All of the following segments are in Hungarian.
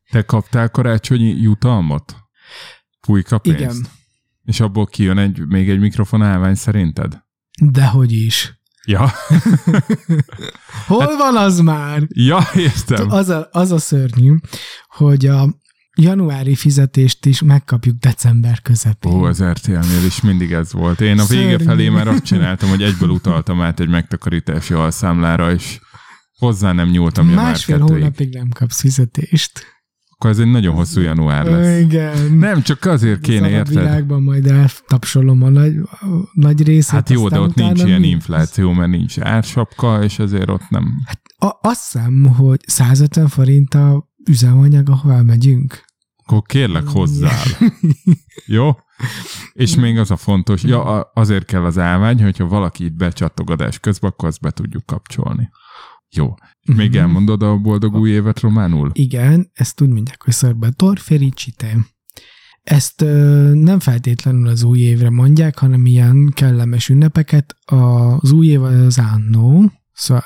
Te kaptál karácsonyi jutalmat? Pulykapénzt? Igen. És abból kijön még egy mikrofonálvány szerinted? Dehogy is. Ja. Hol van az már? Ja, értem. Az a szörnyű, hogy a januári fizetést is megkapjuk december közepén. Ó, az RTL-nél is mindig ez volt. Én a vége felé már azt csináltam, hogy egyből utaltam át egy megtakarítási alszámlára, és hozzá nem nyúltam január 2-ig. 1,5 hónapig nem kapsz fizetést. Akkor ez egy nagyon hosszú január lesz. Igen. Nem, csak azért kéne, érted? A világban majd eltapsolom a nagy részét. Hát jó, de ott nincs ilyen infláció, mert nincs ársapka, és ezért ott nem. Hát azt hiszem, hogy 150 forint a üzemanyag, ahová megyünk. Akkor kérlek hozzál. Jó? És még az a fontos, azért kell az állvány, hogyha valaki itt becsattog adás közben, akkor azt be tudjuk kapcsolni. Jó. Még elmondod a boldog új évet románul? Igen, ezt úgy mondják, hogy Salvatore Felicite. Ezt nem feltétlenül az új évre mondják, hanem ilyen kellemes ünnepeket. Az új év az anno, szóval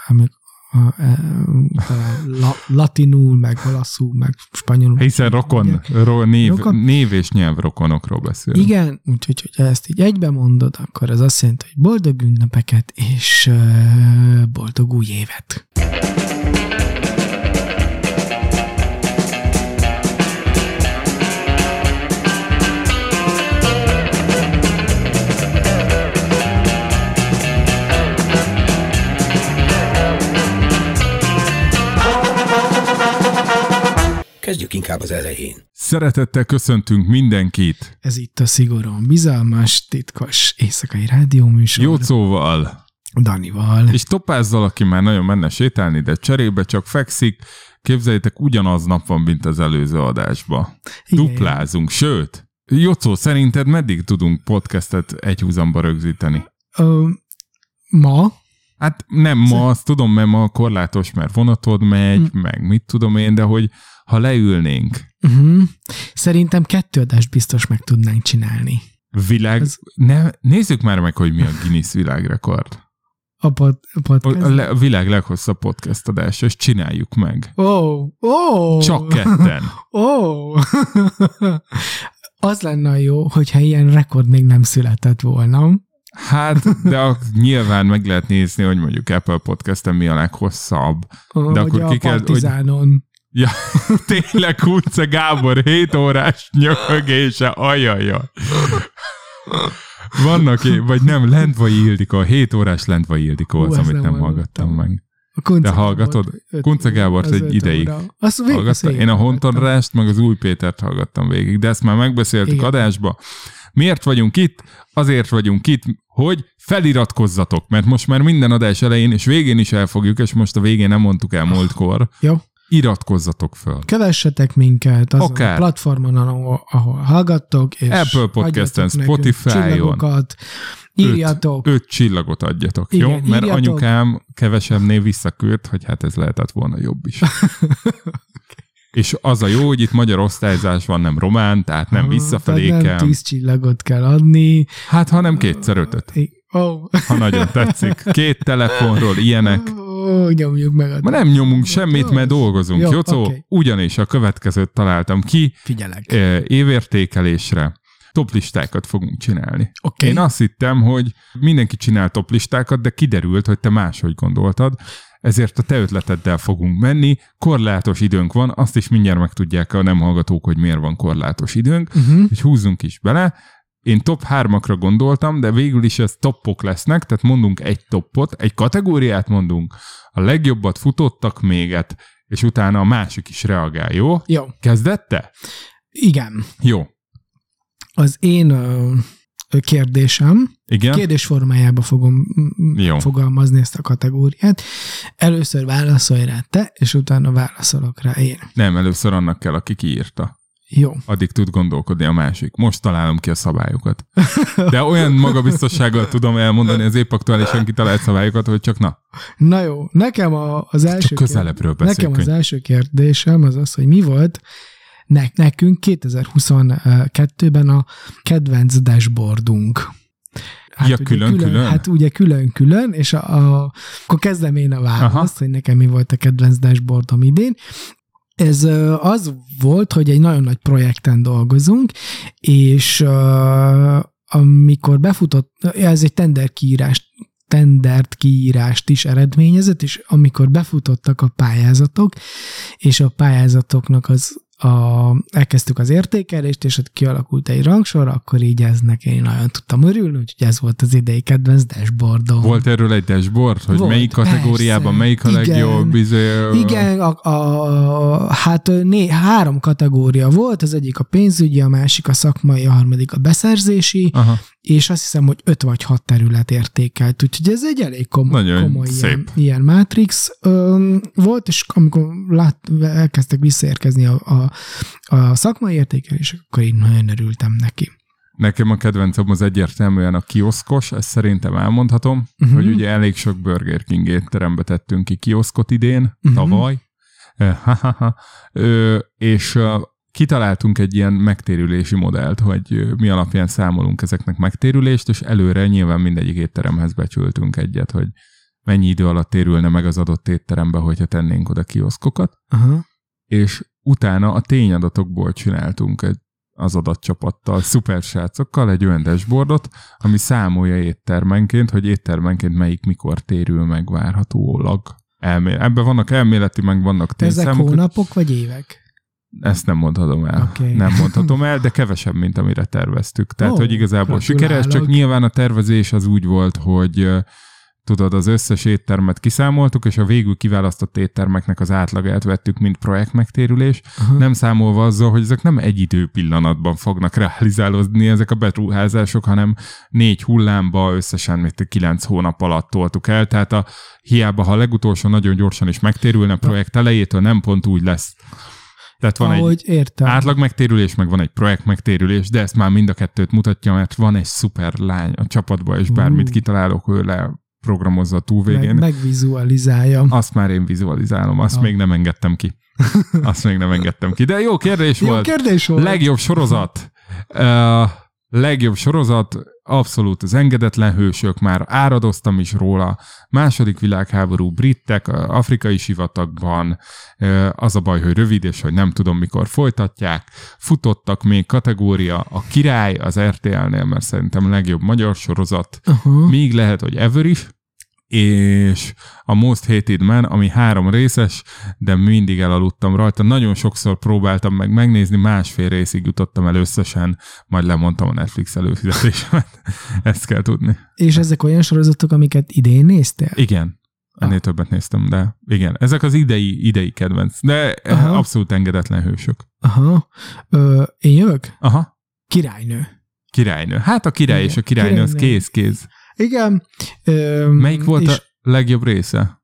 latinul, meg olaszul, meg spanyolul. Hiszen név és nyelvrokonokról beszél. Igen, úgyhogy ha ezt így egybe mondod, akkor ez azt jelenti, hogy boldog ünnepeket és boldog új évet. Kezdjük inkább az elején. Szeretettel köszöntünk mindenkit. Ez itt a szigorúan bizalmas, titkos éjszakai rádióműsor. Jócóval. Danival. És Topázzal, aki már nagyon menne sétálni, de cserébe csak fekszik. Képzeljétek, ugyanaz nap van, mint az előző adásba. Igen. Duplázunk, sőt. Jócó, szerinted meddig tudunk podcastet egyhuzamba rögzíteni? Ma? Hát nem ma, azt tudom, mert ma korlátos, mert vonatod megy, meg mit tudom én, de hogy ha leülnénk. Szerintem 2 adást biztos meg tudnánk csinálni. Nézzük már meg, hogy mi a Guinness világrekord. A podcast? A világ leghosszabb podcast adás, és csináljuk meg. Csak 2. Az lenne jó, hogyha ilyen rekord még nem született volna. Hát, de nyilván meg lehet nézni, hogy mondjuk Apple Podcast-en mi a leghosszabb. De akkor ki kell, Partizánon. Ja, tényleg Kunce Gábor 7 órás nyögése, ajajaj. Vannak, vagy nem, Lendvai Ildikó, 7 órás Lendvai Ildikó az, amit nem hallgattam meg. De hallgatod? Kunce Gábort egy ideig hallgattam. Én a Hontorrást, meg az Új Pétert hallgattam végig, de ezt már megbeszéltük adásba. Miért vagyunk itt? Azért vagyunk itt, hogy feliratkozzatok, mert most már minden adás elején és végén is elfogjuk, és most a végén nem mondtuk el múltkor. Jó. Iratkozzatok föl. Kövessetek minket azon a platformon, ahol hallgattok, és Apple Podcast-en, Spotify-on. Írjatok. 5 csillagot adjatok, igen, jó? Mert írjatok. Anyukám kevesebbnél visszakürt, hogy hát ez lehetett volna jobb is. És az a jó, hogy itt magyar osztályzás van, nem román, tehát nem visszafelé kell. Nem 10 csillagot kell adni. Hát, hanem 2x5-öt. Ha nagyon tetszik. 2 telefonról ilyenek. Nyomjuk meg. Ma nem nyomunk semmit, mert dolgozunk. Jó, okay. Ugyanis a következőt találtam ki. Figyelek. Évértékelésre toplistákat fogunk csinálni. Okay. Én azt hittem, hogy mindenki csinál toplistákat, de kiderült, hogy te máshogy gondoltad. Ezért a te ötleteddel fogunk menni. Korlátos időnk van, azt is mindjárt megtudják a nem hallgatók, hogy miért van korlátos időnk, hogy húzzunk is bele. Én top 3-akra gondoltam, de végül is ez toppok lesznek, tehát mondunk egy toppot, egy kategóriát mondunk, a legjobbat futottak méget, és utána a másik is reagál, jó? Jó. Kezdett te? Igen. Jó. Az én kérdésem, kérdés formájába fogom fogalmazni ezt a kategóriát. Először válaszolj rá te, és utána válaszolok rá én. Nem, először annak kell, aki kiírta. Jó. Addig tud gondolkodni a másik. Most találom ki a szabályokat. De olyan magabiztossággal tudom elmondani az épp aktuálisan kitalált szabályokat, hogy csak na. Na jó, nekem az első kérdésem az, hogy mi volt nekünk 2022-ben a kedvenc dashboardunk. Hát külön-külön? Hát ugye külön-külön, és akkor kezdem én a választ, hogy nekem mi volt a kedvenc dashboardom idén. Ez az volt, hogy egy nagyon nagy projekten dolgozunk, és amikor befutott, ez egy tendert kiírást is eredményezett, és amikor befutottak a pályázatok, és a pályázatoknak elkezdtük az értékelést, és ott kialakult egy rangsor, akkor így eznek én nagyon tudtam örülni, úgyhogy ez volt az idei kedvenc dashboardom. Volt erről egy dashboard, hogy volt, melyik kategóriában, persze, melyik a legjobb? Igen, hát 3 kategória volt, az egyik a pénzügyi, a másik a szakmai, a harmadik a beszerzési, és azt hiszem, hogy 5 vagy 6 terület értékelt, úgyhogy ez egy elég komoly ilyen mátrix volt, és amikor elkezdtek visszaérkezni a szakmai értékelések, akkor én nagyon örültem neki. Nekem a kedvencem az egyértelműen a kioszkos, ezt szerintem elmondhatom, hogy ugye elég sok Burger King étterembe tettünk ki kioszkot idén, tavaly, és kitaláltunk egy ilyen megtérülési modellt, hogy mi alapján számolunk ezeknek megtérülést, és előre nyilván mindegyik étteremhez becsültünk egyet, hogy mennyi idő alatt térülne meg az adott étterembe, hogyha tennénk oda kioszkokat. És utána a tényadatokból csináltunk az adatcsapattal, szuper srácokkal egy olyan dashboardot, ami számolja éttermenként, hogy éttermenként melyik mikor térül meg várhatólag. Ebben vannak elméleti, meg vannak tényszámok. Ezek hónapok vagy évek? Ezt nem mondhatom el. Okay. Nem mondhatom el, de kevesebb, mint amire terveztük. Tehát, hogy igazából sikeres, csak nyilván a tervezés az úgy volt, hogy tudod, az összes éttermet kiszámoltuk, és a végül kiválasztott éttermeknek az átlagát vettük, mint projektmegtérülés, nem számolva azzal, hogy ezek nem egy időpillanatban fognak realizálódni ezek a beruházások, hanem 4 hullámba összesen 9 hónap alatt toltuk el, tehát hiába, ha legutolsó nagyon gyorsan is megtérülne a projekt elejétől, nem pont úgy lesz. Tehát van egy átlag megtérülés, meg van egy projekt megtérülés, de ezt már mind a kettőt mutatja, mert van egy szuper lány a csapatban, és bármit kitalálok, ő leprogramozza a túlvégén. Megvizualizálja. Azt már én vizualizálom, azt még nem engedtem ki. De jó kérdés volt. Legjobb sorozat. Legjobb sorozat, abszolút az Engedetlen hősök, már áradoztam is róla. Második világháború, britek, afrikai sivatagban, az a baj, hogy rövid, és hogy nem tudom, mikor folytatják. Futottak még kategória, a Király az RTL-nél, mert szerintem a legjobb magyar sorozat. Még lehet, hogy Ever is, és a Most Hated Man, ami 3 részes, de mindig elaludtam rajta. Nagyon sokszor próbáltam megnézni, 1,5 részig jutottam el összesen, majd lemondtam a Netflix előfizetésemet. Ezt kell tudni. És ezek olyan sorozatok, amiket idén néztél? Igen. Ennél többet néztem, de igen. Ezek az idei kedvenc, de abszolút Engedetlen hősök. Én jövök? Királynő. Hát a király és a királynő, az kéz. Igen. Melyik volt a legjobb része?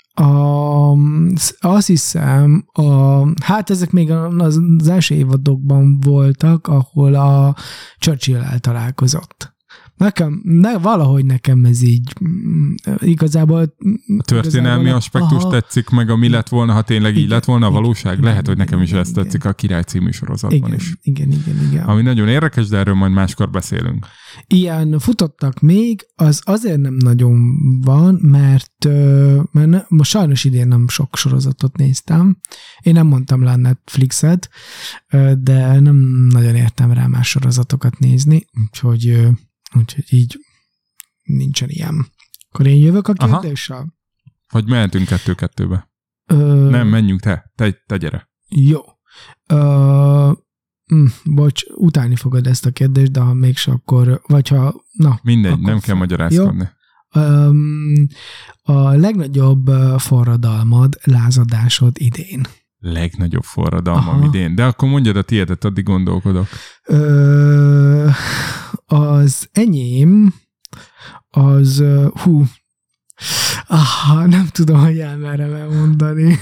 Azt hiszem, hát ezek még az első évadokban voltak, ahol a Churchill-el találkozott. Valahogy nekem ez így igazából... A történelmi aspektus tetszik, meg a mi lett volna, ha tényleg így lett volna a valóság. Lehet, hogy nekem is ez tetszik a Király című sorozatban is. Igen. Ami nagyon érdekes, de erről majd máskor beszélünk. Ilyen futottak még, az azért nem nagyon van, mert most sajnos idén nem sok sorozatot néztem. Én nem mondtam le a Netflixet, de nem nagyon értem rá más sorozatokat nézni, úgyhogy így nincsen ilyen. Akkor én jövök a kérdéssel? Vagy mehetünk 2-2-be. Nem, menjünk te gyere. Jó. Bocs, utálni fogod ezt a kérdést, de ha mégse, akkor, vagy ha, na. Mindegy, nem kell magyarázkodni. A legnagyobb forradalmad, lázadásod idén. Legnagyobb forradalmam idén. De akkor mondjad a tiédet, addig gondolkodok. Az enyém az nem tudom, hogy elmerem elmondani.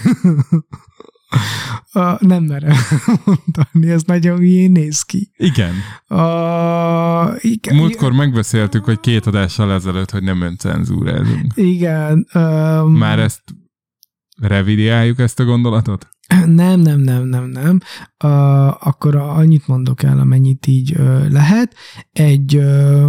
Nem merem mondani, ez nagyon hülyén néz ki. Igen. Múltkor megbeszéltük, hogy 2 adással ezelőtt, hogy nem öncenzúrázunk. Igen. Már ezt revidiáljuk, ezt a gondolatot? Nem. Akkor annyit mondok el, amennyit így lehet. Egy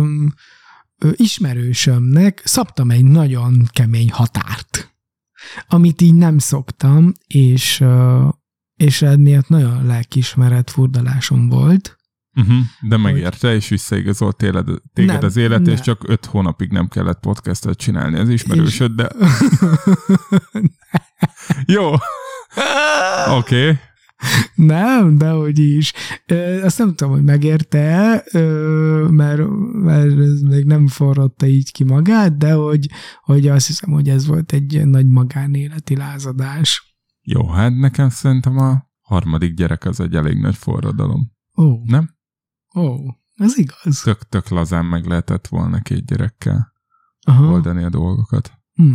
ismerősömnek szabtam egy nagyon kemény határt, amit így nem szoktam, és és miatt nagyon lelkiismeret furdalásom volt. De megérte, és visszaigazolt téged az élet, és csak 5 hónapig nem kellett podcastot csinálni az ismerősöd, de... Jó. Oké. Nem, dehogy is. Azt nem tudom, hogy megérte, mert ez még nem forrotta így ki magát, de hogy azt hiszem, hogy ez volt egy nagy magánéleti lázadás. Jó, hát nekem szerintem a 3. gyerek az egy elég nagy forradalom. Nem? Ez igaz. Tök lazán meg lehetett volna 2 gyerekkel oldani a dolgokat.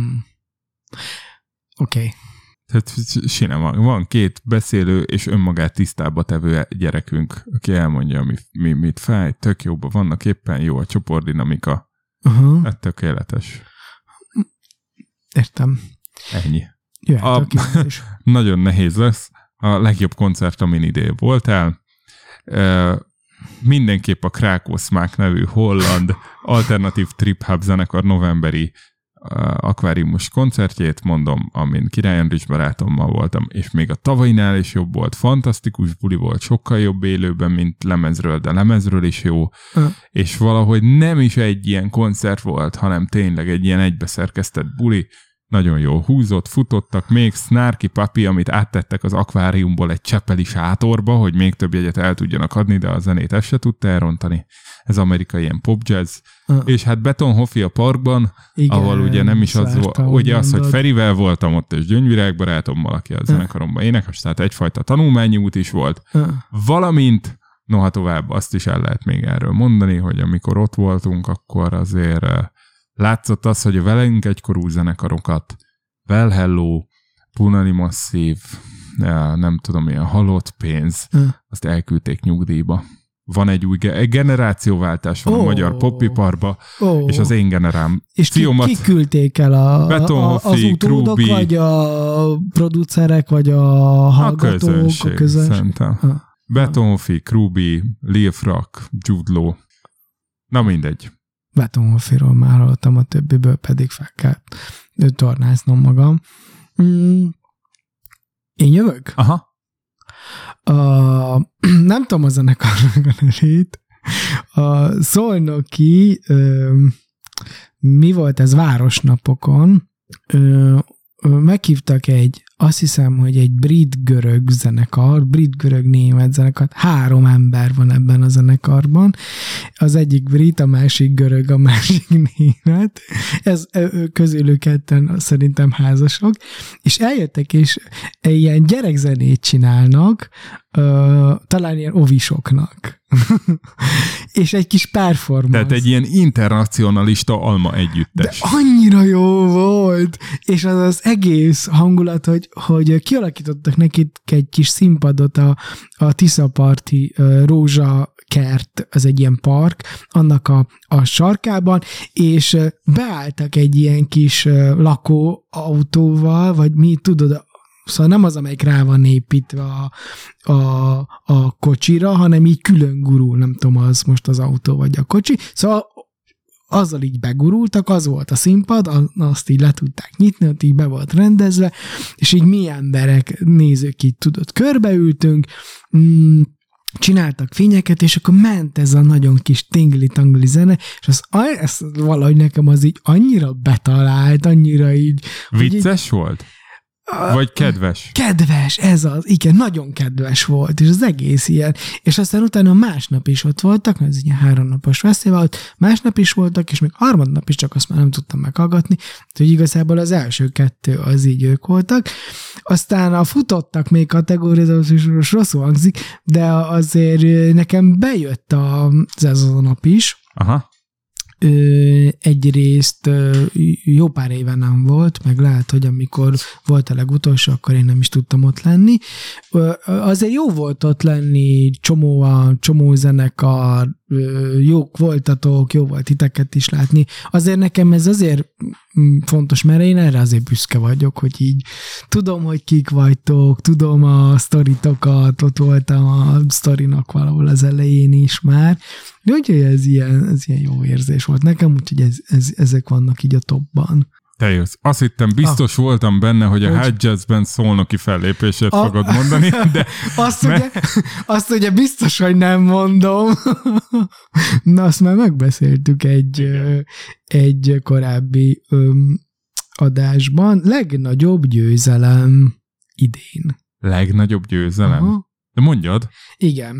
Oké. Tehát van 2 beszélő és önmagát tisztába tevő gyerekünk, aki elmondja, mit fáj, tök jóban vannak éppen, jó a csoportdinamika. Ez tökéletes. Értem. Ennyi. Nagyon nehéz lesz. A legjobb koncert, amin idén voltál. Mindenképp a Krákószmák nevű holland alternatív trip-hop zenekar novemberi akváriumos koncertjét mondom, amin Király Andris barátommal voltam, és még a tavainál is jobb volt, fantasztikus buli volt, sokkal jobb élőben, mint lemezről, de lemezről is jó, és valahogy nem is egy ilyen koncert volt, hanem tényleg egy ilyen egybeszerkesztett buli, nagyon jól húzott, futottak, még Snarky Papi, amit áttettek az akváriumból egy csepeli sátorba, hogy még több jegyet el tudjanak adni, de a zenét ezt se tudta elrontani. Ez amerikai ilyen pop jazz. És hát Betonhoffi a parkban, igen, ahol ugye nem is az volt, ugye az, hogy Ferivel voltam ott, és Gyöngyvirág barátommal, aki a zenekaromban énekes, tehát egyfajta tanulmányi út is volt. Valamint, noha tovább azt is el lehet még erről mondani, hogy amikor ott voltunk, akkor azért látszott az, hogy a velünk egykorú zenekarokat, Well Hello, Punani Massive, nem tudom, ilyen Halott pénz, azt elküldték nyugdíjba. Van egy új generációváltás, van a magyar popiparba, és az én generám. És kiküldték el az utódok, vagy a producerek, vagy a hallgatók? A közönség, szerintem. Betonhoffi, Krubi, Lil Frak, Jude Law. Na mindegy. Betonhoffiról már hallottam, a többiből pedig fel kell tornáznom magam. Én jövök? Aha. Nem tudom a zenekarnak a nevét. A szolnoki, mi volt ez, Városnapokon, meghívtak azt hiszem, hogy egy brit-görög zenekar, brit-görög-német zenekar, 3 ember van ebben a zenekarban, az egyik brit, a másik görög, a másik német, közülük ketten szerintem házasok, és eljöttek, és ilyen gyerekzenét csinálnak, talán ilyen ovisoknak. És egy kis performance. Tehát egy ilyen internacionalista alma együttes. De annyira jó volt! És az egész hangulat, hogy kialakítottak nekik egy kis színpadot a Tiszaparti rózsakert, az egy ilyen park, annak a sarkában, és beálltak egy ilyen kis lakóautóval, vagy mi, tudod, szóval nem az, amelyik rá van építve a kocsira, hanem így külön gurul, nem tudom, az most az autó vagy a kocsi. Szóval azzal így begurultak, az volt a színpad, azt így le tudták nyitni, ott így be volt rendezve, és így mi emberek, nézők így tudod, körbeültünk, csináltak fényeket, és akkor ment ez a nagyon kis tingli-tangli zene, és ez valahogy nekem az így annyira betalált, annyira így... Vicces így, volt? Vagy kedves? Kedves, ez az, igen, nagyon kedves volt, és az egész ilyen, és aztán utána másnap is ott voltak, mert ez ilyen 3 napos fesztivál volt, másnap is voltak, és még harmadnap is, csak azt már nem tudtam meghallgatni, hogy igazából az első 2 az így ők voltak. Aztán a futottak még kategórizációs rosszul hangzik, de azért nekem bejött ez a nap is. Aha. Egyrészt jó pár éve nem volt, meg lehet, hogy amikor volt a legutolsó, akkor én nem is tudtam ott lenni. Azért jó volt ott lenni, csomó zenekar, jók voltatok, jó volt titeket is látni. Azért nekem ez azért fontos, mert én erre azért büszke vagyok, hogy így tudom, hogy kik vagytok, tudom a sztoritokat, ott voltam a sztorinak valahol az elején is már. De úgyhogy ez ilyen jó érzés volt nekem, úgyhogy ezek vannak így a topban. Te jössz. Azt hittem, biztos voltam benne, hogy a Hedgesben szolnoki fellépését fogod mondani, de... Azt ugye biztos, hogy nem mondom. Na, azt már megbeszéltük egy korábbi adásban. Legnagyobb győzelem idén. Legnagyobb győzelem? Aha. De mondjad. Igen.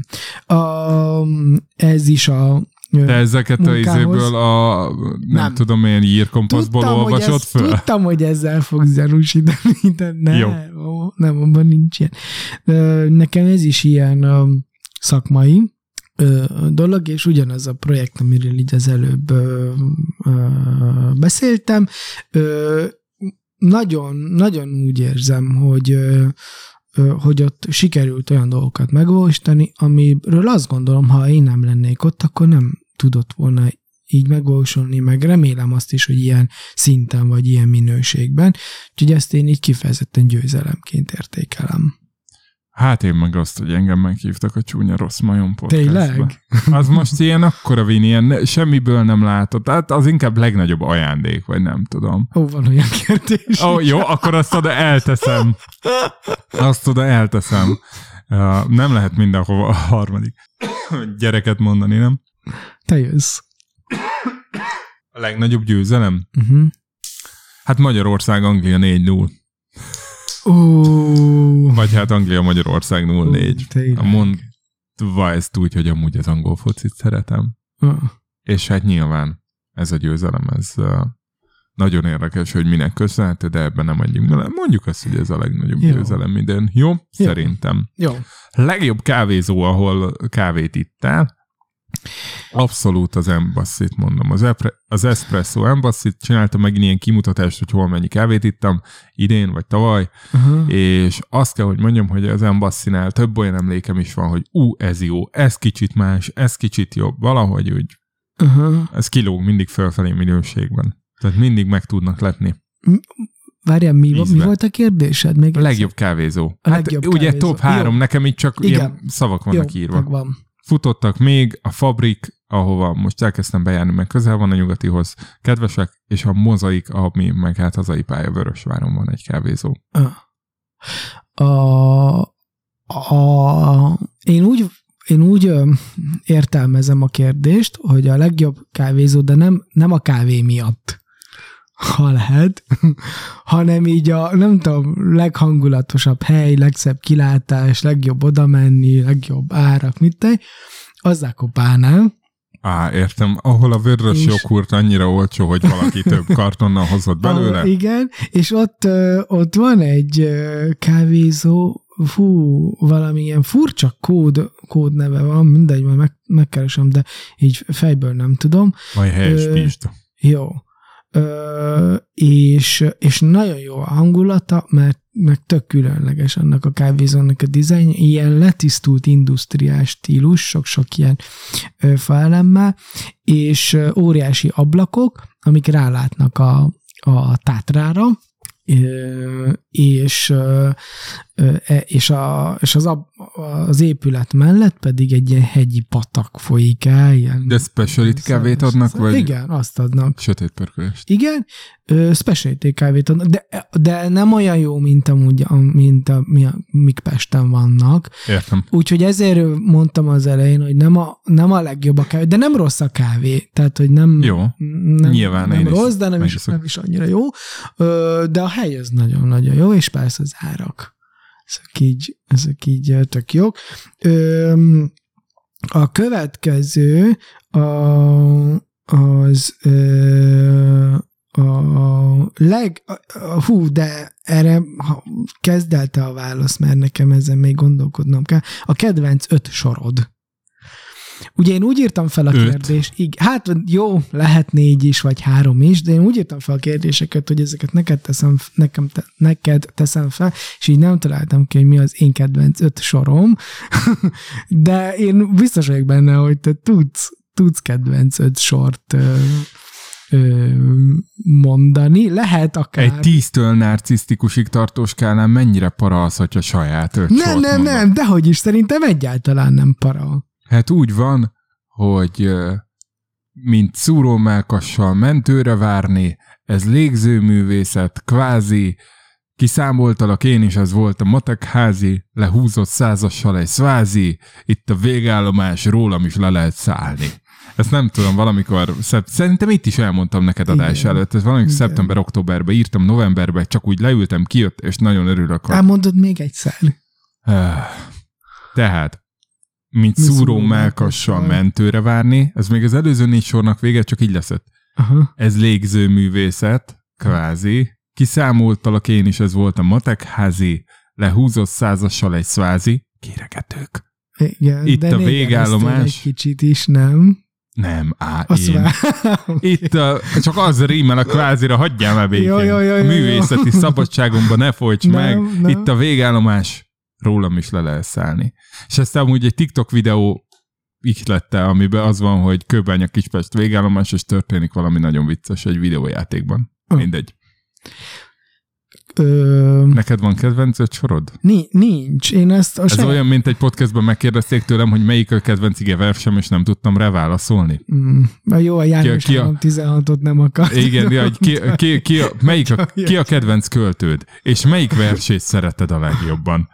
Ez is a Te ezeket a izéből nem tudom én, írkompaszból olvasod föl? Tudtam, hogy ezzel fogsz gyanúsítani, de nem, abban nincs ilyen. Nekem ez is ilyen szakmai dolog, és ugyanaz a projekt, amiről így az előbb beszéltem. Nagyon úgy érzem, hogy ott sikerült olyan dolgokat megvalósítani, amiről azt gondolom, ha én nem lennék ott, akkor nem tudott volna így megvalósulni, meg remélem azt is, hogy ilyen szinten vagy ilyen minőségben. Úgyhogy ezt én így kifejezetten győzelemként értékelem. Hát én meg azt, hogy engem meghívtak a Csúnya Rossz Majom podcastba. Tényleg? Az most ilyen akkora vin, ilyen semmiből nem látott. Tehát az inkább legnagyobb ajándék, vagy nem tudom. Van olyan kérdés. Jó, akkor azt oda elteszem. Nem lehet mindenhova a harmadik gyereket mondani, nem? Te jössz. A legnagyobb győzelem? Uh-huh. Hát Magyarország, Anglia 4-0. Vagy hát Anglia-Magyarország 0-4. Mondva ezt úgy, hogy amúgy az angol focit szeretem. És hát nyilván ez a győzelem, ez nagyon érdekes, hogy minek köszönhető, de ebben nem adjunk bele. Mondjuk azt, hogy ez a legnagyobb győzelem idén. Jó? Szerintem. Jó. Legjobb kávézó, ahol kávét ittál, abszolút az Embassy-t mondom. Az Espresso Embassy-t csináltam megint ilyen kimutatást, hogy hol mennyi kávét ittam idén vagy tavaly, és azt kell, hogy mondjam, hogy az Embassy-nál több olyan emlékem is van, hogy ez jó, ez kicsit más, ez kicsit jobb, valahogy úgy. Ez kilóg mindig fölfelé minőségben. Tehát mindig meg tudnak lepni. Várjál, mi volt a kérdésed? Még a legjobb kávézó. Ugye top 3, jó. Nekem itt csak ilyen szavak vannak írva. Megvan. Futottak még a Fabrik, ahova most elkezdtem bejárni, meg közel van a Nyugatihoz, kedvesek, és a Mozaik, ami meg hát hazai pálya Vörösváron van egy kávézó. Én úgy értelmezem a kérdést, hogy a legjobb kávézó, de nem a kávé miatt, ha lehet, hanem így nem tudom, leghangulatosabb hely, legszebb kilátás, legjobb oda menni, legjobb árak, az Zakopánál. Értem. Ahol a vörös joghurt annyira olcsó, hogy valaki több kartonnal hozott belőle. Igen, és ott van egy kávézó, valamilyen furcsa kód neve van, mindegy, majd megkeresem, de így fejből nem tudom. Majd helyesbítsd. Jó. És nagyon jó a hangulata, mert meg tök különleges annak a kávézónak a dizájn, ilyen letisztult industriás stílus, sok-sok ilyen faelemmel, és óriási ablakok, amik rálátnak a Tátrára, és az épület mellett pedig egy ilyen hegyi patak folyik el. Ilyen, de speciality kávét adnak? Vagy? Igen, azt adnak. Sötét pörkölést. Igen, speciality kávét adnak, de nem olyan jó, mint amik Pesten vannak. Értem. Úgyhogy ezért mondtam az elején, hogy nem a legjobb a kávé, de nem rossz a kávé. Tehát, hogy nem, jó. Nyilván nem rossz, de nem is annyira jó. De a hely az nagyon-nagyon jó, és persze az árak. Ezek így tök jók. A következő de erre kezd el te a válasz, mert nekem ezen még gondolkodnom kell. A kedvenc 5 sorod. Ugye én úgy írtam fel a kérdést, hát jó, lehet 4 is, vagy 3 is, de én úgy írtam fel a kérdéseket, hogy ezeket neked teszem fel, és így nem találtam ki, hogy mi az én kedvenc 5 sorom, de én biztos vagyok benne, hogy te tudsz kedvenc 5 sort mondani, lehet akár... Egy 10-től narcisztikusig tartó skálán mennyire para az, hogyha saját 5 sort mondod? Nem, dehogy is, szerintem egyáltalán nem para. Hát úgy van, hogy mint szúrómelkassal mentőre várni, ez légzőművészet, kvázi, kiszámoltalak én is, ez volt a matekházi, lehúzott százassal egy szvázi, itt a végállomás, rólam is le lehet szállni. Ezt nem tudom, valamikor, szerintem itt is elmondtam neked adás előtt, ez valamikor szeptember-októberben írtam, novemberben, csak úgy leültem, kijött, és nagyon örülök. Elmondod még egyszer. Tehát, mint szúró mellkassal mentőre várni, ez még az előző 4 sornak vége, csak így lesz. Ez légzőművészet, kvázi, kiszámoltalak én is, ez volt a matekházi, lehúzott százassal egy szvázi, kéregetők. Igen, itt a végállomás. Egy kicsit is, nem? Nem, én. Itt csak az rímel a kvázira, hagyjál már békén. A művészeti szabadságomban ne folyts meg. Nem. Itt a végállomás, rólam is le lehet szállni. És aztán amúgy egy TikTok videó ihlette, amiben az van, hogy Kőbánya Kispest végállomás, és történik valami nagyon vicces egy videójátékban. Mindegy. Neked van kedvenc sorod? Nincs. Én ezt Ez olyan, mint egy podcastban megkérdezték tőlem, hogy melyik a kedvenc igeversem, és nem tudtam rá válaszolni. Jó, a János 16-ot nem akart. Igen, ki a kedvenc költőd, és melyik versét szereted a legjobban?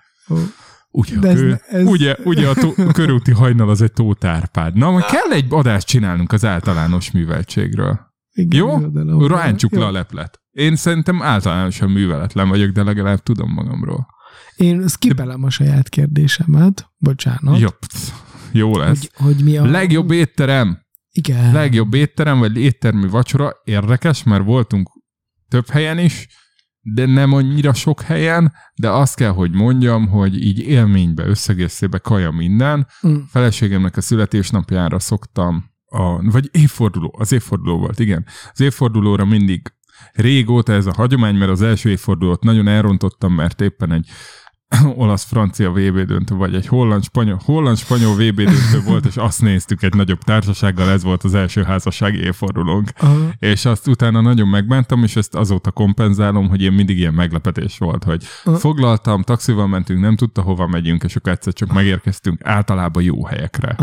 Ugye a körúti hajnal az egy Tóth Árpád. Na, majd kell egy adást csinálnunk az általános műveltségről. Igen, jó? Ráncsuk le a leplet. Én szerintem általánosan műveletlen vagyok, de legalább tudom magamról. Én skipelem a saját kérdésemet. Bocsánat. Jó lesz. Hogy mi a... Legjobb étterem. Igen. Legjobb étterem, vagy éttermi vacsora. Érdekes, mert voltunk több helyen is, de nem annyira sok helyen, de azt kell, hogy mondjam, hogy így élménybe, összegészébe kaja minden. Feleségemnek a születésnapjára szoktam, vagy az évforduló volt, igen. Az évfordulóra mindig régóta ez a hagyomány, mert az első évfordulót nagyon elrontottam, mert éppen egy olasz-francia VB döntő, vagy egy holland-spanyol VB döntő volt, és azt néztük egy nagyobb társasággal, ez volt az első házassági évfordulónk. És azt utána nagyon megbántam, és ezt azóta kompenzálom, hogy én mindig ilyen meglepetés volt, hogy foglaltam, taxival mentünk, nem tudta hova megyünk, és akkor egyszer csak megérkeztünk általában jó helyekre.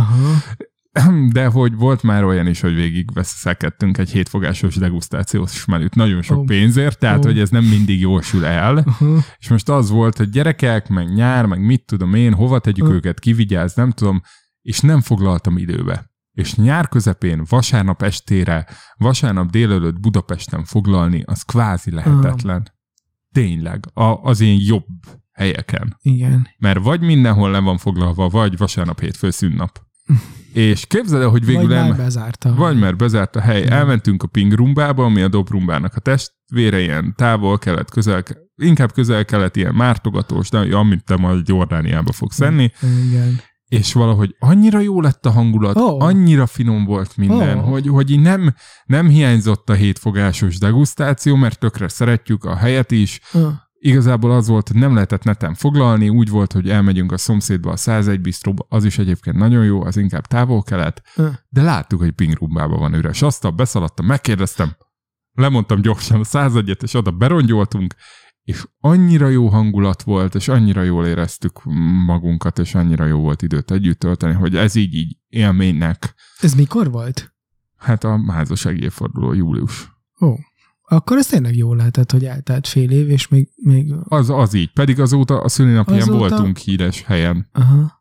De hogy volt már olyan is, hogy végig veszekedtünk egy 7 fogásos degustációs menüt nagyon sok pénzért, tehát hogy ez nem mindig jól sül el. És most az volt, hogy gyerekek, meg nyár, meg mit tudom én, hova tegyük őket, kivigyázz, nem tudom, és nem foglaltam időbe. És nyár közepén, vasárnap estére, vasárnap délelőtt Budapesten foglalni, az kvázi lehetetlen. Tényleg, az ilyen jobb helyeken. Igen. Mert vagy mindenhol le van foglalva, vagy vasárnap, hétfő, szünnap. És képzeld el, hogy végül vagy már bezárt a hely. Elmentünk a Pingrumbába, ami a Dobrumbának a testvére, ilyen távol-kelet, inkább közel-kelet, ilyen mártogatós, de amit te majd Jordániába fogsz enni. Igen. És valahogy annyira jó lett a hangulat, annyira finom volt minden, hogy így nem hiányzott a 7 fogásos degustáció, mert tökre szeretjük a helyet is. Igazából az volt, hogy nem lehetett neten foglalni, úgy volt, hogy elmegyünk a szomszédba, a 101 bistróba, az is egyébként nagyon jó, az inkább távol-kelet, de láttuk, hogy Pingrumbában van üres asztal, beszaladtam, megkérdeztem, lemondtam gyorsan a 101-et, és oda berongyoltunk, és annyira jó hangulat volt, és annyira jól éreztük magunkat, és annyira jó volt időt együtt tölteni, hogy ez így élménynek. Ez mikor volt? Hát a házassági évforduló, július. Akkor ez tényleg jól lehetett, hogy eltelt fél év, és még... Az így. Pedig azóta a szülinapján voltunk híres helyen.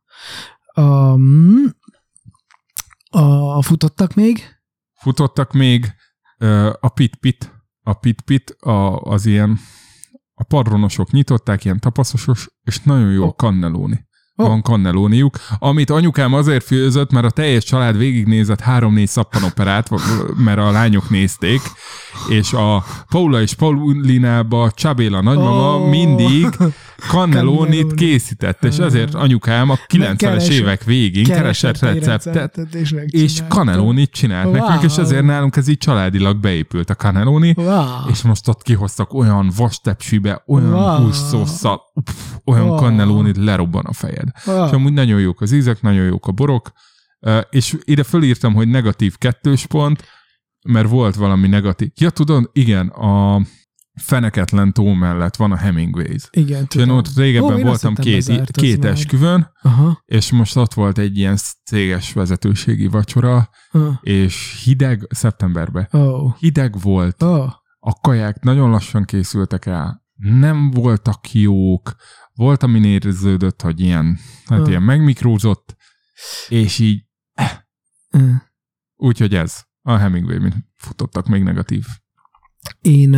Futottak még? Futottak még. A Pit-Pit, az ilyen a padronosok nyitották, ilyen tapaszosos, és nagyon jó a cannelloni. Van cannellóniuk, amit anyukám azért főzött, mert a teljes család végignézett 3-4 szappanoperát, mert a lányok nézték, és a Paula és Paulinába Csabéla nagymama mindig cannellónit készített, és ezért anyukám a 90-es évek végén keresett receptet, és cannellónit csinált nekünk, és ezért nálunk ez így családilag beépült a cannelloni, és most ott kihoztak olyan vastepsibe, olyan hússzósszal, olyan cannellónit, lerobban a fejed. És amúgy nagyon jók az ízek, nagyon jók a borok, és ide fölírtam, hogy negatív 2 pont, mert volt valami negatív. Ja, tudod, igen, a Feneketlen tó mellett van a Hemingways. Igen, tudom. Én ott régebben voltam két esküvőn, és most ott volt egy ilyen céges vezetőségi vacsora, és hideg, szeptemberben. Hideg volt. a kaják nagyon lassan készültek el, nem voltak jók, volt, ami érződött, hogy ilyen megmikrózott, és így úgyhogy ez. A Hemingway futottak még negatív. Én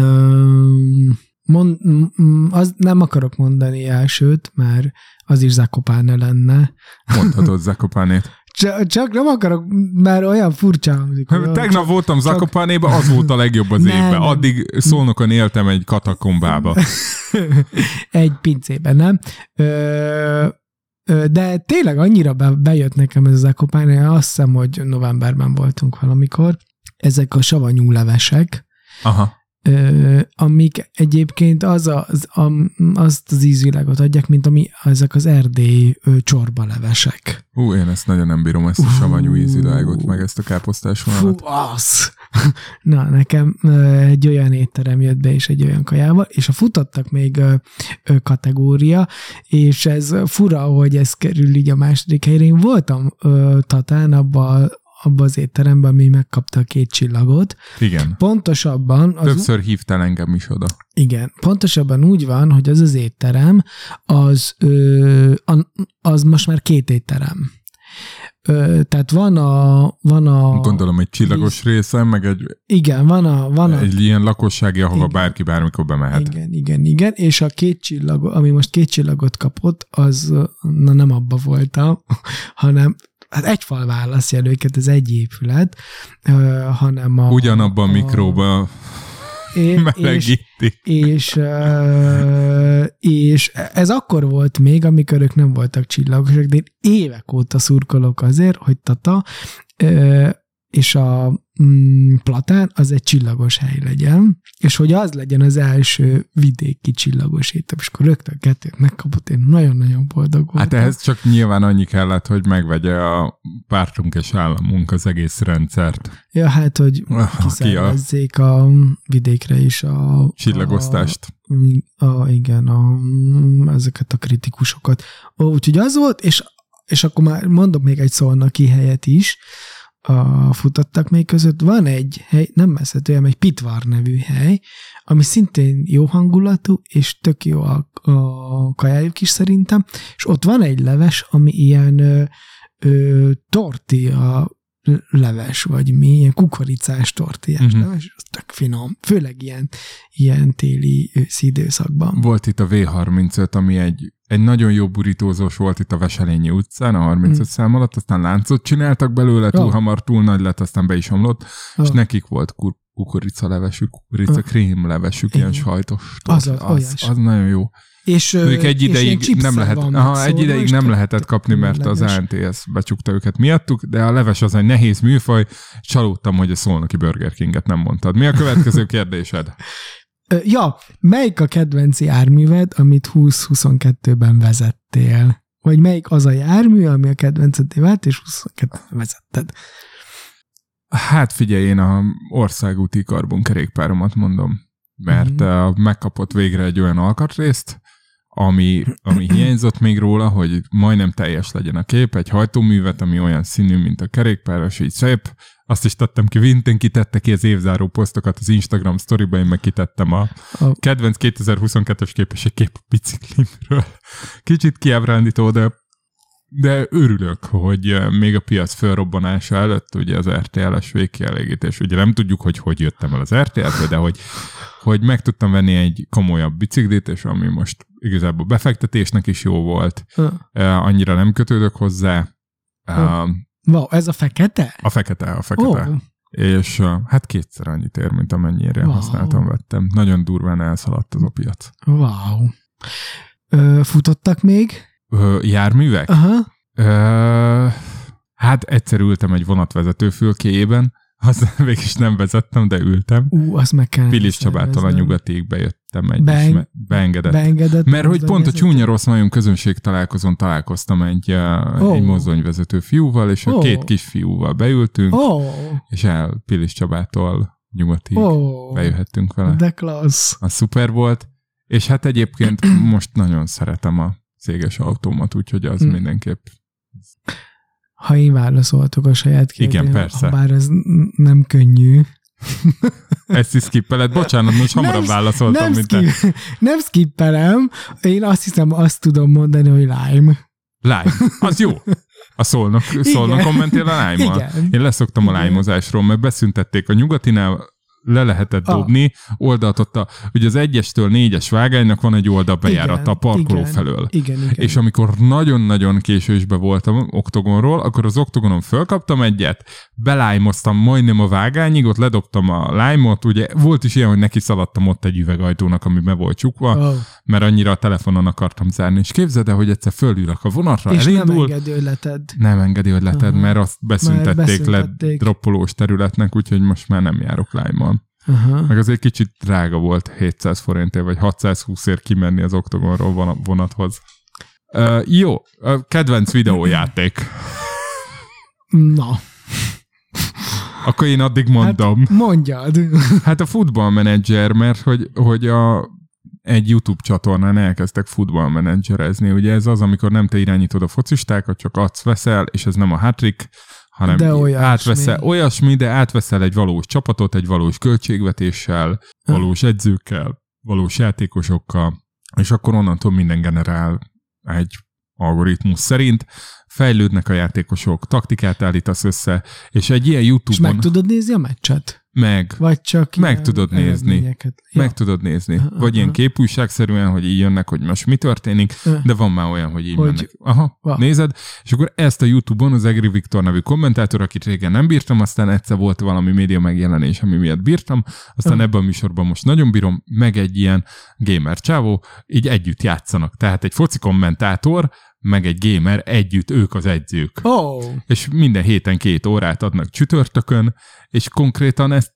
az nem akarok mondani elsőt, mert az is Zakopane lenne. Mondhatod Zakopanét. Csak nem akarok, mert olyan furcsa hangzik. Tegnap voltam Zakopanéba, az volt a legjobb az évben. Addig Szolnokon éltem egy katakombába. Egy pincében, nem? De tényleg annyira bejött nekem ez a Zakopane, azt hiszem, hogy novemberben voltunk valamikor. Ezek a savanyú levesek, amik egyébként azt az ízvilágot adják, mint ami ezek az erdélyi csorba levesek. Én ezt nagyon nem bírom, ezt a savanyú ízvilágot, meg ezt a káposztás vonalat. Az! Na, nekem egy olyan étterem jött be, és egy olyan kajával, és a futottak még kategória, és ez fura, hogy ez kerül így a második helyre. Én voltam Tatán abban az étteremben, ami megkapta a 2 csillagot. Igen. Pontosabban... Többször hívtál engem is oda. Igen. Pontosabban úgy van, hogy az étterem, az most már 2 étterem. Tehát van a... Gondolom egy csillagos része, meg egy... Igen, van egy ilyen lakossági, ahova bárki bármikor bemehet. Igen. És a 2 csillag, ami most 2 csillagot kapott, az nem abba voltam, hanem hát egy fal választja őket, ez egy épület, hanem ugyanabban a mikróban melegítik. És ez akkor volt még, amikor ők nem voltak csillagosak, de én évek óta szurkolok azért, hogy Tata és a Platán az egy csillagos hely legyen, és hogy az legyen az első vidéki csillagos étterem, és akkor rögtön 2 megkapott, én nagyon-nagyon boldog voltam. Hát ehhez csak nyilván annyi kellett, hogy megvegye a pártunk és államunk az egész rendszert. Ja, hát, hogy kiszervezzék a vidékre is a... Csillagosztást. Igen, ezeket a kritikusokat. Úgyhogy az volt, és akkor már mondok még egy szolnoki helyet is, a futottak még között. Van egy hely, nem messze tőlem, egy Pitvar nevű hely, ami szintén jó hangulatú, és tök jó a kajájuk is szerintem, és ott van egy leves, ami ilyen tortilla leves, vagy mi, ilyen kukoricás tortillás leves, az tök finom, főleg ilyen téli őszi időszakban. Volt itt a V35, ami egy nagyon jó burítózós volt itt a Veselényi utcán, a 35 szám alatt, aztán láncot csináltak belőle, túl hamar, túl nagy lett, aztán be is omlott, és nekik volt kukoricalevesük, krémlevesük, ilyen sajtos. Az nagyon jó. És egy ideig nem nem lehetett kapni, mert az ANTS becsukta őket miattuk, de a leves az egy nehéz műfaj, csalódtam, hogy a szolnoki Burger Kinget nem mondtad. Mi a következő kérdésed? Ja, melyik a kedvenci járműved, amit 20-22-ben vezettél? Vagy melyik az a jármű, ami a kedvencedé vált, és 22-ben vezetted? Hát figyelj, én a országúti karbonkerékpáromat mondom, mert megkapott végre egy olyan alkatrészt, ami hiányzott még róla, hogy majdnem teljes legyen a kép, egy hajtóművet, ami olyan színű, mint a kerékpáros, így szép. Azt is tettem ki, Vinten kitette ki az évzáró posztokat az Instagram sztoriba, én meg kitettem a kedvenc 2022-es képes egy kép a biciklimről. Kicsit kiábrándító, de örülök, hogy még a piac felrobbanása előtt, ugye az RTL-es végkielégítés, ugye nem tudjuk, hogy jöttem el az RTL-től, de hogy meg tudtam venni egy komolyabb biciklit, és ami most igazából befektetésnek is jó volt. Annyira nem kötődök hozzá. Wow, ez a fekete? A fekete. Oh. És hát 2-szer annyit ér, mint amennyire használtam, vettem. Nagyon durván elszaladt az a piac. Wow. Futottak még? Járművek? Aha. Hát egyszer ültem egy vonatvezetőfülkéjében, azt végig nem vezettem, de ültem. Azt meg kell. Pilis Csabától a Nyugatiig bejöttem beengedett. Mert hogy pont a Csúnya Rossz Majom közönség találkozón találkoztam egy mozdonyvezető fiúval, és a 2 kisfiúval beültünk, és Pilis Csabától Nyugatiig bejöhettünk vele. De klassz. Az szuper volt, és hát egyébként most nagyon szeretem a céges autómat, úgyhogy az mindenképp... Ha én válaszoltok a saját kérdésre, igen, persze. Bár ez nem könnyű. Ezt is skippeled? Bocsánat, most hamarabb válaszoltam, mint te. Nem skippelem, én azt hiszem, azt tudom mondani, hogy Lime. Lime, az jó. A Szolnokon mentél a Lime-mal? Én leszoktam a Lime-ozásról, mert beszüntették a Nyugatinál, le lehetett dobni, oldalt ott ugye az 1-től 4-es vágánynak van egy oldalbejárata a parkoló felől. Igen. És amikor nagyon-nagyon késősbe voltam oktogonról, akkor az oktogonon fölkaptam egyet, belájmoztam majdnem a vágányig, ott ledobtam a lájmot, ugye volt is ilyen, hogy neki szaladtam ott egy üvegajtónak, ami be volt csukva, mert annyira a telefonon akartam zárni. És képzeld el, hogy egyszer fölülök a vonatra, és elindul. Nem engedi, hogy leted. Nem engedi, hogy leted, mert azt beszüntették ledroppolós területnek, úgyhogy most már nem járok Lime-mal. Meg azért kicsit drága volt 700 forintért, vagy 620-ért kimenni az oktogonról vonathoz. Jó, kedvenc videójáték. Na. Akkor én addig mondom. Hát mondjad. Hát a Football Manager, mert hogy egy YouTube csatornán elkezdtek futballmenedzserezni. Ugye ez az, amikor nem te irányítod a focistákat, csak adsz-veszel, és ez nem a hat-trick, hanem olyasmi, de átveszel egy valós csapatot, egy valós költségvetéssel, valós edzőkkel, valós játékosokkal, és akkor onnantól minden generál egy algoritmus szerint, fejlődnek a játékosok, taktikát állítasz össze, és egy ilyen YouTube-on... És meg tudod nézni a meccset? Meg. Vagy csak meg tudod nézni. Meg tudod nézni. Vagy ilyen képújságszerűen, hogy így jönnek, hogy most mi történik, de van már olyan, hogy így mennek. Nézed, és akkor ezt a YouTube-on az Egri Viktor nevű kommentátor, akit régen nem bírtam, aztán egyszer volt valami média megjelenés, ami miatt bírtam, aztán ebben a műsorban most nagyon bírom, meg egy ilyen gamer csávó, így együtt játszanak. Tehát egy foci kommentátor, meg egy gamer együtt, ők az edzők. És minden héten 2 órát adnak csütörtökön, és konkrétan ezt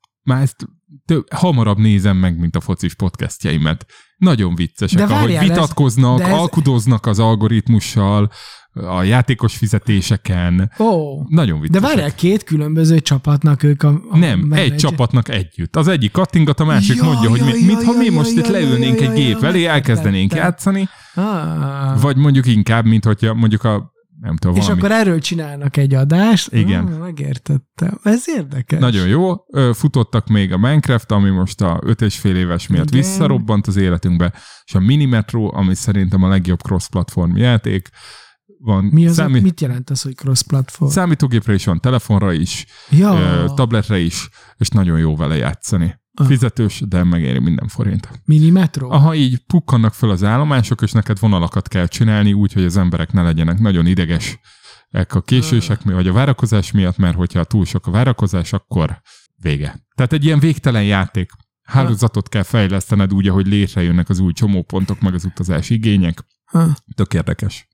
hamarabb nézem meg, mint a focis podcastjeimet. Nagyon viccesek, ahogy vitatkoznak, alkudoznak az algoritmussal, a játékos fizetéseken. Nagyon viccesek. De várjál, 2 különböző csapatnak ők nem, egy csapatnak együtt. Az egyik kattingat, a másik mondja, hogy mintha mi most itt leülnénk egy gép elé, elkezdenénk játszani, vagy mondjuk inkább, mint hogyha mondjuk nem tudom, és akkor erről csinálnak egy adást. Igen. Megértettem. Ez érdekes. Nagyon jó. Futottak még a Minecraft, ami most a 5,5 éves miatt visszarobbant az életünkbe, és a Minimetro, ami szerintem a legjobb cross-platform játék. Van mit jelent az, hogy cross-platform? Számítógépre is van, telefonra is, tabletre is, és nagyon jó vele játszani. Fizetős, de megéri minden forint. Minimetro? Aha, így pukkannak föl az állomások, és neked vonalakat kell csinálni, úgy, hogy az emberek ne legyenek nagyon ideges a késések, vagy a várakozás miatt, mert hogyha túl sok a várakozás, akkor vége. Tehát egy ilyen végtelen játék. Hálózatot kell fejlesztened úgy, ahogy létrejönnek az új csomópontok, meg az utazási igények. Tök érdekes.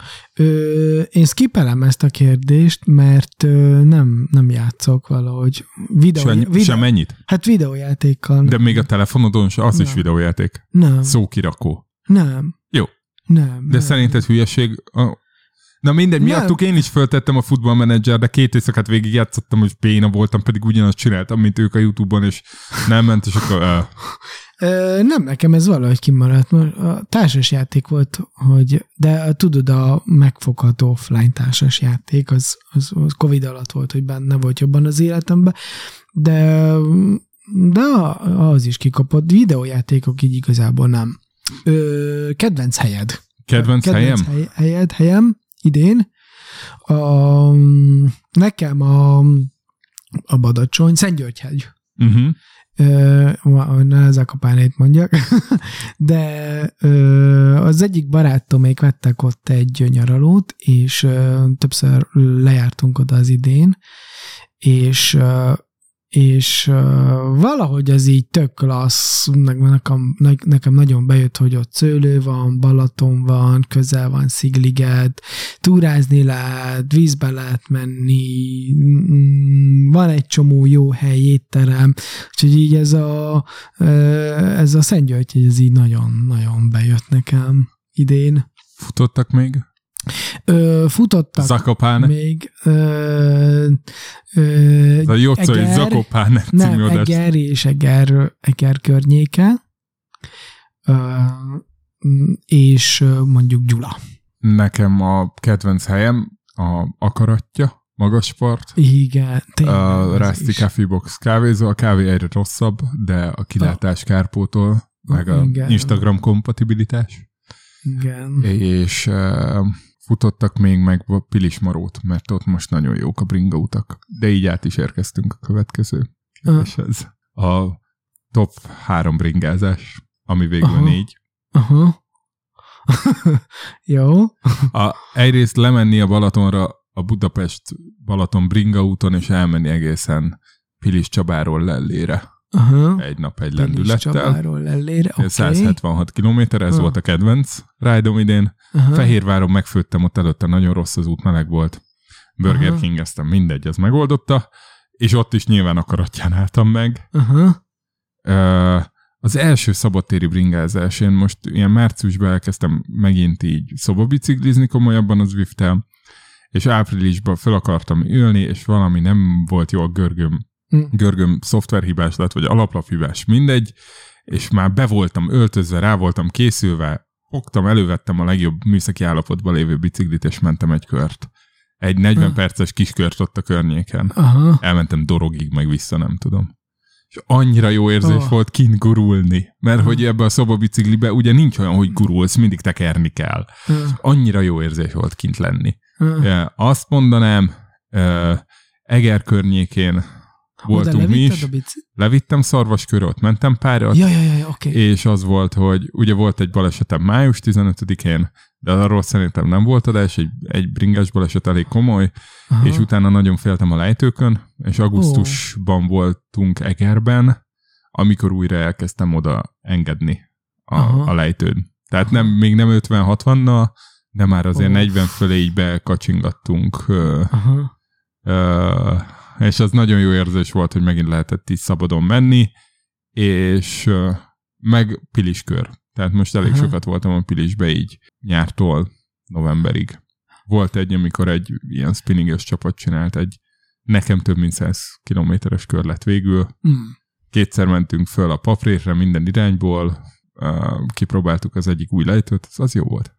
Én skippelem ezt a kérdést, mert nem játszok valahogy. Sem ennyit? Hát videójátékkal. De még a telefonodon az is videójáték? Nem. Szókirakó? Nem. Jó. Nem. De szerinted hülyeség? Na mindegy, miattuk én is föltettem a Football Manager, de 2 éjszakát végig játszottam, hogy béna voltam, pedig ugyanazt csináltam, mint ők a YouTube-on, és nem ment, és akkor... Nem, nekem ez valahogy kimaradt, mert a társasjáték volt, de tudod, a megfogható offline társasjáték, az Covid alatt volt, hogy benne volt jobban az életemben, de az is kikapott. Videójátékok így igazából nem. Kedvenc helyed? Kedvenc helyem idén. Nekem a Badacsony, Szentgyörgyhegy. Ne ez a kapánét mondjak, de az egyik barátomék vettek ott egy nyaralót, és többször lejártunk oda az idén, és valahogy az így tök klassz, nekem nagyon bejött, hogy ott szőlő van, Balaton van, közel van Szigliget, túrázni lehet, vízbe lehet menni, van egy csomó jó hely, étterem, úgyhogy így ez a Szentgyörgy, ez így nagyon-nagyon bejött nekem idén. Futottak még? Futottak Zakopán. még. A Jocói Zakopán című adás. Eger és Eger környéke. És mondjuk Gyula. Nekem a kedvenc helyem a Akaratja, magas part. Igen. A Rusty Coffee Box kávézó. A kávé egyre rosszabb, de a kilátás kárpótol, meg a Instagram kompatibilitás. Igen. És futottak még meg a Pilismarót, mert ott most nagyon jók a bringautak. De így át is érkeztünk a következő. És ez a top 3 bringázás, ami végül 4. Jó. Egyrészt lemenni a Balatonra, a Budapest-Balaton bringaúton, és elmenni egészen Pilis Csabáról Lellére. Egy nap egy lendülettel. Csabáról Lellére, okay. 176 kilométer, ez volt a kedvenc ride-om idén. Fehérváron megfőttem, ott előtte nagyon rossz az út, meleg volt. Burger King-eztem, mindegy, az megoldotta. És ott is nyilván akaratján álltam meg. Az első szabadtéri bringázás, én most ilyen márciusban elkezdtem megint így szobabiciklizni komolyabban az Zwift-tel, és áprilisban fel akartam ülni, és valami nem volt jó a görgöm szoftverhibás lett, vagy alaplaphibás, mindegy, és már be voltam öltözve, rá voltam készülve, elővettem a legjobb műszaki állapotban lévő biciklit, és mentem egy kört. Egy 40 perces kiskört ott a környéken. Elmentem Dorogig, meg vissza, nem tudom. És annyira jó érzés volt kint gurulni, mert hogy ebbe a szobabiciklibe ugye nincs olyan, hogy gurulsz, mindig tekerni kell. Annyira jó érzés volt kint lenni. Azt mondanám, Eger környékén voltunk mi is. Levittem Szarvaskörre, ott mentem párat, okay. És az volt, hogy ugye volt egy balesetem május 15-én, de arról szerintem nem volt adás, egy bringás baleset elég komoly, és utána nagyon féltem a lejtőkön, és augusztusban voltunk Egerben, amikor újra elkezdtem oda engedni a lejtőn. Tehát még nem 50-60-nal, de már azért 40 fölé így bekacsingattunk. És az nagyon jó érzés volt, hogy megint lehetett így szabadon menni, és meg Piliskör. Tehát most elég sokat voltam a Pilisbe így nyártól novemberig. Volt egy, amikor egy ilyen spinninges csapat csinált egy nekem több mint 100 kilométeres kör lett végül. Kétszer mentünk föl a Paprérre minden irányból, kipróbáltuk az egyik új lejtőt, az jó volt.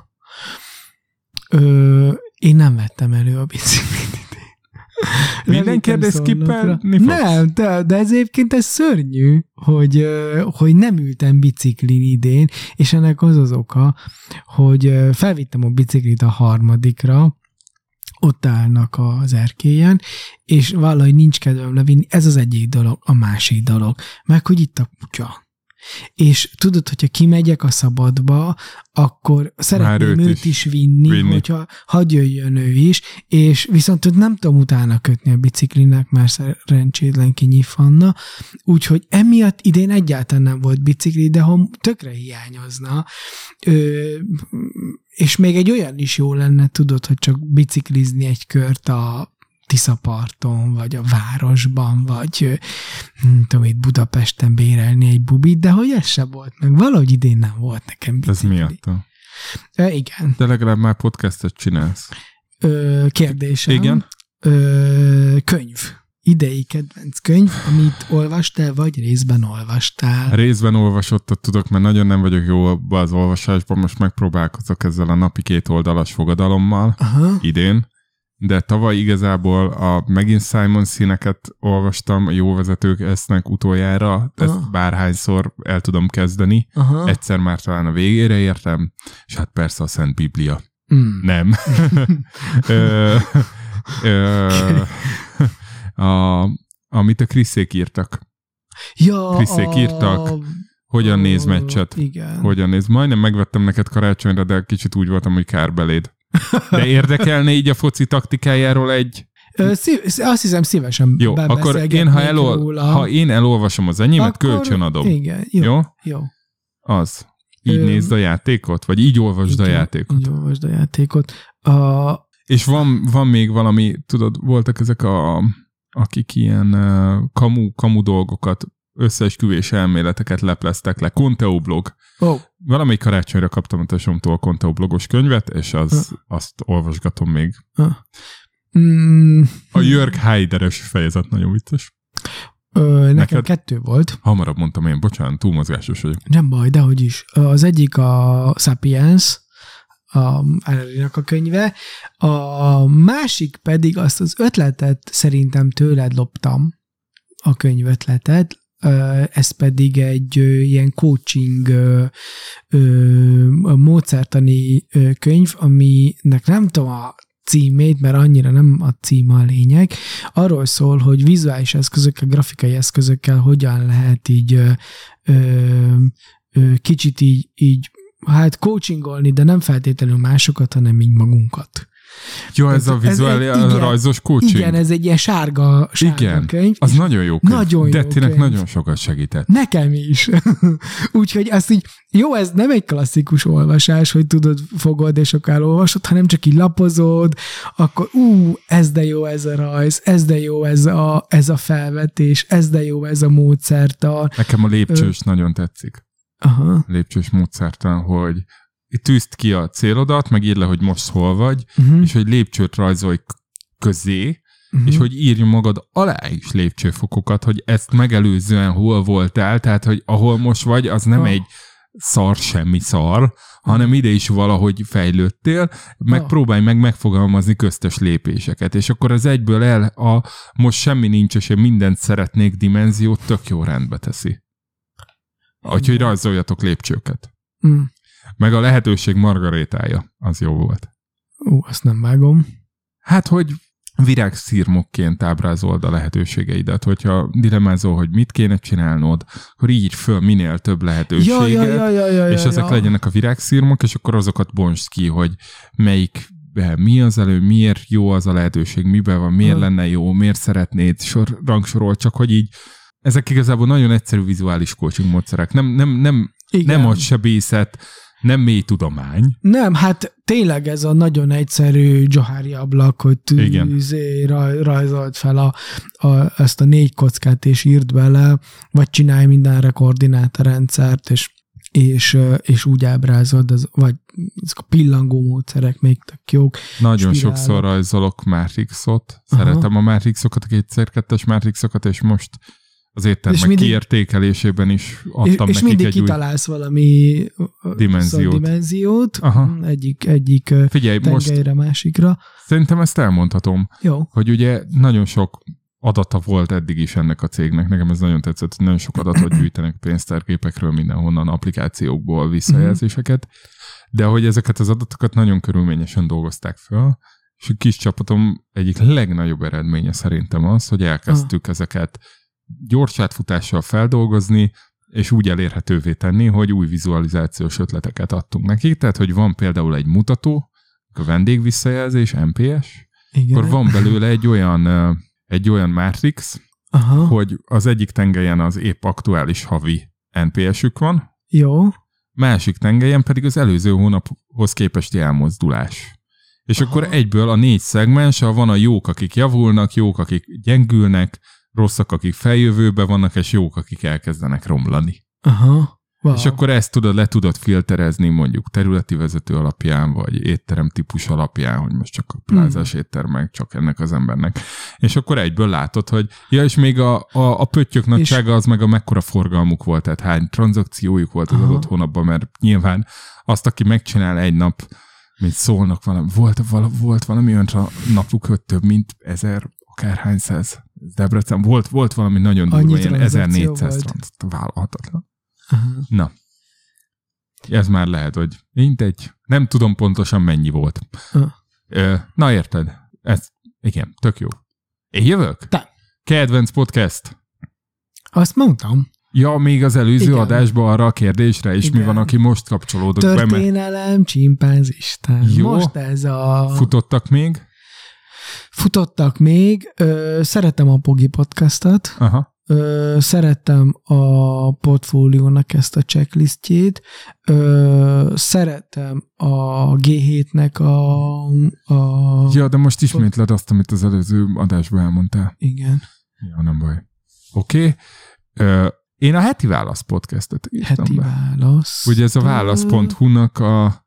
Én nem vettem elő a biciklit. Minden kérdés skippelni fogsz? Nem, de ez egyébként ez szörnyű, hogy nem ültem biciklin idén, és ennek az oka, hogy felvittem a biciklit a 3. ott állnak az erkélyen, és valahogy nincs kedvem levinni. Ez az egyik dolog, a másik dolog. Meg, hogy itt a kutya. És tudod, hogyha kimegyek a szabadba, akkor szeretném őt is vinni, hogyha hadd jöjjön ő is, és viszont nem tudom utána kötni a biciklinek, mert szerencsétlen kinyifanna, úgyhogy emiatt idén egyáltalán nem volt bicikli, de ha tökre hiányozna, és még egy olyan is jó lenne, tudod, hogy csak biciklizni egy kört a Tiszaparton, vagy a városban, vagy tudom, itt Budapesten bérelni egy bubit, de hogy ez se volt meg. Valahogy idén nem volt nekem bicikli. Ez miatt? Igen. De legalább már podcastet csinálsz. Kérdésem. Igen. Könyv. Idei kedvenc könyv, amit olvastál, vagy részben olvastál? Részben olvasottat tudok, mert nagyon nem vagyok jó abban az olvasásban, most megpróbálkozok ezzel a napi 2 oldalas fogadalommal idén. De tavaly igazából megint Simon Sineket olvastam, a Jó vezetők esznek utoljára, ezt bárhányszor el tudom kezdeni. Egyszer már talán a végére értem, és hát persze a Szent Biblia. Nem. Amit a Kriszék írtak. Kriszék írtak, hogyan néz meccset. Igen. Hogyan néz. Majdnem megvettem neked karácsonyra, de kicsit úgy voltam, hogy kár beléd. De érdekelne így a foci taktikájáról egy... Azt hiszem szívesen jó, akkor én, ha én elolvasom az enyémet, akkor kölcsönadom. Igen, jó. Az. Így nézd a játékot? Vagy így olvasd a játékot? Így olvasd a játékot. És van még valami, tudod, voltak ezek akik ilyen kamu dolgokat, összeesküvés elméleteket lepleztek le. Conteo blog. Valamelyik karácsonyra kaptam a tesómtól a Conteo blogos könyvet, és azt olvasgatom még. A Jörg Haideres fejezet nagyon vicces. Nekem 2 volt. Hamarabb mondtam én, bocsánat, túlmozgásos vagyok. Nem baj, dehogy is. Az egyik a Sapiens, Hararinak a könyve. A másik pedig azt az ötletet szerintem tőled loptam, a könyvötletet, ez pedig egy ilyen coaching módszertani könyv, aminek nem tudom a címét, mert annyira nem a címe a lényeg. Arról szól, hogy vizuális eszközökkel, grafikai eszközökkel hogyan lehet így kicsit így hát coachingolni, de nem feltétlenül másokat, hanem így magunkat. Jó, ez a vizuális rajzos coaching. Igen, ez egy ilyen sárga könyv. Az nagyon jó könyv. Nagyon de jó tényleg könyv. nagyon sokat segített. Nekem is. Úgyhogy azt így, jó, ez nem egy klasszikus olvasás, hogy tudod, fogod és akkor elolvasod, hanem csak így lapozod, akkor ez de jó ez a rajz, ez de jó ez a felvetés, ez de jó ez a módszertan. Nekem a lépcsős nagyon tetszik. Aha. Lépcsős módszertan, hogy tűzd ki a célodat, meg írd le, hogy most hol vagy, és hogy lépcsőt rajzolj közé, és hogy írj magad alá is lépcsőfokokat, hogy ezt megelőzően hol voltál, tehát, hogy ahol most vagy, az nem egy semmi szar, hanem ide is valahogy fejlődtél, meg próbálj meg megfogalmazni köztes lépéseket, és akkor az egyből most semmi nincs, és én mindent szeretnék dimenziót tök jó rendbe teszi. Úgyhogy rajzoljatok lépcsőket. Meg a lehetőség margarétája, az jó volt. Azt nem vágom. Hát, hogy virágszirmokként ábrázold a lehetőségeidet, hogyha dilemmázol, hogy mit kéne csinálnod, akkor írj föl minél több lehetőséget, és ezek legyenek a virágszirmok, és akkor azokat bontsd ki, hogy mi az miért jó az a lehetőség, miben van, miért lenne jó, miért szeretnéd, rangsorol, csak hogy így ezek igazából nagyon egyszerű vizuális coaching módszerek. Nem agysebészet, nem mély tudomány. Nem, hát tényleg ez a nagyon egyszerű Johari ablak, hogy rajzolt fel ezt a 4 kockát, és írd bele, vagy csinálj mindenre koordinátorrendszert, és úgy ábrázold, vagy ezek a pillangó módszerek még tök jók. Nagyon sokszor rajzolok Matrixot. Szeretem a Matrixokat, a 2x2-es Matrixokat, és most az éttermek kiértékelésében is adtam és nekik mindig kitalálsz valami dimenziót. Egyik tengelyre, másikra. Szerintem ezt elmondhatom, hogy ugye nagyon sok adata volt eddig is ennek a cégnek. Nekem ez nagyon tetszett, hogy nagyon sok adatot gyűjtenek pénztárgépekről, mindenhonnan, applikációkból, visszajelzéseket, de hogy ezeket az adatokat nagyon körülményesen dolgozták föl, és a kis csapatom egyik legnagyobb eredménye szerintem az, hogy elkezdtük ezeket gyors átfutással feldolgozni, és úgy elérhetővé tenni, hogy új vizualizációs ötleteket adtunk neki. Tehát, hogy van például egy mutató, a vendégvisszajelzés, NPS, akkor van belőle egy olyan matrix, hogy az egyik tengelyen az épp aktuális havi NPS-ük van. Jó. Másik tengelyen pedig az előző hónaphoz képesti elmozdulás. És akkor egyből a 4 szegmenssel van a jók, akik javulnak, jók, akik gyengülnek, rosszak, akik feljövőben vannak, és jók, akik elkezdenek romlani. Wow. És akkor ezt le tudod filterezni mondjuk területi vezető alapján, vagy étterem típus alapján, hogy most csak a plázás éttermek, csak ennek az embernek. És akkor egyből látod, hogy és még a pöttyök nagysága az meg a mekkora forgalmuk volt, tehát hány tranzakciójuk volt az adott hónapban, mert nyilván azt, aki megcsinál egy nap, mint szólnak valami, volt valami olyan napuk, hogy több mint 1000 akárhány száz. Debrecen volt valami nagyon durva, ilyen 1400 vállalhatatlan. Na. Ez már lehet, hogy mindegy. Nem tudom pontosan mennyi volt. Na érted? Igen, tök jó. Én jövök? Kedvenc podcast. Azt mondtam. Ja, még az előző adásban arra a kérdésre is mi van, aki most kapcsolódott be. Történelem, csimpánzisten. Jó. Most ez a... Futottak még? Futottak még. Szeretem a Pogi podcastot. Szeretem a portfóliónak ezt a checklistjét. Szeretem a G7-nek a... Ja, de most ismétled azt, amit az előző adásban elmondtál. Igen. Ja, nem baj. Oké. Én a Heti Válasz podcastot írtam Heti Válasz. Ugye ez a válasz.hu-nak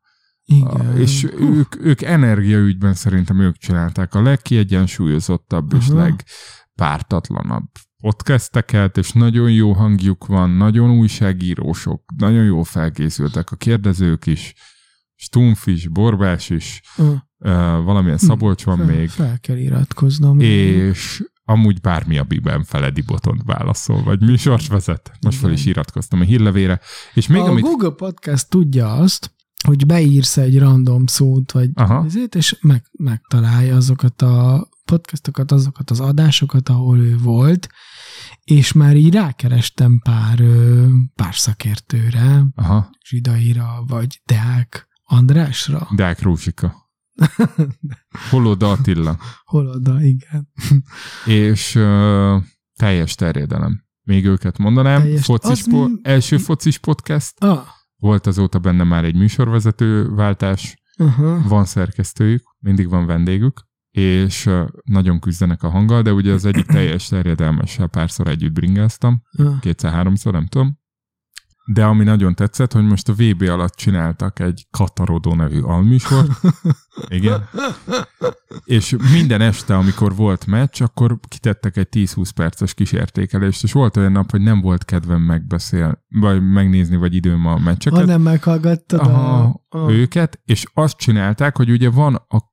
és ők energiaügyben szerintem ők csinálták a legkiegyensúlyozottabb és legpártatlanabb podcasteket, és nagyon jó hangjuk van, nagyon újságírósok, nagyon jól felkészültek a kérdezők is, Stumpf is, Borbás is, valamilyen Szabolcs van még. Fel kell iratkoznom. És amúgy bármi a Biben Feledi Botont válaszol, vagy műsort vezet. Most fel is iratkoztam a hírlevére. És még Google Podcast tudja azt, hogy beírsz egy random szót, vagy ezért, és megtalálja azokat a podcastokat, azokat az adásokat, ahol ő volt, és már így rákerestem pár szakértőre, Zsidaira, vagy Deák Andrásra. Deák Rózsika. Holoda Attila. Holoda, igen. És teljes terjedelem. Még őket mondanám. Első focis podcast. Volt azóta benne már egy műsorvezető váltás. Van szerkesztőjük, mindig van vendégük, és nagyon küzdenek a hanggal, de ugye az egyik teljes terjedelmessel párszor együtt bringáztam. 2-3-szor, nem tudom. De ami nagyon tetszett, hogy most a VB alatt csináltak egy Katarodó nevű alműsor. Igen. És minden este, amikor volt meccs, akkor kitettek egy 10-20 perces kis értékelést, és volt olyan nap, hogy nem volt kedvem vagy megnézni, vagy időm a meccseket. Nem meghallgattad őket, és azt csinálták, hogy ugye van a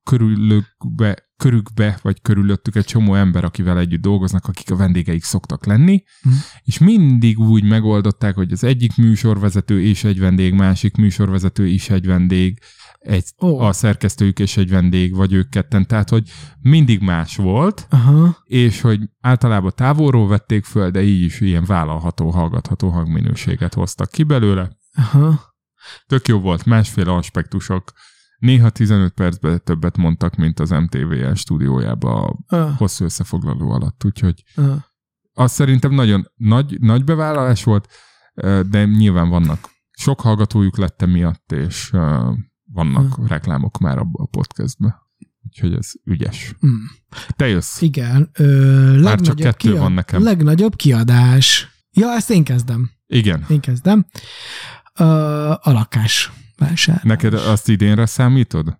körükbe, vagy körülöttük egy csomó ember, akivel együtt dolgoznak, akik a vendégeik szoktak lenni, és mindig úgy megoldották, hogy az egyik műsorvezető és egy vendég, másik műsorvezető is egy vendég, a szerkesztőjük és egy vendég, vagy ők ketten, tehát, hogy mindig más volt, és hogy általában távolról vették föl, de így is ilyen vállalható, hallgatható hangminőséget hoztak ki belőle. Tök jó volt, másféle aspektusok. Néha 15 percben többet mondtak, mint az MTV stúdiójában a hosszú összefoglaló alatt, úgyhogy azt szerintem nagyon nagy bevállalás volt, de nyilván vannak sok hallgatójuk lett miatt, és vannak reklámok már abban a podcastben. Úgyhogy ez ügyes. Te jössz. Igen. Már csak 2 van nekem. Legnagyobb kiadás. Ja, ezt én kezdem. Igen. Én kezdem. A lakás vásárlás. Neked azt idénre számítod?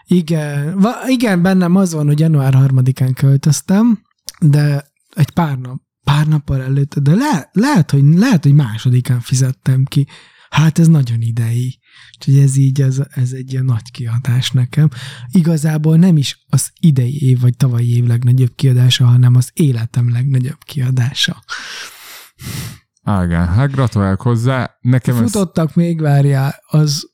Igen, bennem az van, hogy január 3-án költöztem, de egy pár nappal előtt, de lehet, hogy 2-án fizettem ki. Hát ez nagyon idei. Úgyhogy ez így, ez egy ilyen nagy kiadás nekem. Igazából nem is az idei év, vagy tavalyi év legnagyobb kiadása, hanem az életem legnagyobb kiadása. Ágán, hát gratulálok hozzá. Nekem futottak még, várjál, az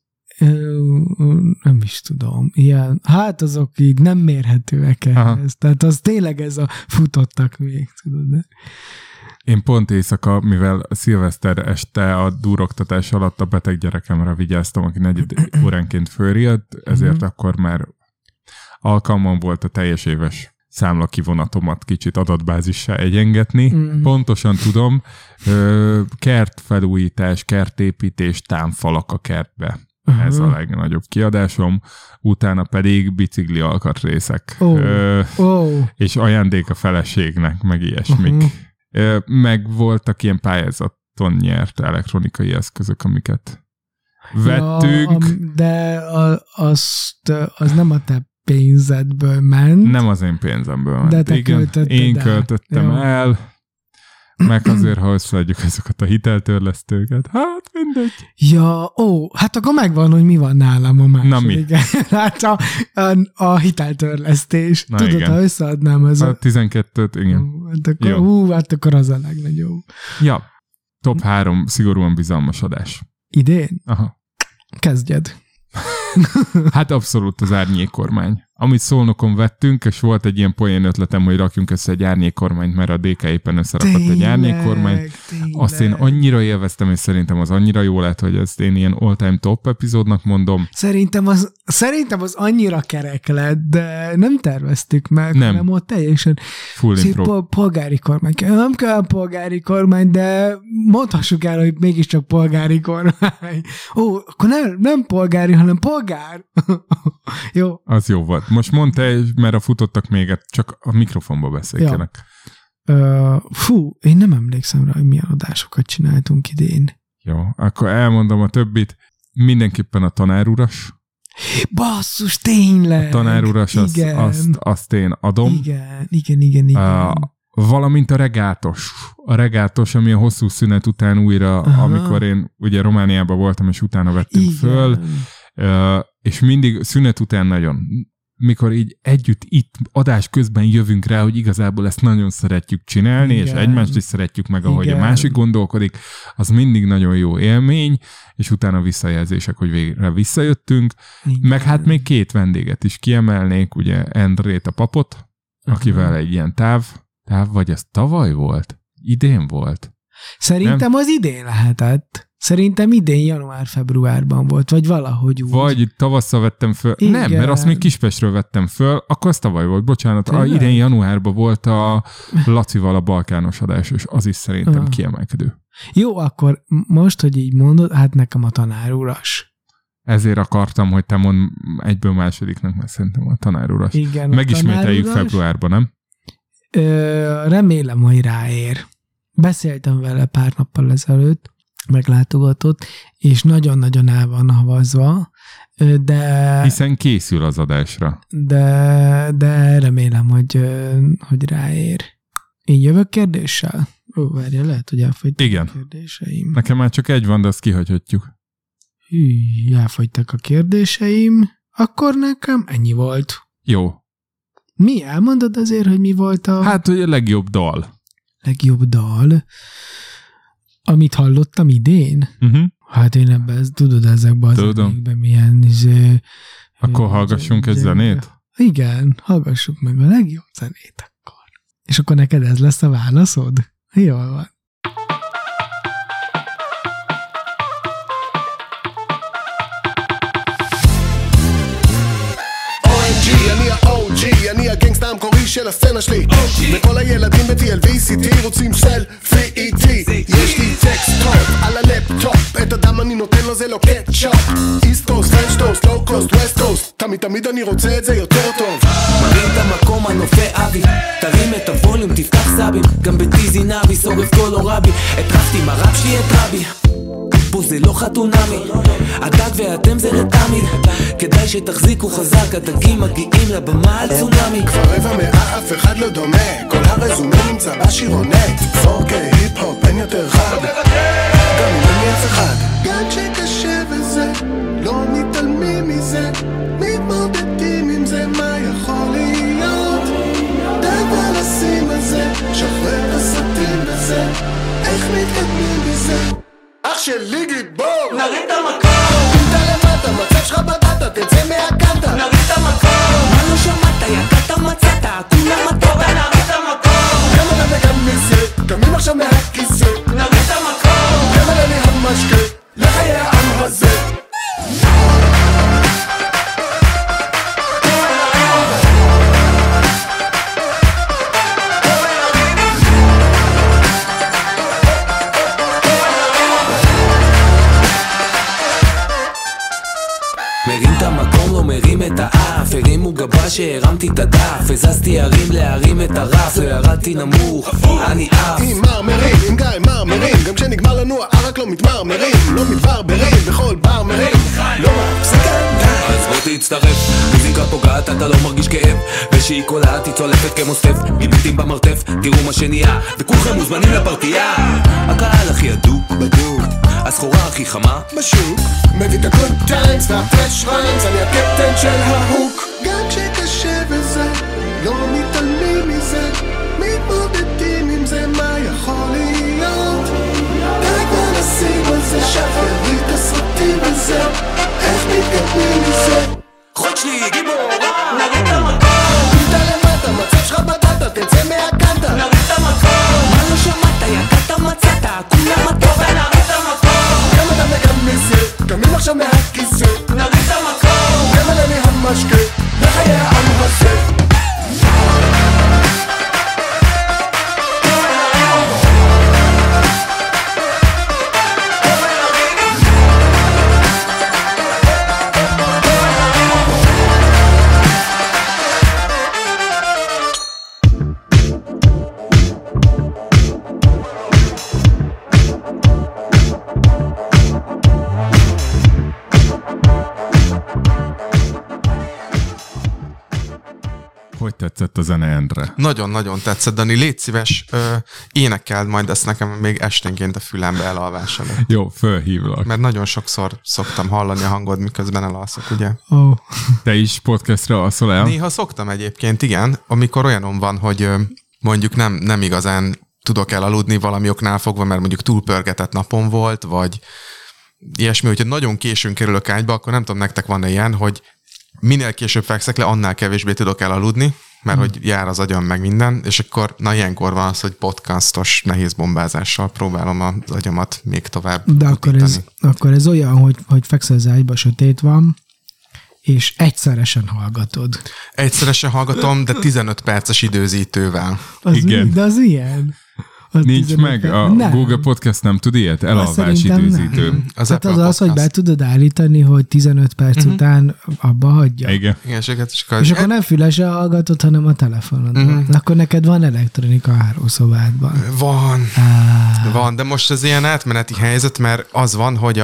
nem is tudom, ilyen, hát azok így nem mérhetőek ehhez. Tehát az tényleg ez a futottak még, tudod, de... Én pont éjszaka, mivel szilveszter este a duroktatás alatt a beteg gyerekemre vigyáztam, aki 4 óránként fölriadt, ezért akkor már alkalmam volt a teljes éves számlakivonatomat kicsit adatbázissá egyengetni. Pontosan tudom, kertfelújítás, kertépítés, támfalak a kertbe. Ez a legnagyobb kiadásom. Utána pedig bicikli alkatrészek. És ajándék a feleségnek, meg ilyesmik. Meg voltak ilyen pályázaton nyert elektronikai eszközök, amiket vettünk. Ja, de az nem a te pénzedből ment. Nem az én pénzemből ment. De te költötted én költöttem el. Meg azért, ha összeadjuk ezeket a hiteltörlesztőket. Hát mindegy. Ja, hát akkor megvan, hogy mi van nálam a második. Na mi? Hát a hiteltörlesztés. Na tudod, igen. ha összeadnám az a 12-t, igen. Hát akkor az a legnagyobb. Ja, top 3 szigorúan bizalmas adás. Idén? Aha. Kezdjed. Hát abszolút az árnyékkormány. Amit Szolnokon vettünk, és volt egy ilyen poén ötletem, hogy rakjunk össze egy árnyékkormányt, mert a DK éppen összerakott egy árnyékkormányt. Azt én annyira élveztem, és szerintem az annyira jó lett, hogy ezt én ilyen all-time top epizódnak mondom. Szerintem az annyira kerek lett, de nem terveztük meg, hanem ott teljesen polgári kormány. Nem kell polgári kormány, de mondhassuk el, hogy mégiscsak polgári kormány. Akkor nem polgári, hanem polgár. Jó. Az jó volt. Most mondd te, mert a futottak még, csak a mikrofonba beszéljenek. Ja. Én nem emlékszem rá, hogy milyen adásokat csináltunk idén. Jó, akkor elmondom a többit. Mindenképpen a tanáruras. Basszus, tényleg! A tanáruras, azt én adom. Igen. Valamint a regátos. A regátos, ami a hosszú szünet után újra, amikor én ugye Romániában voltam, és utána vettünk föl. és mindig szünet után nagyon, mikor így együtt itt adás közben jövünk rá, hogy igazából ezt nagyon szeretjük csinálni, igen. És egymást is szeretjük meg, ahogy igen. A másik gondolkodik, az mindig nagyon jó élmény, és utána visszajelzések, hogy végre visszajöttünk, igen. Meg hát még 2 vendéget is kiemelnék, ugye Endrét a papot, akivel egy ilyen táv, vagy ez tavaly volt? Idén volt? Szerintem az idén lehetett. Szerintem idén január-februárban volt, vagy valahogy úgy. Vagy tavasszal vettem föl. Igen. Nem, mert azt még Kispestről vettem föl, akkor az tavaly volt, bocsánat. Idén januárban volt a Lacival a balkános adás, és az is szerintem kiemelkedő. Jó, akkor most, hogy így mondod, hát nekem a tanáruras. Ezért akartam, hogy te mondd egyből másodiknak, mert szerintem a tanáruras. Igen, megismételjük februárban, nem? Remélem, hogy ráér. Beszéltem vele pár nappal ezelőtt, meglátogatott, és nagyon-nagyon el van havazva, de... Hiszen készül az adásra. De remélem, hogy ráér. Én jövök kérdéssel? Várja, lehet, hogy elfogytak a kérdéseim. Nekem már csak egy van, de azt kihagyhatjuk. Elfogytak a kérdéseim, akkor nekem ennyi volt. Jó. Mi? Elmondod azért, hogy mi volt a... Hát, hogy a legjobb dal. Legjobb dal... Amit hallottam idén? Hát én ebben, tudod, ezekben az zenékben milyen... Akkor hallgassunk egy zenét? Igen, hallgassuk meg a legjobb zenét akkor. És akkor neked ez lesz a válaszod? Jól van. אני הגנגסטר המקורי של הסצנה שלי וכל הילדים ב-TLVCT רוצים סלפי איתי יש לי טקסט טוב על הלפטופ את הדם אני נותן לו זה לא קטשופ איסט קוסט, פרנץ' טוסט, לואו קוסט, ווסט קוסט תמיד אני רוצה את זה יותר טוב מרים את המקום הנופה אבי תרים את הווליום, תפתח סאבים גם בטיזי נבי, שורף קולורבי הטרפתי עם הרב שלי את רבי פה זה לא חתונמי הדג ואתם זה לתמיד כדאי שתחזיקו חזק הדגים מגיעים לבמה על צונמי כבר רבע מאה אף אחד לא דומה כל הרזומה נמצא בשירונט 4K היפ-הופ אין יותר חד גם אם אין לי אף אחד גם כשקשה וזה לא מתעלמים מזה מתמודדים עם זה מה יכול להיות דבר לשים על זה שחרר הסרטים בזה איך מתקדמים בזה אח שלי גיבור נרים את המקום תמתה למטה מצב שלך בדאטה תצא מהקנטה נרים את המקום מה לא שמעת יקעת מצאת כולם הטוב נרים את המקום גם עלה וגם מזה קמים עכשיו מהכיסא נרים את המקום גם עלה לי המשקה לחיי העם הזה מרים את המקום, לא מרים את האף הרימו גבה שהרמתי את הדף הזזתי הרים להרים את הרף לא ירדתי נמוך, אני אף עם מרמרים, עם גיא מרמרים גם כשנגמר לנו הערק לא מתמרמרים לא מתברברים בכל ברמרים לא מפסיקה אז בוא תצטרף מוזיקה פוגעת אתה לא מרגיש כאב ושהיא קולעת היא צולפת כמו סטף גיביתים במרתף תראו מה שנהיה וכולכם מוזמנים לפרטייה הקהל הכי הדוק בדוק הסחורה הכי חמה בשוק מביא את הגוד טיימס והפרש ריימס אני הקפטן של ההוק גם כשקשה וזה לא מתעלמים מזה מתמודדים עם זה מה יכול להיות די כבר נשים על זה שחררי את הסרטים בזה איך מתקדמים מזה חוד שלי גיבורה נרים את המקום תמתה למטה מצב שלך בדאטה תצא מהקנטה נרים את המקום מה לא שמעת יקעת מצאת כולם הטוב נרים את המקום גם עלה וגם מזה קמים עכשיו מהכיסא נרים את המקום גם עלה לי המשקה לחיי העם הזה tetszett a zene, Endre? Nagyon-nagyon tetszett, Dani. Légy szíves, énekeld majd ezt nekem még esténként a fülembe elalvás előtt. Jó, fölhívlak. Mert nagyon sokszor szoktam hallani a hangod, miközben elalszok, ugye? Oh. Te is podcastra alszol el? Néha szoktam egyébként, igen, amikor olyanom van, hogy mondjuk nem igazán tudok elaludni valami oknál fogva, mert mondjuk túlpörgetett napom volt, vagy ilyesmi, hogyha nagyon későn kerülök ágyba, akkor nem tudom, nektek van-e ilyen, hogy minél később fekszek le, annál kevésbé tudok elaludni, mert hogy jár az agyam meg minden, és akkor ilyenkor van az, hogy podcastos nehéz bombázással próbálom az agyamat még tovább de akkor ez olyan, hogy fekszel az ágyba, sötét van, és egyszeresen hallgatod. Egyszeresen hallgatom, de 15 perces időzítővel. Igen. De az ilyen. Az nincs meg? A nem. Google Podcast nem tud ilyet? Elalvás időzítő. Az, hogy be tudod állítani, hogy 15 perc után abba hagyja. Igen. És akkor nem fülesre hallgatod, hanem a telefonodon. Akkor neked van elektronika a hálószobádban. Van, de most ez ilyen átmeneti helyzet, mert az van, hogy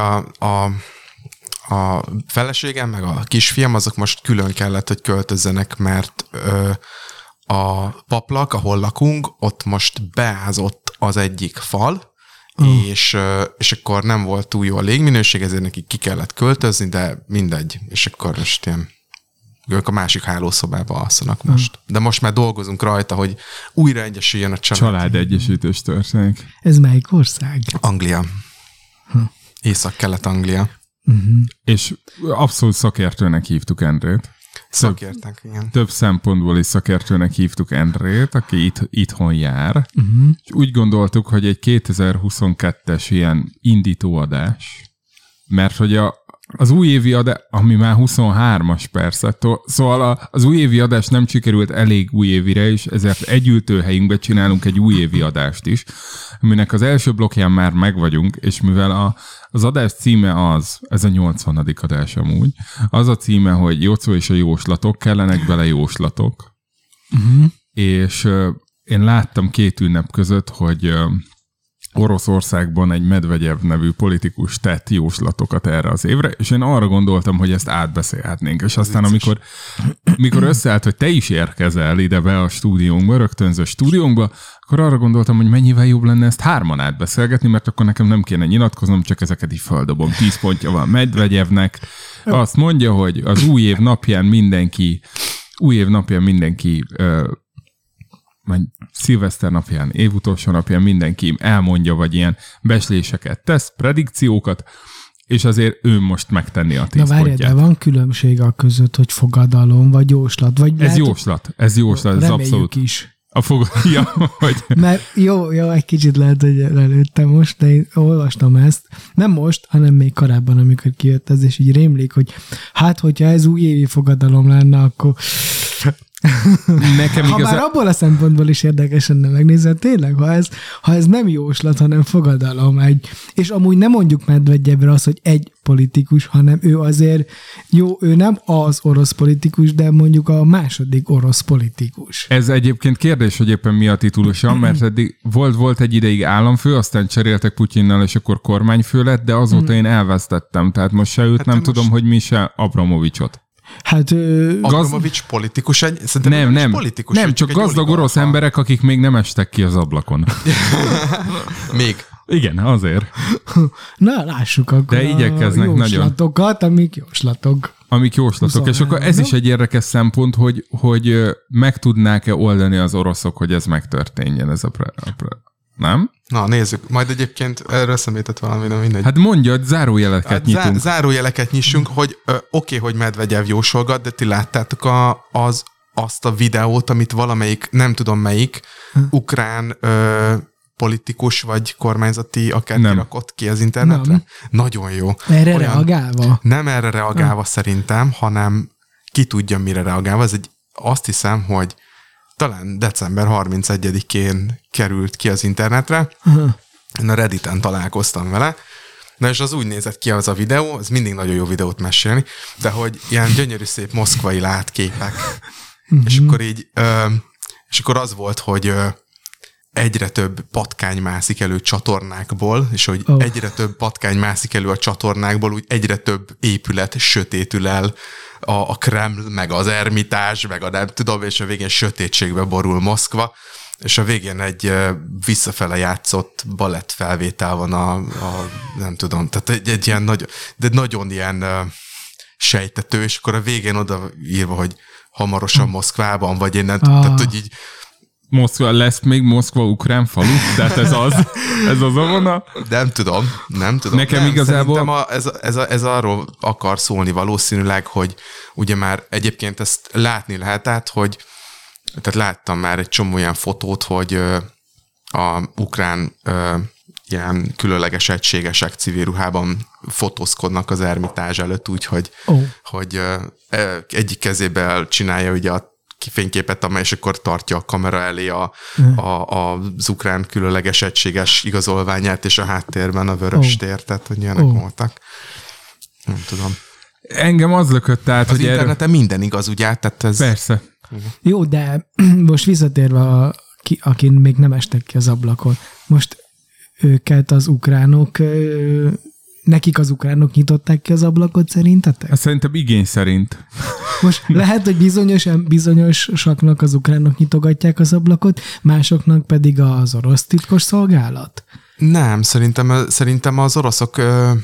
a feleségem, meg a kisfiam, azok most külön kellett, hogy költözzenek, mert a paplak, ahol lakunk, ott most beázott az egyik fal, és akkor nem volt túl jó a légminőség, ezért nekik ki kellett költözni, de mindegy. És akkor most ilyen, ők a másik hálószobába alszanak most. De most már dolgozunk rajta, hogy újra egyesüljön a család. Családegyesítés történik. Ez melyik ország? Anglia. Észak-Kelet-Anglia. És abszolút szakértőnek hívtuk Endrét. Szakértek, igen. Több szempontból is szakértőnek hívtuk Endrét, aki itthon jár. És úgy gondoltuk, hogy egy 2022-es ilyen indítóadás, mert hogy az újévi adás, ami már 23-as persze, szóval az újévi adás nem sikerült elég újévire is, ezért egy ültőhelyünkbe csinálunk egy újévi adást is, aminek az első blokkján már meg vagyunk, és mivel az adás címe ez a 80. adás amúgy, az a címe, hogy Jocó és a jóslatok, kellenek bele jóslatok. És én láttam 2 ünnep között, hogy Oroszországban egy Medvegyev nevű politikus tett jóslatokat erre az évre, és én arra gondoltam, hogy ezt átbeszélhetnénk. És aztán amikor összeállt, hogy te is érkezel ide be a stúdiónkba, rögtönző stúdiónkba, akkor arra gondoltam, hogy mennyivel jobb lenne ezt 3 átbeszélgetni, mert akkor nekem nem kéne nyilatkoznom, csak ezeket így földobom. 10 pontja van Medvegyevnek. Azt mondja, hogy az új év napján mindenki szilveszter napján, évutolsó napján mindenki elmondja, vagy ilyen becsléseket tesz, predikciókat, és azért ő most megtenni a 10 pontját. Na várjál, de van különbség a között, hogy fogadalom, vagy jóslat? Vagy ez jóslat, ez abszolút. Is. Hogy... Mert jó, egy kicsit lehet, hogy előttem most, de én olvastam ezt, nem most, hanem még korábban, amikor kijött ez, és így rémlik, hogy hát, hogyha ez újévi fogadalom lenne, akkor... Nekem már abból a szempontból is érdekes lenne megnézni, tényleg, ha ez nem jóslat, hanem fogadalom és amúgy nem mondjuk Medvegyevre az, hogy egy politikus, hanem ő azért, ő nem az orosz politikus, de mondjuk a második orosz politikus. Ez egyébként kérdés, hogy éppen mi a titulusa, mert eddig volt egy ideig államfő, aztán cseréltek Putyinnal, és akkor kormányfő lett, de azóta én elvesztettem, tehát most se őt nem tudom, hogy mi se Abramovicsot. Hát Abramovics politikus nem, politikus, nem, csak gazdag orosz emberek, akik még nem estek ki az ablakon. Még. Igen, azért. Na, lássuk akkor de igyekeznek jóslatokat, amik jóslatok. És akkor ez is egy érdekes szempont, hogy meg tudnák-e oldani az oroszok, hogy ez megtörténjen, ez a nem? Na, nézzük. Majd egyébként erről személytett valami, de mindegy. Hát mondja, zárójeleket nyitunk. Zárójeleket nyissunk, hogy oké, hogy Medvegyev jósolgat, de ti láttátok azt a videót, amit valamelyik, nem tudom melyik, ukrán politikus vagy kormányzati akár kirakott ki az internetre? Nem. Nagyon jó. Erre reagálva? Nem erre reagálva szerintem, hanem ki tudja, mire reagálva. Azt hiszem, hogy talán december 31-én került ki az internetre. Én a Redditen találkoztam vele. Na és az úgy nézett ki az a videó, ez mindig nagyon jó videót mesélni, de hogy ilyen gyönyörű szép moszkvai látképek. És akkor így, és akkor az volt, hogy egyre több patkány mászik elő csatornákból, és hogy egyre több patkány mászik elő a csatornákból, úgy egyre több épület sötétül el, a Kreml, meg az Ermitázs, meg a nem tudom, és a végén sötétségbe borul Moszkva, és a végén egy visszafele játszott balett felvétel van a nem tudom, tehát egy ilyen nagyon ilyen sejtető, és akkor a végén oda írva, hogy hamarosan Moszkvában, vagy én nem tudom, tehát hogy így Moszkva, lesz még Moszkva ukrán falu? Tehát ez az a vonal? Nem tudom. Nekem nem, igazából... Ez arról akar szólni valószínűleg, hogy ugye már egyébként ezt látni lehet, hogy tehát láttam már egy csomó olyan fotót, hogy a ukrán ilyen különleges egységesek civil ruhában fotózkodnak az Ermitázs előtt, úgyhogy hogy egyik kezével csinálja ugye a fényképet, és akkor tartja a kamera elé az ukrán különleges egységes igazolványát, és a háttérben a vörös tér, tehát hogy ilyenek voltak. Nem tudom. Engem az lökött át, hogy interneten minden igaz, ugye? Tehát ez... Persze. Jó, de most visszatérve, akin még nem estek ki az ablakon, most őket az ukránok... Nekik az ukránok nyitották ki az ablakot szerintetek? Szerintem igény szerint. Most lehet, hogy bizonyosaknak az ukránok nyitogatják az ablakot, másoknak pedig az orosz titkos szolgálat? Nem, szerintem az oroszok,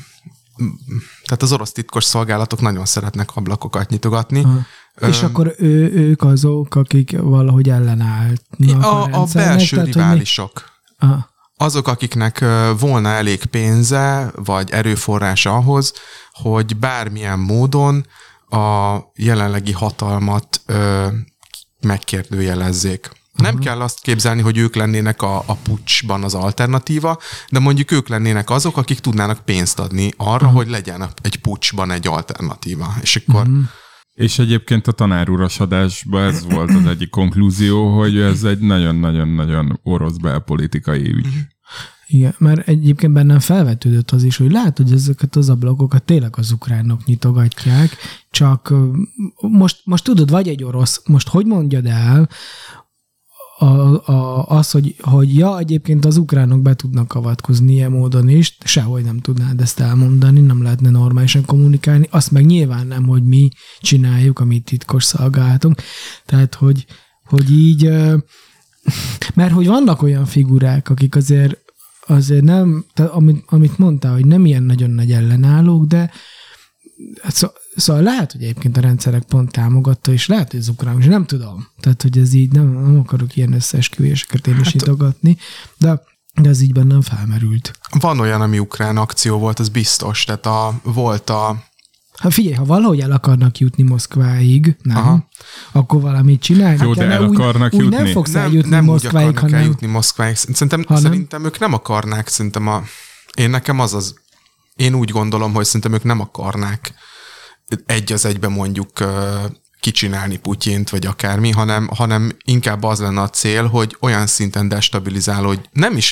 tehát az orosz titkos szolgálatok nagyon szeretnek ablakokat nyitogatni. És akkor ők azok, akik valahogy ellenállnak a rendszernek? A belső riválisok. Azok, akiknek volna elég pénze, vagy erőforrása ahhoz, hogy bármilyen módon a jelenlegi hatalmat megkérdőjelezzék. Nem kell azt képzelni, hogy ők lennének a puccsban az alternatíva, de mondjuk ők lennének azok, akik tudnának pénzt adni arra, hogy legyen egy puccsban egy alternatíva. És akkor... És egyébként a tanáruras adásban ez volt az egyik konklúzió, hogy ez egy nagyon-nagyon-nagyon orosz belpolitikai ügy. Igen, mert egyébként bennem felvetődött az is, hogy lehet, hogy ezeket az ablakokat tényleg az ukránok nyitogatják, csak most tudod, vagy egy orosz, most hogy mondjad el az, hogy ja, egyébként az ukránok be tudnak avatkozni ilyen módon is, sehogy nem tudnád ezt elmondani, nem lehetne normálisan kommunikálni, azt meg nyilván nem, hogy mi csináljuk, amit titkos szolgálatunk. Tehát, hogy így, mert hogy vannak olyan figurák, akik azért nem, amit mondtál, hogy nem ilyen nagyon nagy ellenállók, de szóval lehet, hogy egyébként a rendszerek pont támogatta, és lehet, hogy az ukránok, és nem tudom. Tehát, hogy ez így nem akarok ilyen összeesküvéseket én is nyitogatni, de ez így bennem felmerült. Van olyan, ami ukrán akció volt, az biztos. Tehát Hát figyelj, ha valahogy el akarnak jutni Moszkváig, nem? Akkor valamit csinálni. Jó, de el akarnak jutni. Nem fogsz eljutni Moszkváig, úgy akarnak eljutni Moszkváig. Szerintem ők nem akarnák, én úgy gondolom, hogy szerintem ők nem akarnák egy az egybe mondjuk kicsinálni Putyint, vagy akármi, hanem inkább az lenne a cél, hogy olyan szinten destabilizál, hogy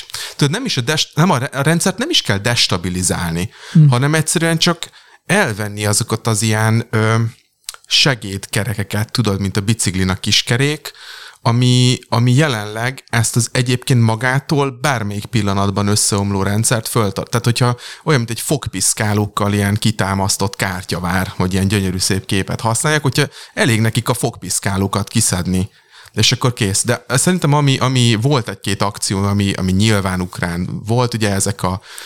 a rendszert nem is kell destabilizálni, hanem egyszerűen csak elvenni azokat az ilyen segédkerekeket, tudod, mint a biciklin a kiskerék, ami jelenleg ezt az egyébként magától bármelyik pillanatban összeomló rendszert föltart. Tehát, hogyha olyan, mint egy fogpiszkálókkal ilyen kitámasztott kártyavár, hogy ilyen gyönyörű szép képet használják, hogyha elég nekik a fogpiszkálókat kiszedni, és akkor kész. De szerintem ami volt egy-két akció, ami nyilván ukrán volt, ugye ezek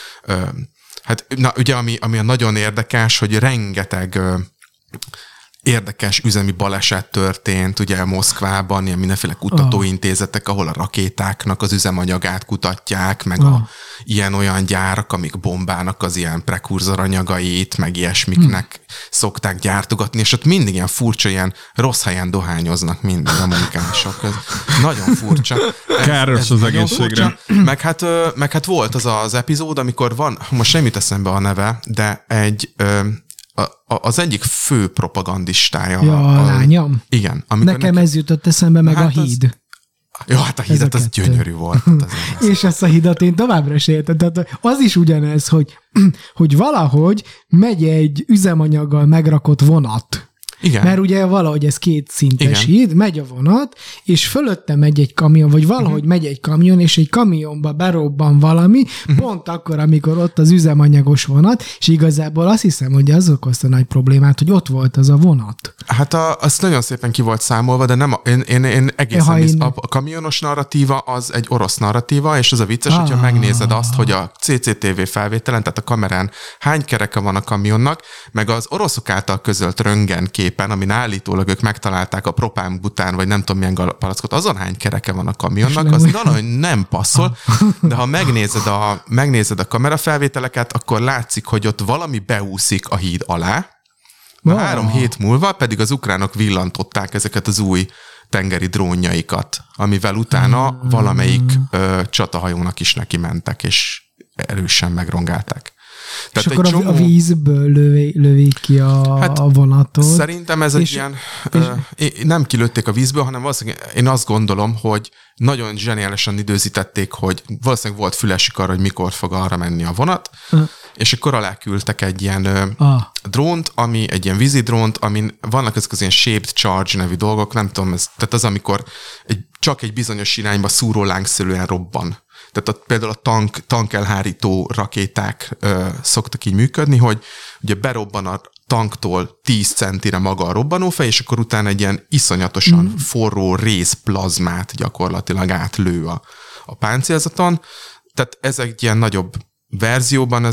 ugye ami nagyon érdekes, hogy rengeteg érdekes üzemi baleset történt, ugye Moszkvában, ilyen mindenféle kutatóintézetek, ahol a rakétáknak az üzemanyagát kutatják, meg ilyen-olyan gyárak, amik bombának az ilyen prekurzoranyagait, meg ilyesmiknek szokták gyártogatni, és ott mindig ilyen furcsa, ilyen rossz helyen dohányoznak mindig a munkások. Ez nagyon furcsa. Káros az egészségre. Meg hát volt az epizód, amikor van, most nem jut eszembe a neve, de az egyik fő propagandistája. Ja, a lányom. Igen. Nekem ez jutott eszembe, meg a híd. Hát a hídat az gyönyörű volt. És ezt a hídat én továbbra is értem. Tehát az is ugyanez, hogy valahogy megy egy üzemanyaggal megrakott vonat. Igen. Mert ugye valahogy ez 2 szintes híd, megy a vonat, és fölötte megy egy kamion, vagy valahogy megy egy kamion, és egy kamionba berobban valami, pont akkor, amikor ott az üzemanyagos vonat, és igazából azt hiszem, hogy az okozta nagy problémát, hogy ott volt az a vonat. Hát az nagyon szépen ki volt számolva, de nem, én egészen a kamionos narratíva az egy orosz narratíva, és az a vicces, hogyha megnézed azt, hogy a CCTV felvételen, tehát a kamerán hány kereke van a kamionnak, meg az oroszok által közölt röntgenképen, amin állítólag ők megtalálták a propánbután, vagy nem tudom milyen palackot, azon hány kereke van a kamionnak, az nem passzol, de ha megnézed a kamerafelvételeket, akkor látszik, hogy ott valami beúszik a híd alá, 3 hét múlva pedig az ukránok villantották ezeket az új tengeri drónjaikat, amivel utána valamelyik csatahajónak is neki mentek, és erősen megrongálták. Tehát és akkor a vízből lövik ki a vonatot. Szerintem ez egy ilyen... nem kilőtték a vízből, hanem valószínűleg én azt gondolom, hogy nagyon zseniálisan időzítették, hogy valószínűleg volt fülesük arra, hogy mikor fog arra menni a vonat, és akkor alá küldtek egy ilyen drónt, egy ilyen vízi drónt, amin vannak ezek az ilyen shaped charge nevű dolgok, nem tudom, tehát az, amikor csak egy bizonyos irányba szúró lángszőlően robban. Tehát például a tankelhárító rakéták szoktak így működni, hogy ugye berobban a tanktól 10 centire maga a robbanófej, és akkor utána egy ilyen iszonyatosan forró rézplazmát gyakorlatilag átlő a páncélzaton. Tehát ez egy ilyen nagyobb verzióban,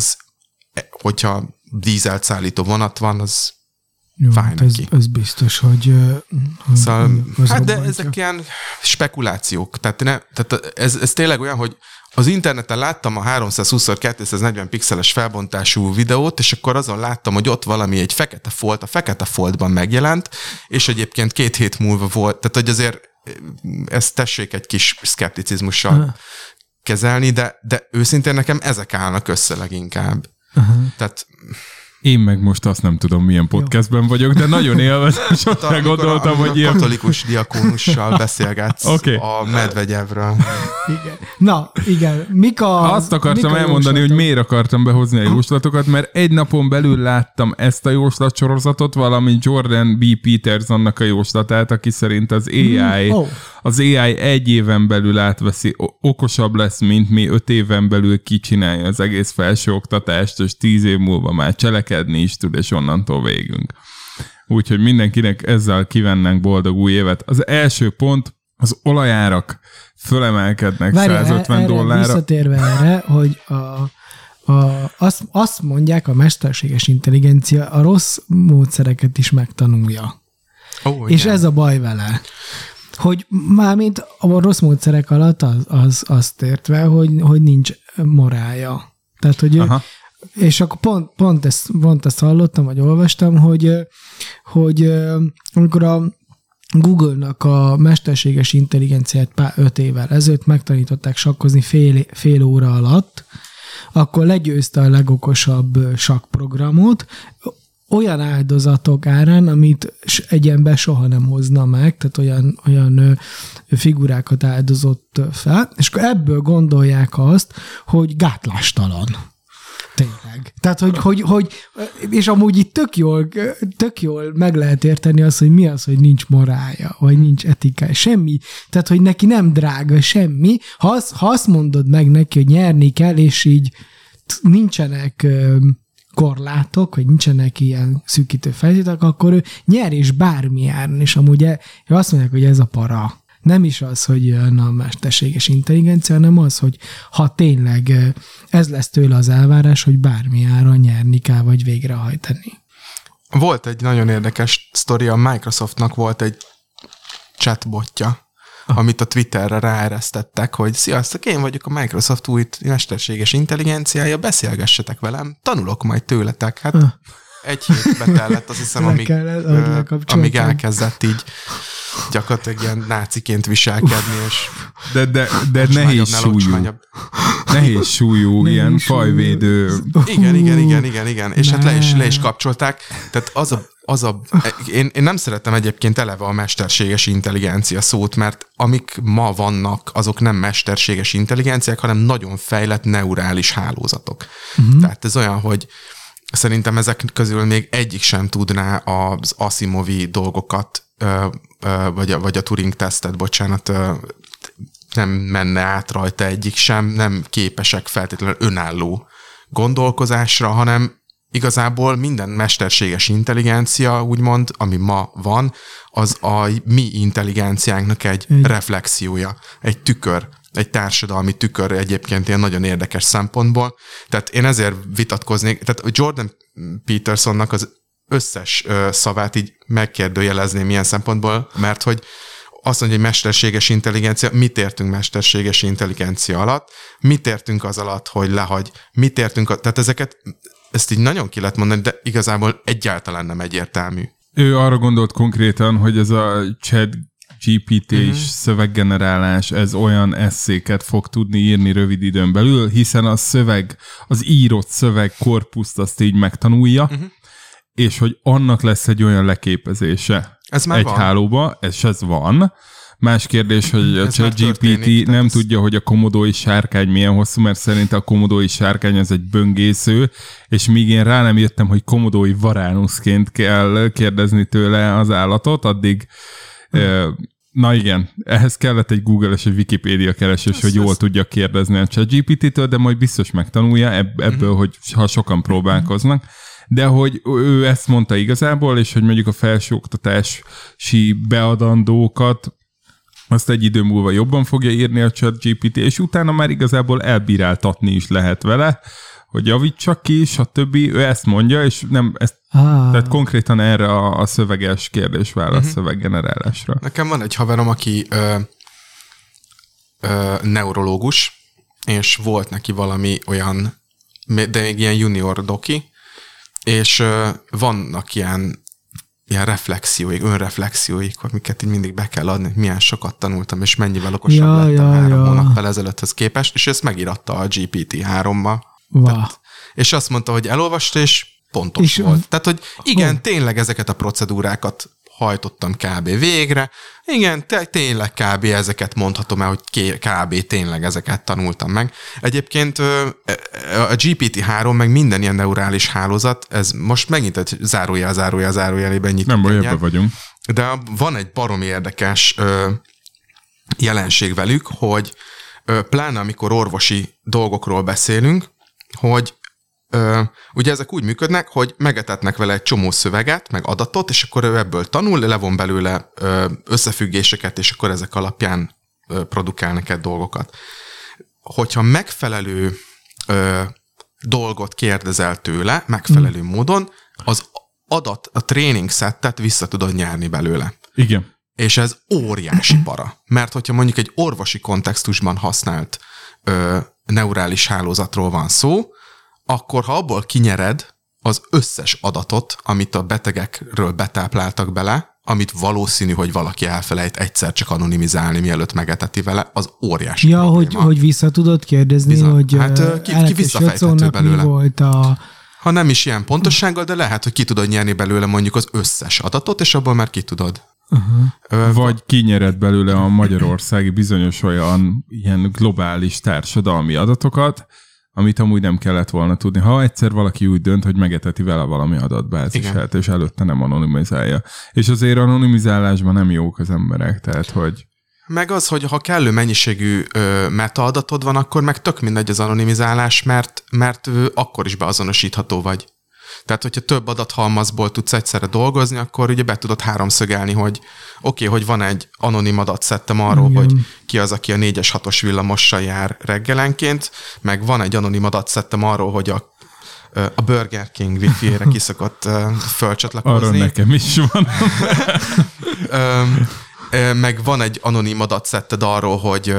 hogyha dízelt szállító vonat van, az jó, fáj neki. Ez biztos, hogy... Szóval, de ezek ilyen spekulációk. Tehát ez tényleg olyan, hogy az interneten láttam a 320x240 pixeles felbontású videót, és akkor azon láttam, hogy ott valami egy fekete folt, a fekete foltban megjelent, és egyébként 2 hét múlva volt, tehát hogy azért ezt tessék egy kis szkepticizmussal kezelni, de őszintén nekem ezek állnak össze leginkább. Tehát... Én meg most azt nem tudom, milyen podcastben vagyok, de nagyon élvezem, sosem gondoltam, hogy ilyen... katolikus diakónussal beszélgetsz a Medvegyevről. Igen. Na, igen. Azt akartam elmondani, hogy miért akartam behozni a jóslatokat, mert egy napon belül láttam ezt a jóslatsorozatot, valamint Jordan B. Petersonnak a jóslatát, aki szerint az AI 1 éven belül átveszi, okosabb lesz, mint mi, 5 éven belül kicsinálja az egész felsőoktatást, és 10 év múlva már cselekedni is tud, és onnantól végünk. Úgyhogy mindenkinek ezzel kívánnánk boldog új évet. Az első pont, az olajárak fölemelkednek $150. Visszatérve erre, hogy azt mondják, a mesterséges intelligencia a rossz módszereket is megtanulja. És ez a baj vele. Hogy mármint a rossz módszerek alatt azt értve, hogy nincs morálja. Tehát, hogy és akkor pont ezt hallottam, vagy olvastam, hogy amikor a Google-nak a mesterséges intelligenciát 5 évvel ezelőtt megtanították sakkozni fél óra alatt, akkor legyőzte a legokosabb sakkprogramot, olyan áldozatok árán, amit egy ember soha nem hozna meg, tehát olyan figurákat áldozott fel, és akkor ebből gondolják azt, hogy gátlástalan. Tényleg. Tehát, hogy és amúgy itt tök jól meg lehet érteni azt, hogy mi az, hogy nincs morálja, vagy nincs etikája, semmi. Tehát, hogy neki nem drága semmi. Ha azt mondod meg neki, hogy nyerni kell, és így nincsenek korlátok, vagy nincsenek ilyen szűkítő feltételek, akkor ő nyer és bármi áron, és amúgy azt mondják, hogy ez a para. Nem is az, hogy jön a mesterséges intelligencia, hanem az, hogy ha tényleg ez lesz tőle az elvárás, hogy bármi áron nyerni kell, vagy végrehajtani. Volt egy nagyon érdekes sztori, a Microsoftnak volt egy chatbotja, amit a Twitterre ráeresztettek, hogy sziasztok, én vagyok a Microsoft új mesterséges intelligenciája, beszélgessetek velem, tanulok majd tőletek. Hát egy hétbe tellett, azt hiszem, amíg elkezdett így gyakorlatilag ilyen náciként viselkedni, és de nehéz súlyú, ilyen fajvédő. Igen. És hát le is kapcsolták. Tehát én nem szeretem egyébként eleve a mesterséges intelligencia szót, mert amik ma vannak, azok nem mesterséges intelligenciák, hanem nagyon fejlett neurális hálózatok. Tehát ez olyan, hogy szerintem ezek közül még egyik sem tudná az Asimovi dolgokat, vagy a Turing-tesztet, bocsánat, nem menne át rajta egyik sem, nem képesek feltétlenül önálló gondolkozásra, hanem igazából minden mesterséges intelligencia, úgymond, ami ma van, az a mi intelligenciánknak egy reflexiója, egy tükör, egy társadalmi tükör egyébként ilyen nagyon érdekes szempontból. Tehát én ezért vitatkoznék, tehát Jordan Petersonnak az összes szavát így megkérdőjelezném ilyen szempontból, mert hogy azt mondja, hogy mesterséges intelligencia, mit értünk mesterséges intelligencia alatt, mit értünk az alatt, hogy lehagy, mit értünk, tehát ezt így nagyon ki lehet mondani, de igazából egyáltalán nem egyértelmű. Ő arra gondolt konkrétan, hogy ez a ChatGPT-s szöveggenerálás, ez olyan esszéket fog tudni írni rövid időn belül, hiszen az írott szöveg korpuszt azt így megtanulja, és hogy annak lesz egy olyan leképezése egy hálóba, és ez van. Más kérdés, hogy a ChatGPT nem tudja, hogy a komodói sárkány milyen hosszú, mert szerint a komodói sárkány az egy böngésző, és míg én rá nem jöttem, hogy komodói varánuszként kell kérdezni tőle az állatot, addig na igen, ehhez kellett egy Google és egy Wikipédia keresés, hogy jól tudja kérdezni a ChatGPT-től, de majd biztos megtanulja ebből, hogy ha sokan próbálkoznak. De hogy ő ezt mondta igazából, és hogy mondjuk a felsőoktatási beadandókat azt egy idő múlva jobban fogja írni a ChatGPT, és utána már igazából elbíráltatni is lehet vele, hogy javítsak ki, stb. Ő ezt mondja, és nem ezt, tehát konkrétan erre a szöveges kérdés-válasz szöveggenerálásra. Nekem van egy haverom, aki neurológus, és volt neki valami olyan, de még ilyen junior doki, és vannak ilyen reflexióik, önreflexióik, amiket így mindig be kell adni, milyen sokat tanultam, és mennyivel okosabb lettem 3 hónappal ezelőtthöz képest, és ezt megíratta a GPT-3-mal. Wow. És azt mondta, hogy elolvasta, és pontos volt. Tehát, hogy igen, tényleg ezeket a procedúrákat hajtottam kb. Végre. Igen, tényleg kb. Ezeket mondhatom el, hogy kb. Tényleg ezeket tanultam meg. Egyébként a GPT-3 meg minden ilyen neurális hálózat, ez most megint egy zárójelében nyitott. Nem baj, ebben vagyunk. De van egy baromi érdekes jelenség velük, hogy pláne amikor orvosi dolgokról beszélünk, hogy ugye ezek úgy működnek, hogy megetetnek vele egy csomó szöveget, meg adatot, és akkor ő ebből tanul, levon belőle összefüggéseket, és akkor ezek alapján produkál neked dolgokat. Hogyha megfelelő dolgot kérdezel tőle, megfelelő módon, az adat, a training settet vissza tudod nyerni belőle. Igen. És ez óriási para. Mert hogyha mondjuk egy orvosi kontextusban használt neurális hálózatról van szó, akkor ha abból kinyered az összes adatot, amit a betegekről betápláltak bele, amit valószínű, hogy valaki elfelejt egyszer csak anonimizálni, mielőtt megeteti vele, az óriási probléma. hogy vissza tudod kérdezni, bizony. hogy hát ki visszafejthető belőle. Mi volt ha nem is ilyen pontossággal, de lehet, hogy ki tudod nyerni belőle mondjuk az összes adatot, és abból már ki tudod. Vagy kinyered belőle a magyarországi bizonyos olyan ilyen globális társadalmi adatokat, amit amúgy nem kellett volna tudni. Ha egyszer valaki úgy dönt, hogy megeteti vele valami adatbázisát, és előtte nem anonimizálja. És azért anonimizálásban nem jók az emberek, tehát hogy... Meg az, hogy ha kellő mennyiségű metaadatod van, akkor meg tök mindegy az anonimizálás, mert akkor is beazonosítható vagy. Tehát, hogyha több adathalmazból tudsz egyszerre dolgozni, akkor ugye be tudod háromszögelni, hogy oké, hogy van egy anonim adatszettem arról, igen, hogy ki az, aki a 4-es 6-os villamossal jár reggelenként, meg van egy anonim adatszettem arról, hogy a Burger King wifi-ére kiszokott fölcsatlakozni. Arra nekem is van. Meg van egy anonim adatszetted arról, hogy